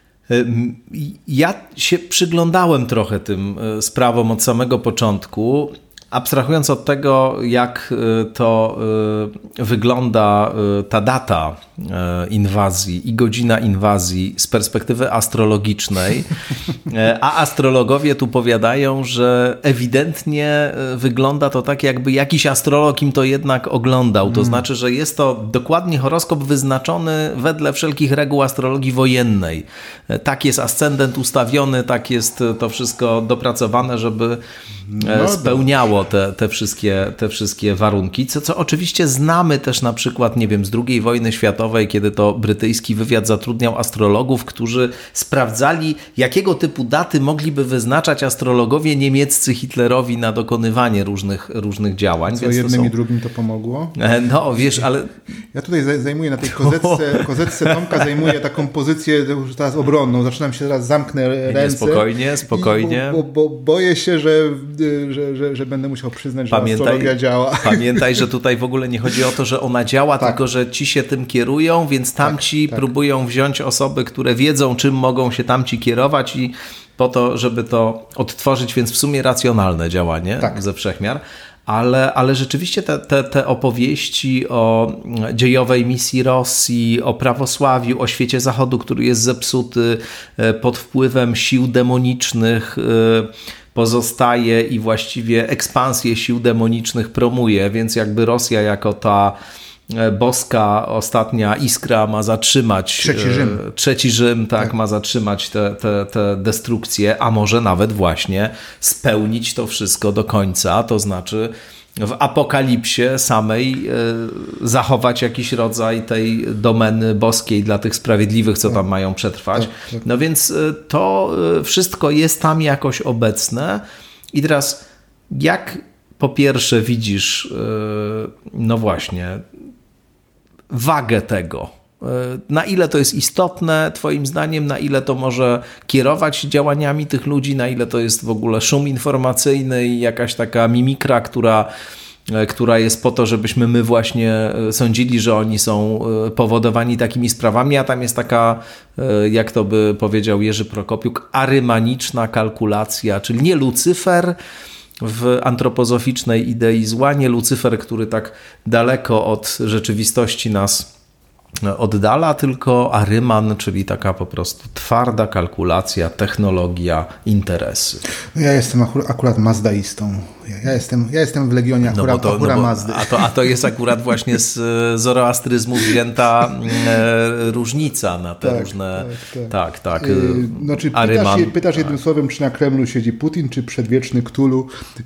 Ja się przyglądałem trochę tym sprawom od samego początku, abstrahując od tego, jak to wygląda ta data inwazji i godzina inwazji z perspektywy astrologicznej, a astrologowie tu powiadają, że ewidentnie wygląda to tak, jakby jakiś astrolog im to jednak oglądał. To znaczy, że jest to dokładnie horoskop wyznaczony wedle wszelkich reguł astrologii wojennej. Tak jest ascendent ustawiony, tak jest to wszystko dopracowane, żeby spełniało te wszystkie warunki, co oczywiście znamy też na przykład, nie wiem, z II wojny światowej, kiedy to brytyjski wywiad zatrudniał astrologów, którzy sprawdzali, jakiego typu daty mogliby wyznaczać astrologowie niemieccy Hitlerowi na dokonywanie różnych działań. Co jednym i drugim to pomogło? No, wiesz, ale... Ja tutaj zajmuję na tej kozetce Tomka, zajmuję taką pozycję już teraz obronną. Zaczynam się teraz, zamknę ręce. Spokojnie. Bo boję się, że będę musiał przyznać, że astrologia działa. Pamiętaj, że tutaj w ogóle nie chodzi o to, że ona działa, tylko że ci się tym kierują, więc tamci próbują wziąć osoby, które wiedzą, czym mogą się tamci kierować i po to, żeby to odtworzyć, więc w sumie racjonalne działanie ze wszechmiar. Ale rzeczywiście te opowieści o dziejowej misji Rosji, o prawosławiu, o świecie Zachodu, który jest zepsuty pod wpływem sił demonicznych, pozostaje i właściwie ekspansję sił demonicznych promuje, więc jakby Rosja jako ta boska ostatnia iskra ma zatrzymać trzeci Rzym, ma zatrzymać te destrukcje, a może nawet właśnie spełnić to wszystko do końca, to znaczy w apokalipsie samej zachować jakiś rodzaj tej domeny boskiej dla tych sprawiedliwych, co tam mają przetrwać. No więc to wszystko jest tam jakoś obecne. I teraz jak po pierwsze widzisz, no właśnie, wagę tego? Na ile to jest istotne twoim zdaniem, na ile to może kierować działaniami tych ludzi, na ile to jest w ogóle szum informacyjny i jakaś taka mimikra, która jest po to, żebyśmy my właśnie sądzili, że oni są powodowani takimi sprawami, a tam jest taka, jak to by powiedział Jerzy Prokopiuk, arymaniczna kalkulacja, czyli nie Lucyfer w antropozoficznej idei zła, nie Lucyfer, który tak daleko od rzeczywistości nas oddala tylko Ahryman, czyli taka po prostu twarda kalkulacja, technologia, interesy. Ja jestem akurat mazdaistą. Ja jestem w Legionie Ahura Mazdy. A to jest akurat właśnie z zoroastryzmu wzięta różnica na te różne... Tak. Znaczy pytasz jednym słowem, czy na Kremlu siedzi Putin, czy przedwieczny Ktulu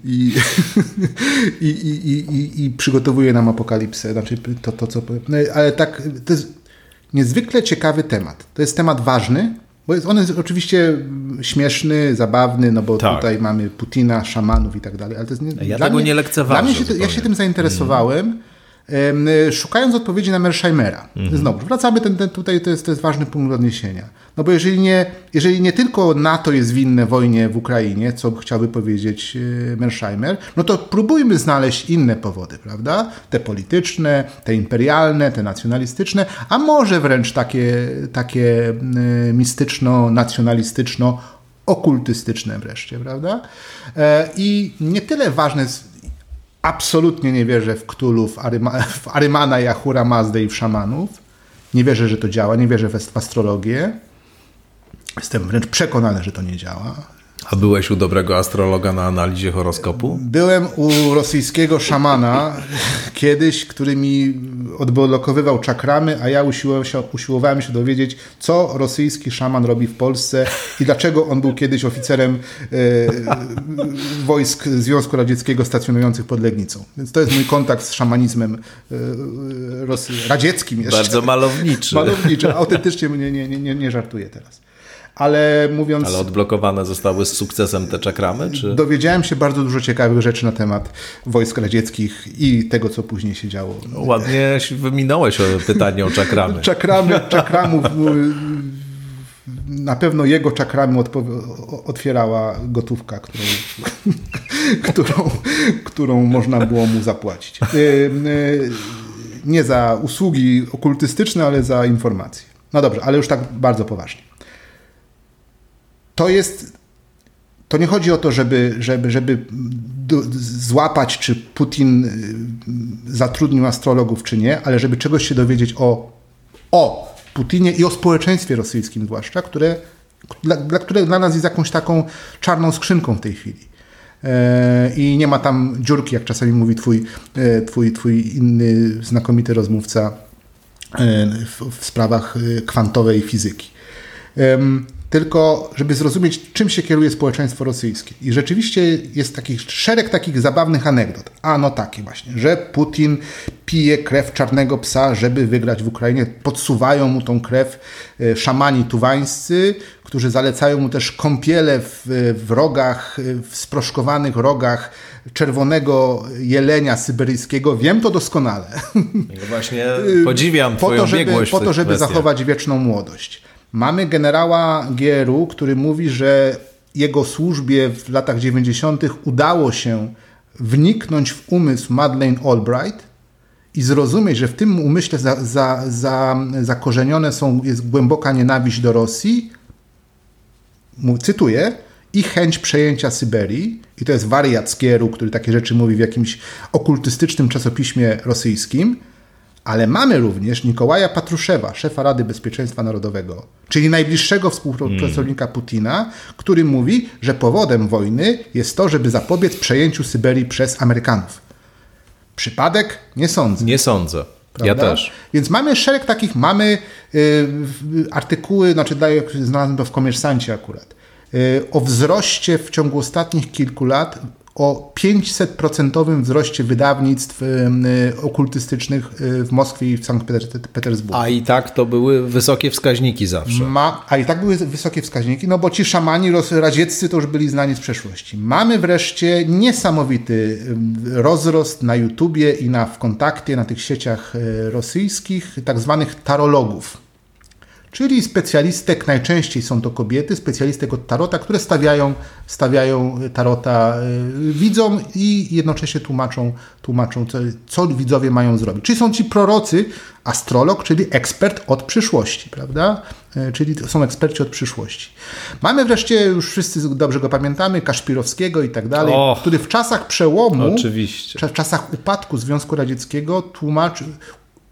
i przygotowuje nam apokalipsę. Znaczy to co... Ale tak, to jest niezwykle ciekawy temat. To jest temat ważny, bo on jest oczywiście śmieszny, zabawny, no bo tutaj mamy Putina, szamanów i tak dalej. Ale to jest nie lekceważę. Ja się tym zainteresowałem, szukając odpowiedzi na Mersheimera. Znowu, wracamy, tutaj to jest ważny punkt odniesienia. No bo jeżeli nie tylko NATO jest winne wojnie w Ukrainie, co chciałby powiedzieć Mersheimer, no to próbujmy znaleźć inne powody, prawda? Te polityczne, te imperialne, te nacjonalistyczne, a może wręcz takie mistyczno-nacjonalistyczno, okultystyczne wreszcie, prawda? I nie tyle ważne jest, absolutnie nie wierzę w Ktulów, w Ahrimana i Ahura Mazdę i w szamanów. Nie wierzę, że to działa. Nie wierzę w astrologię. Jestem wręcz przekonany, że to nie działa. A byłeś u dobrego astrologa na analizie horoskopu? Byłem u rosyjskiego szamana kiedyś, który mi odblokowywał czakramy, a ja usiłowałem się dowiedzieć, co rosyjski szaman robi w Polsce i dlaczego on był kiedyś oficerem wojsk Związku Radzieckiego stacjonujących pod Legnicą. Więc to jest mój kontakt z szamanizmem radzieckim jeszcze. Bardzo malowniczy. Malowniczy. Autentycznie nie żartuję teraz. Ale odblokowane zostały z sukcesem te czakramy? Czy? Dowiedziałem się bardzo dużo ciekawych rzeczy na temat wojsk radzieckich i tego, co później się działo. Ładnie wyminąłeś pytanie o czakramy. Czakramów. Na pewno jego czakrami otwierała gotówka, którą można było mu zapłacić. Nie za usługi okultystyczne, ale za informacje. No dobrze, ale już tak bardzo poważnie. To nie chodzi o to, żeby złapać, czy Putin zatrudnił astrologów, czy nie, ale żeby czegoś się dowiedzieć o Putinie i o społeczeństwie rosyjskim zwłaszcza, które dla nas jest jakąś taką czarną skrzynką w tej chwili. I nie ma tam dziurki, jak czasami mówi twój inny znakomity rozmówca w sprawach kwantowej fizyki. Tylko żeby zrozumieć, czym się kieruje społeczeństwo rosyjskie. I rzeczywiście jest szereg takich zabawnych anegdot. No takie właśnie, że Putin pije krew czarnego psa, żeby wygrać w Ukrainie. Podsuwają mu tą krew szamani tuwańscy, którzy zalecają mu też kąpiele w rogach, w sproszkowanych rogach czerwonego jelenia syberyjskiego. Wiem to doskonale. I właśnie podziwiam twoją biegłość po to, żeby zachować wieczną młodość. Mamy generała GRU, który mówi, że jego służbie w latach 90. udało się wniknąć w umysł Madeleine Albright i zrozumieć, że w tym umyśle zakorzenione jest głęboka nienawiść do Rosji, cytuję, i chęć przejęcia Syberii. I to jest wariat z GRU, który takie rzeczy mówi w jakimś okultystycznym czasopiśmie rosyjskim. Ale mamy również Nikołaja Patruszewa, szefa Rady Bezpieczeństwa Narodowego, czyli najbliższego współpracownika Putina, który mówi, że powodem wojny jest to, żeby zapobiec przejęciu Syberii przez Amerykanów. Przypadek? Nie sądzę. Nie sądzę. Prawda? Ja też. Więc mamy szereg takich, artykuły, znalazłem to w Komersancie akurat, o wzroście w ciągu ostatnich kilku lat, o 500% wzroście wydawnictw okultystycznych w Moskwie i w Sankt Petersburgu. A i tak to były wysokie wskaźniki zawsze. A i tak były wysokie wskaźniki, no bo ci szamani radzieccy to już byli znani z przeszłości. Mamy wreszcie niesamowity rozrost na YouTubie i w Kontakcie, na tych sieciach rosyjskich, tak zwanych tarologów. Czyli specjalistek, najczęściej są to kobiety, specjalistek od tarota, które stawiają tarota widzom i jednocześnie tłumaczą co widzowie mają zrobić. Czyli są ci prorocy, astrolog, czyli ekspert od przyszłości, prawda? Czyli są eksperci od przyszłości. Mamy wreszcie, już wszyscy dobrze go pamiętamy, Kaszpirowskiego i tak dalej, który w czasach przełomu, w czasach upadku Związku Radzieckiego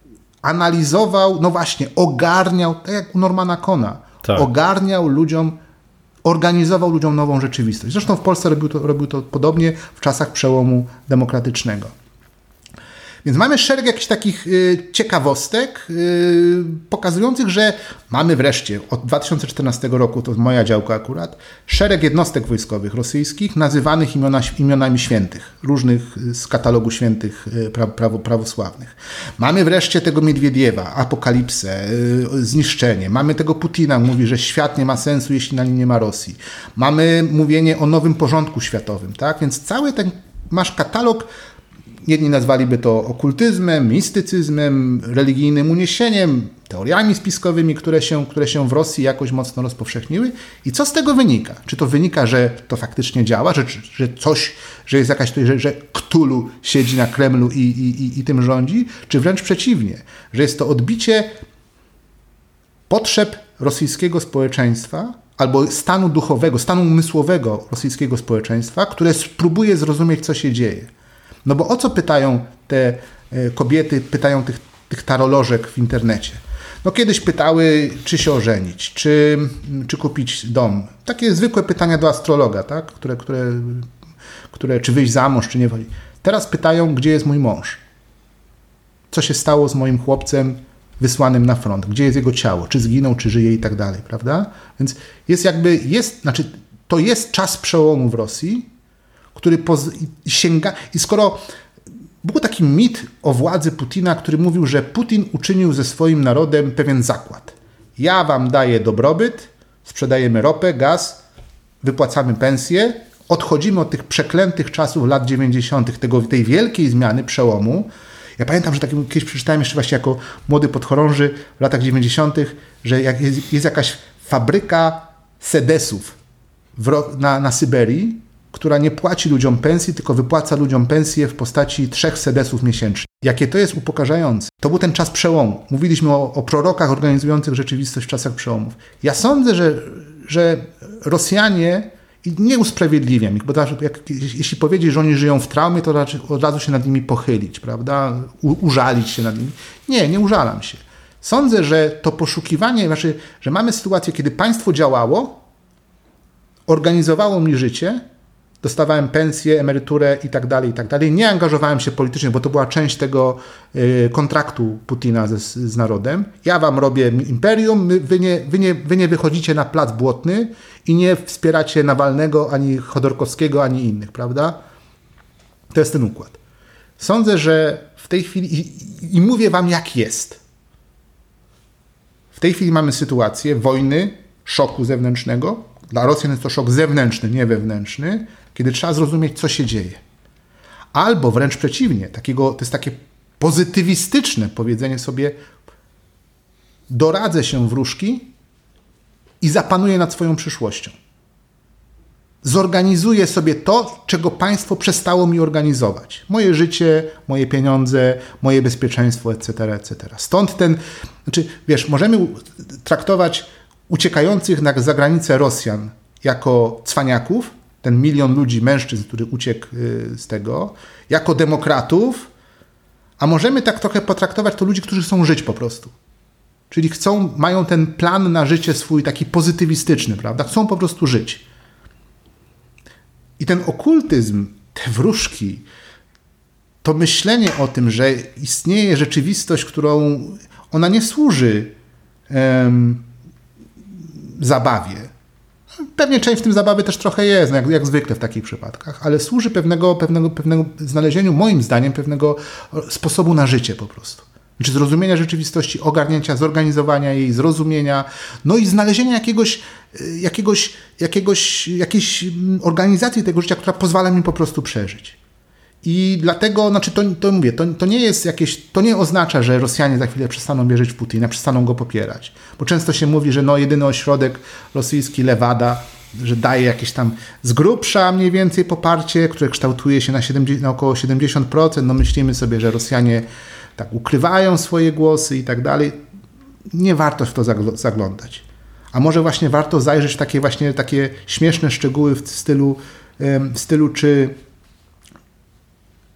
analizował, no właśnie, ogarniał, tak jak u Normana Kohna, ogarniał ludziom, organizował ludziom nową rzeczywistość. Zresztą w Polsce robił to podobnie w czasach przełomu demokratycznego. Więc mamy szereg jakichś takich ciekawostek pokazujących, że mamy wreszcie od 2014 roku, to moja działka akurat, szereg jednostek wojskowych rosyjskich nazywanych imionami świętych, różnych z katalogu świętych prawosławnych. Mamy wreszcie tego Miedwiediewa, apokalipsę, zniszczenie. Mamy tego Putina, mówi, że świat nie ma sensu, jeśli na nim nie ma Rosji. Mamy mówienie o nowym porządku światowym, tak? Więc cały ten masz katalog. Jedni nazwaliby to okultyzmem, mistycyzmem, religijnym uniesieniem, teoriami spiskowymi, które się w Rosji jakoś mocno rozpowszechniły. I co z tego wynika? Czy to wynika, że to faktycznie działa, że jest jakaś, że Cthulhu siedzi na Kremlu i tym rządzi? Czy wręcz przeciwnie, że jest to odbicie potrzeb rosyjskiego społeczeństwa albo stanu duchowego, stanu umysłowego rosyjskiego społeczeństwa, które spróbuje zrozumieć, co się dzieje. No bo o co pytają te kobiety, pytają tych tarolożek w internecie? No kiedyś pytały, czy się ożenić, czy kupić dom. Takie zwykłe pytania do astrologa, tak? które czy wyjść za mąż, czy nie. Teraz pytają, gdzie jest mój mąż? Co się stało z moim chłopcem wysłanym na front? Gdzie jest jego ciało? Czy zginął, czy żyje i tak dalej, prawda? Więc to jest czas przełomu w Rosji, który sięga. I skoro był taki mit o władzy Putina, który mówił, że Putin uczynił ze swoim narodem pewien zakład. Ja wam daję dobrobyt, sprzedajemy ropę, gaz, wypłacamy pensje, odchodzimy od tych przeklętych czasów lat 90., tej wielkiej zmiany, przełomu. Ja pamiętam, że kiedyś przeczytałem jeszcze właśnie jako młody podchorąży w latach 90., że jest jakaś fabryka sedesów na Syberii, która nie płaci ludziom pensji, tylko wypłaca ludziom pensję w postaci 3 sedesów miesięcznie. Jakie to jest upokarzające. To był ten czas przełomu. Mówiliśmy o prorokach organizujących rzeczywistość w czasach przełomów. Ja sądzę, że Rosjanie, i nie usprawiedliwiam ich, bo jeśli powiedzieć, że oni żyją w traumie, to raczej od razu się nad nimi pochylić, prawda? Użalić się nad nimi. Nie użalam się. Sądzę, że to poszukiwanie, że mamy sytuację, kiedy państwo działało, organizowało mi życie, dostawałem pensję, emeryturę i tak dalej. Nie angażowałem się politycznie, bo to była część tego kontraktu Putina z narodem. Ja wam robię imperium, wy nie wychodzicie na plac błotny i nie wspieracie Nawalnego, ani Chodorkowskiego, ani innych, prawda? To jest ten układ. Sądzę, że w tej chwili, i mówię wam jak jest. W tej chwili mamy sytuację wojny, szoku zewnętrznego. Dla Rosjan jest to szok zewnętrzny, nie wewnętrzny, kiedy trzeba zrozumieć, co się dzieje. Albo wręcz przeciwnie, to jest takie pozytywistyczne powiedzenie sobie, doradzę się wróżki i zapanuję nad swoją przyszłością. Zorganizuję sobie to, czego państwo przestało mi organizować. Moje życie, moje pieniądze, moje bezpieczeństwo, etc., etc. Stąd możemy traktować uciekających za granicę Rosjan jako cwaniaków, ten 1 milion ludzi, mężczyzn, który uciekł z tego, jako demokratów, a możemy tak trochę potraktować to ludzi, którzy chcą żyć po prostu. Czyli mają ten plan na życie swój taki pozytywistyczny, prawda? Chcą po prostu żyć. I ten okultyzm, te wróżki, to myślenie o tym, że istnieje rzeczywistość, którą ona nie służy zabawie. Pewnie część w tym zabawy też trochę jest, jak zwykle w takich przypadkach, ale służy pewnego znalezieniu, moim zdaniem, pewnego sposobu na życie po prostu. Czy zrozumienia rzeczywistości, ogarnięcia, zorganizowania jej, zrozumienia, no i znalezienia jakiejś organizacji tego życia, która pozwala mi po prostu przeżyć. I dlatego, to nie jest to nie oznacza, że Rosjanie za chwilę przestaną wierzyć w Putina, przestaną go popierać. Bo często się mówi, że jedyny ośrodek rosyjski, Lewada, że daje jakieś tam z grubsza mniej więcej poparcie, które kształtuje się na około 70%. No myślimy sobie, że Rosjanie tak ukrywają swoje głosy i tak dalej. Nie warto w to zaglądać. A może właśnie warto zajrzeć w takie śmieszne szczegóły w stylu czy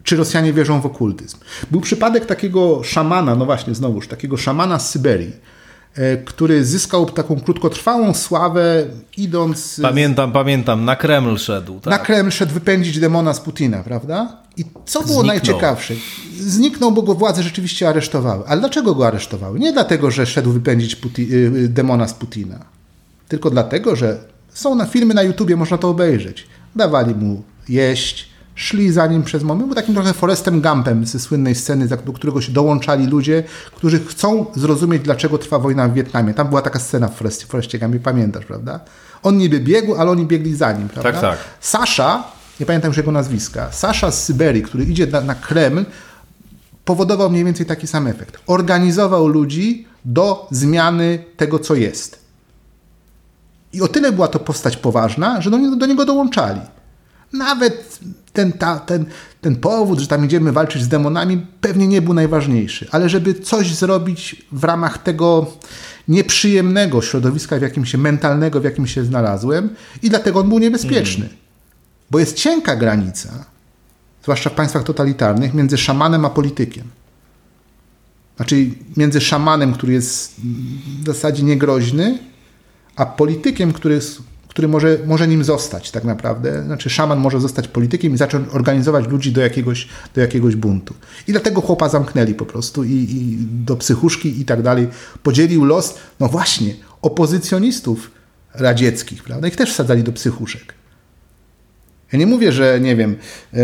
czy Rosjanie wierzą w okultyzm. Był przypadek takiego szamana, no właśnie znowuż, takiego szamana z Syberii, który zyskał taką krótkotrwałą sławę idąc... Pamiętam, na Kreml szedł. Tak? Na Kreml szedł wypędzić demona z Putina, prawda? I co było najciekawsze? Zniknął, bo go władze rzeczywiście aresztowały. Ale dlaczego go aresztowały? Nie dlatego, że szedł wypędzić demona z Putina, tylko dlatego, że są filmy na YouTubie, można to obejrzeć. Dawali mu jeść, szli za nim przez moment. Był takim trochę Forrestem Gumpem ze słynnej sceny, do którego się dołączali ludzie, którzy chcą zrozumieć, dlaczego trwa wojna w Wietnamie. Tam była taka scena w Forrestie Gumpie, pamiętasz, prawda? On niby biegł, ale oni biegli za nim, prawda? Tak. Sasza, nie pamiętam już jego nazwiska, Sasza z Syberii, który idzie na Kreml, powodował mniej więcej taki sam efekt. Organizował ludzi do zmiany tego, co jest. I o tyle była to postać poważna, że do niego dołączali. Nawet ten powód, że tam idziemy walczyć z demonami, pewnie nie był najważniejszy, ale żeby coś zrobić w ramach tego nieprzyjemnego środowiska, mentalnego, w jakim się znalazłem, i dlatego on był niebezpieczny. Bo jest cienka granica, zwłaszcza w państwach totalitarnych, między szamanem a politykiem. Znaczy między szamanem, który jest w zasadzie niegroźny, a politykiem, który może nim zostać tak naprawdę. Znaczy szaman może zostać politykiem i zacząć organizować ludzi do jakiegoś buntu. I dlatego chłopa zamknęli po prostu i do psychuszki i tak dalej. Podzielił los, no właśnie, opozycjonistów radzieckich, prawda? Ich też wsadzali do psychuszek. Ja nie mówię, że nie wiem,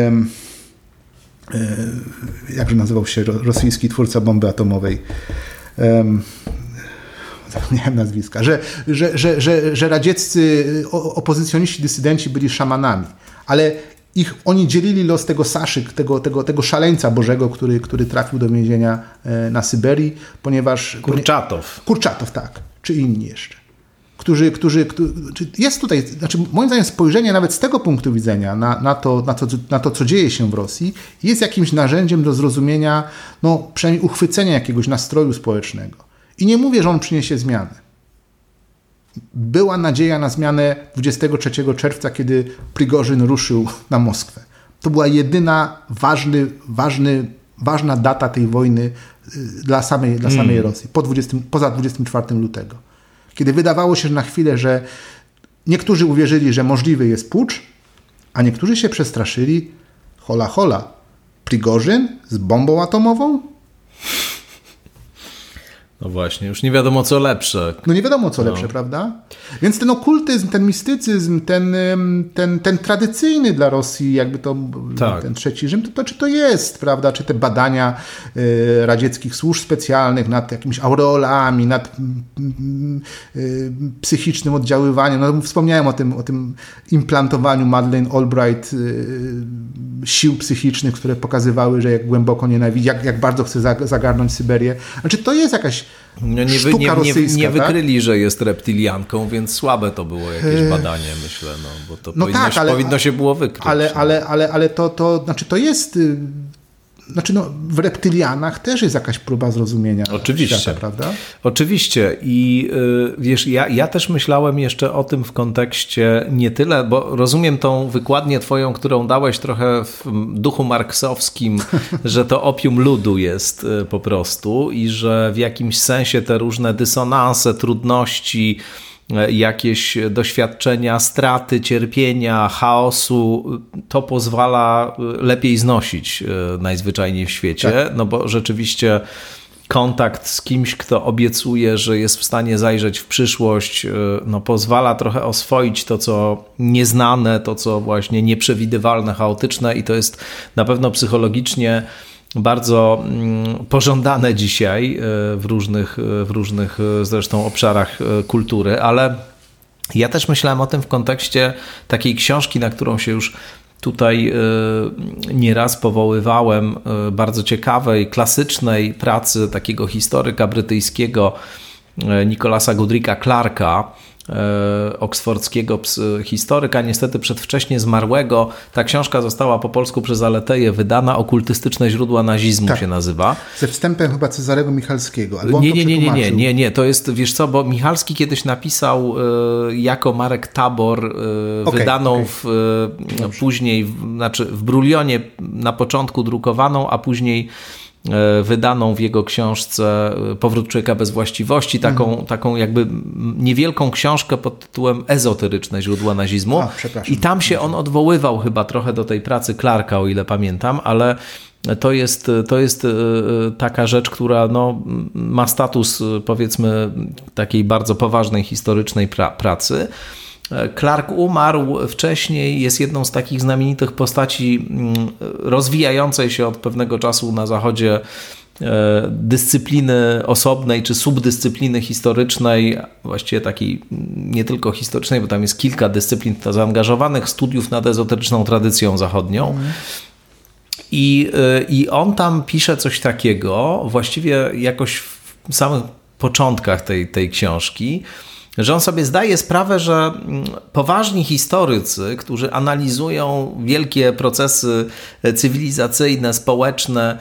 jakże nazywał się rosyjski twórca bomby atomowej, zapomniałem nazwiska, że radzieccy opozycjoniści, dysydenci byli szamanami, ale oni dzielili los tego Saszy, tego szaleńca bożego, który trafił do więzienia na Syberii, ponieważ... Kurczatow, tak, czy inni jeszcze. Jest tutaj, znaczy moim zdaniem spojrzenie nawet z tego punktu widzenia na to, co dzieje się w Rosji, jest jakimś narzędziem do zrozumienia, no przynajmniej uchwycenia jakiegoś nastroju społecznego. I nie mówię, że on przyniesie zmianę. Była nadzieja na zmianę 23 czerwca, kiedy Prigorzyn ruszył na Moskwę. To była jedyna ważna data tej wojny dla samej Rosji, poza 24 lutego. Kiedy wydawało się, że na chwilę, że niektórzy uwierzyli, że możliwy jest pucz, a niektórzy się przestraszyli, hola, Prigorzyn z bombą atomową? No właśnie, już nie wiadomo co lepsze. No nie wiadomo co lepsze, prawda? Więc ten okultyzm, ten mistycyzm, ten tradycyjny dla Rosji, jakby to ten trzeci Rzym, to jest, prawda? Czy te badania radzieckich służb specjalnych nad jakimiś aureolami, nad psychicznym oddziaływaniem. No, wspomniałem o tym implantowaniu Madeleine Albright sił psychicznych, które pokazywały, że jak głęboko nienawidzi, jak bardzo chce zagarnąć Syberię. Znaczy to jest jakaś sztuka rosyjska. Nie wykryli, że jest reptylianką, więc słabe to było jakieś badanie, myślę, bo to powinno się było wykryć. Ale to jest... w reptylianach też jest jakaś próba zrozumienia świata, prawda? Oczywiście. I wiesz, ja też myślałem jeszcze o tym w kontekście nie tyle, bo rozumiem tą wykładnię twoją, którą dałeś trochę w duchu marksowskim, że to opium ludu jest po prostu i że w jakimś sensie te różne dysonanse, trudności, jakieś doświadczenia straty, cierpienia, chaosu, to pozwala lepiej znosić najzwyczajniej w świecie, tak. No bo rzeczywiście kontakt z kimś, kto obiecuje, że jest w stanie zajrzeć w przyszłość, no pozwala trochę oswoić to, co nieznane, to, co właśnie nieprzewidywalne, chaotyczne i to jest na pewno psychologicznie bardzo pożądane dzisiaj w różnych zresztą obszarach kultury, ale ja też myślałem o tym w kontekście takiej książki, na którą się już tutaj nieraz powoływałem, bardzo ciekawej, klasycznej pracy takiego historyka brytyjskiego Nicholasa Goodricka Clarka, oksfordzkiego historyka, niestety przedwcześnie zmarłego. Ta książka została po polsku przez Aleteję wydana, Okultystyczne źródła nazizmu się nazywa. Ze wstępem chyba Cezarego Michalskiego. Nie, to jest, wiesz co, bo Michalski kiedyś napisał jako Marek Tabor wydaną później, znaczy w Brulionie na początku drukowaną, a później wydaną w jego książce Powrót człowieka bez właściwości, taką jakby niewielką książkę pod tytułem Ezoteryczne źródła nazizmu. I tam się on odwoływał chyba trochę do tej pracy Clarka, o ile pamiętam, ale to jest taka rzecz, która ma status, powiedzmy, takiej bardzo poważnej historycznej pracy. Clark umarł wcześniej, jest jedną z takich znamienitych postaci rozwijającej się od pewnego czasu na zachodzie dyscypliny osobnej czy subdyscypliny historycznej, właściwie takiej nie tylko historycznej, bo tam jest kilka dyscyplin zaangażowanych, studiów nad ezoteryczną tradycją zachodnią. I on tam pisze coś takiego, właściwie jakoś w samych początkach tej książki, że on sobie zdaje sprawę, że poważni historycy, którzy analizują wielkie procesy cywilizacyjne, społeczne,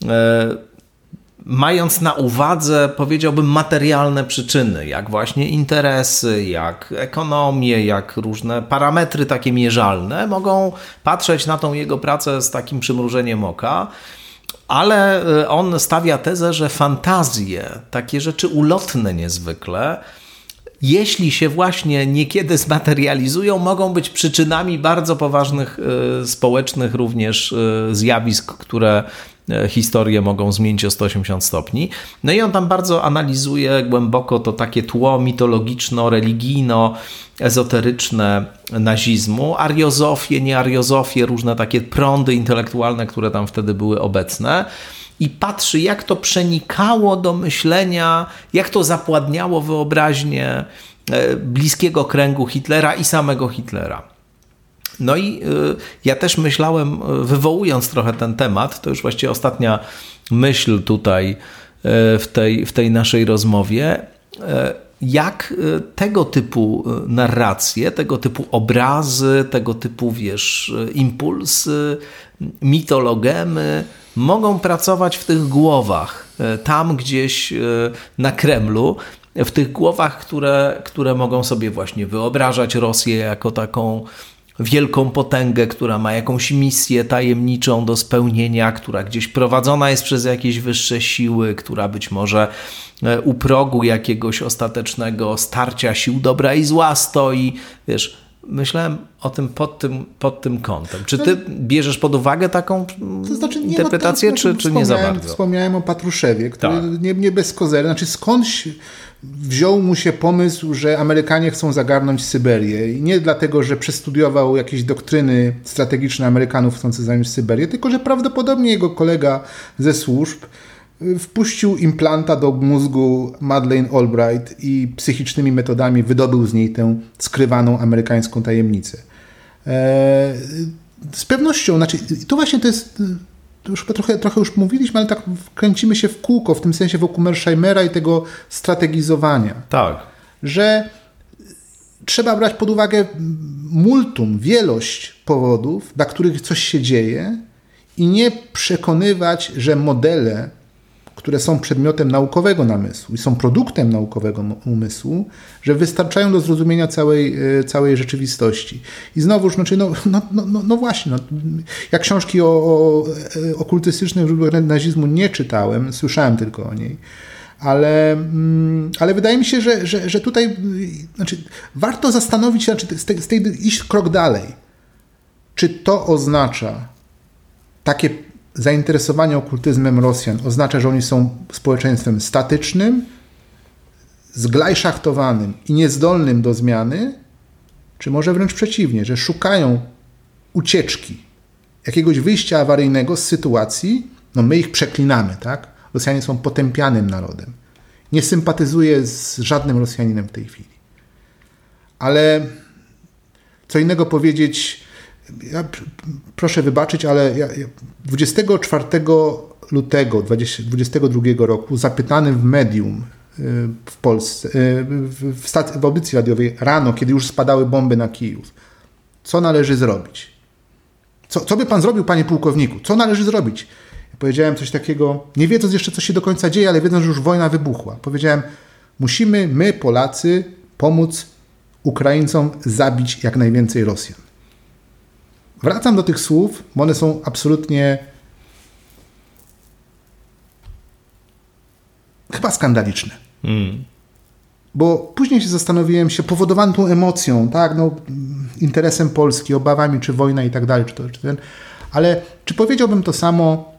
mając na uwadze, powiedziałbym, materialne przyczyny, jak właśnie interesy, jak ekonomię, jak różne parametry takie mierzalne, mogą patrzeć na tą jego pracę z takim przymrużeniem oka. Ale on stawia tezę, że fantazje, takie rzeczy ulotne niezwykle, jeśli się właśnie niekiedy zmaterializują, mogą być przyczynami bardzo poważnych społecznych również zjawisk, które historię mogą zmienić o 180 stopni. No i on tam bardzo analizuje głęboko to takie tło mitologiczno-religijno-ezoteryczne nazizmu, ariozofię, nieariozofię, różne takie prądy intelektualne, które tam wtedy były obecne. I patrzy, jak to przenikało do myślenia, jak to zapładniało wyobraźnię bliskiego kręgu Hitlera i samego Hitlera. No i ja też myślałem, wywołując trochę ten temat, to już właściwie ostatnia myśl tutaj w tej naszej rozmowie, jak tego typu narracje, tego typu obrazy, tego typu, impulsy, mitologemy mogą pracować w tych głowach, tam gdzieś na Kremlu, w tych głowach, które mogą sobie właśnie wyobrażać Rosję jako taką wielką potęgę, która ma jakąś misję tajemniczą do spełnienia, która gdzieś prowadzona jest przez jakieś wyższe siły, która być może u progu jakiegoś ostatecznego starcia sił dobra i zła stoi. Myślałem o tym pod tym kątem. Czy ty bierzesz pod uwagę taką interpretację, czy nie za bardzo? Wspomniałem o Patruszewie, który nie bez kozery, skądś wziął mu się pomysł, że Amerykanie chcą zagarnąć Syberię. I nie dlatego, że przestudiował jakieś doktryny strategiczne Amerykanów chcących zająć Syberię, tylko że prawdopodobnie jego kolega ze służb wpuścił implanta do mózgu Madeleine Albright i psychicznymi metodami wydobył z niej tę skrywaną amerykańską tajemnicę. Z pewnością, to właśnie to jest, to już trochę już mówiliśmy, ale tak kręcimy się w kółko, w tym sensie wokół Mersheimera i tego strategizowania. Tak. Że trzeba brać pod uwagę multum, wielość powodów, dla których coś się dzieje i nie przekonywać, że modele, które są przedmiotem naukowego namysłu i są produktem naukowego umysłu, że wystarczają do zrozumienia całej rzeczywistości. I znowuż, właśnie, ja książki o okultystycznych źródłach nazizmu nie czytałem, słyszałem tylko o niej, ale wydaje mi się, że tutaj warto zastanowić się, iść krok dalej. Czy to oznacza takie zainteresowanie okultyzmem Rosjan oznacza, że oni są społeczeństwem statycznym, zglajszachtowanym i niezdolnym do zmiany, czy może wręcz przeciwnie, że szukają ucieczki, jakiegoś wyjścia awaryjnego z sytuacji, my ich przeklinamy, tak? Rosjanie są potępianym narodem. Nie sympatyzuję z żadnym Rosjaninem w tej chwili. Ale co innego powiedzieć, proszę wybaczyć, ale 24 lutego 2022 roku zapytany w Medium w Polsce, w audycji radiowej rano, kiedy już spadały bomby na Kijów. Co należy zrobić? Co by pan zrobił, panie pułkowniku? Co należy zrobić? Ja powiedziałem coś takiego, nie wiedząc jeszcze, co się do końca dzieje, ale wiedząc, że już wojna wybuchła. Powiedziałem, musimy my, Polacy, pomóc Ukraińcom zabić jak najwięcej Rosjan. Wracam do tych słów, bo one są absolutnie chyba skandaliczne. Bo później się zastanowiłem się, powodowany tą emocją, tak, no, interesem Polski, obawami, czy wojna i tak dalej, ale czy powiedziałbym to samo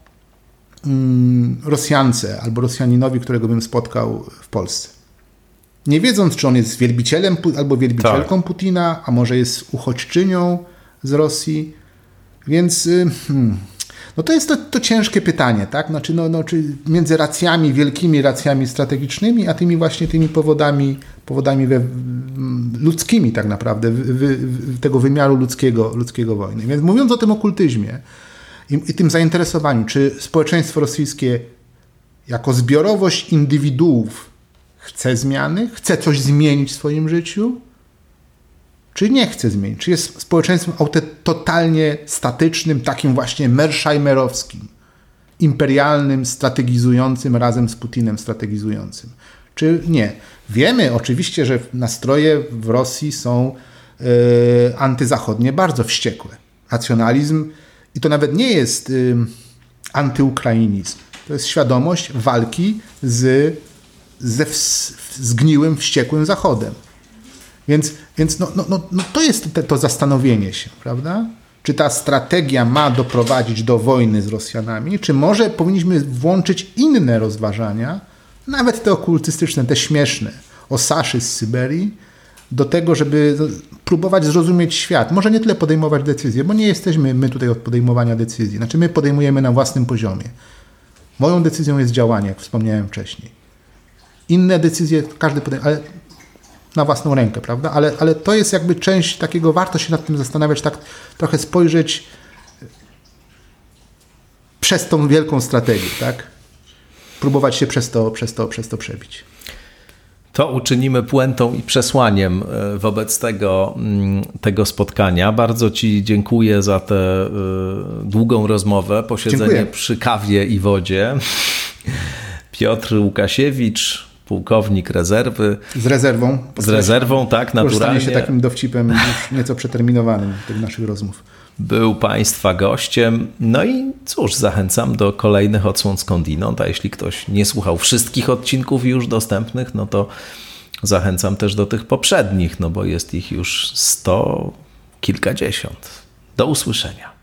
Rosjance albo Rosjaninowi, którego bym spotkał w Polsce? Nie wiedząc, czy on jest wielbicielem albo wielbicielką Putina, a może jest uchodźczynią z Rosji. Więc no to jest to ciężkie pytanie, tak? Znaczy, czy między racjami, wielkimi racjami strategicznymi, a tymi właśnie tymi powodami ludzkimi tak naprawdę, tego wymiaru ludzkiego wojny. Więc mówiąc o tym okultyzmie i tym zainteresowaniu, czy społeczeństwo rosyjskie jako zbiorowość indywiduów chce zmiany, chce coś zmienić w swoim życiu, czy nie chce zmienić, czy jest społeczeństwem totalnie statycznym, takim właśnie mersheimerowskim, imperialnym, strategizującym, razem z Putinem strategizującym, czy nie. Wiemy oczywiście, że nastroje w Rosji są antyzachodnie, bardzo wściekłe. Nacjonalizm, i to nawet nie jest antyukrainizm, to jest świadomość walki ze zgniłym, wściekłym Zachodem. Więc to jest to zastanowienie się, prawda? Czy ta strategia ma doprowadzić do wojny z Rosjanami, czy może powinniśmy włączyć inne rozważania, nawet te okultystyczne, te śmieszne, o Saszy z Syberii, do tego, żeby próbować zrozumieć świat. Może nie tyle podejmować decyzje, bo nie jesteśmy my tutaj od podejmowania decyzji. Znaczy my podejmujemy na własnym poziomie. Moją decyzją jest działanie, jak wspomniałem wcześniej. Inne decyzje każdy podejmuje, ale na własną rękę, prawda? Ale to jest jakby część takiego, warto się nad tym zastanawiać, tak trochę spojrzeć przez tą wielką strategię, tak? Próbować się przez to przebić. To uczynimy puentą i przesłaniem wobec tego spotkania. Bardzo Ci dziękuję za tę długą rozmowę, posiedzenie przy kawie i wodzie. Piotr Łukasiewicz, pułkownik rezerwy. Z rezerwą. Z rezerwą, tak, naturalnie. Stanie się takim dowcipem już nieco przeterminowanym tych naszych rozmów. Był Państwa gościem. No i cóż, zachęcam do kolejnych odsłon skądinąd, a jeśli ktoś nie słuchał wszystkich odcinków już dostępnych, no to zachęcam też do tych poprzednich, no bo jest ich już 100 kilkadziesiąt. Do usłyszenia.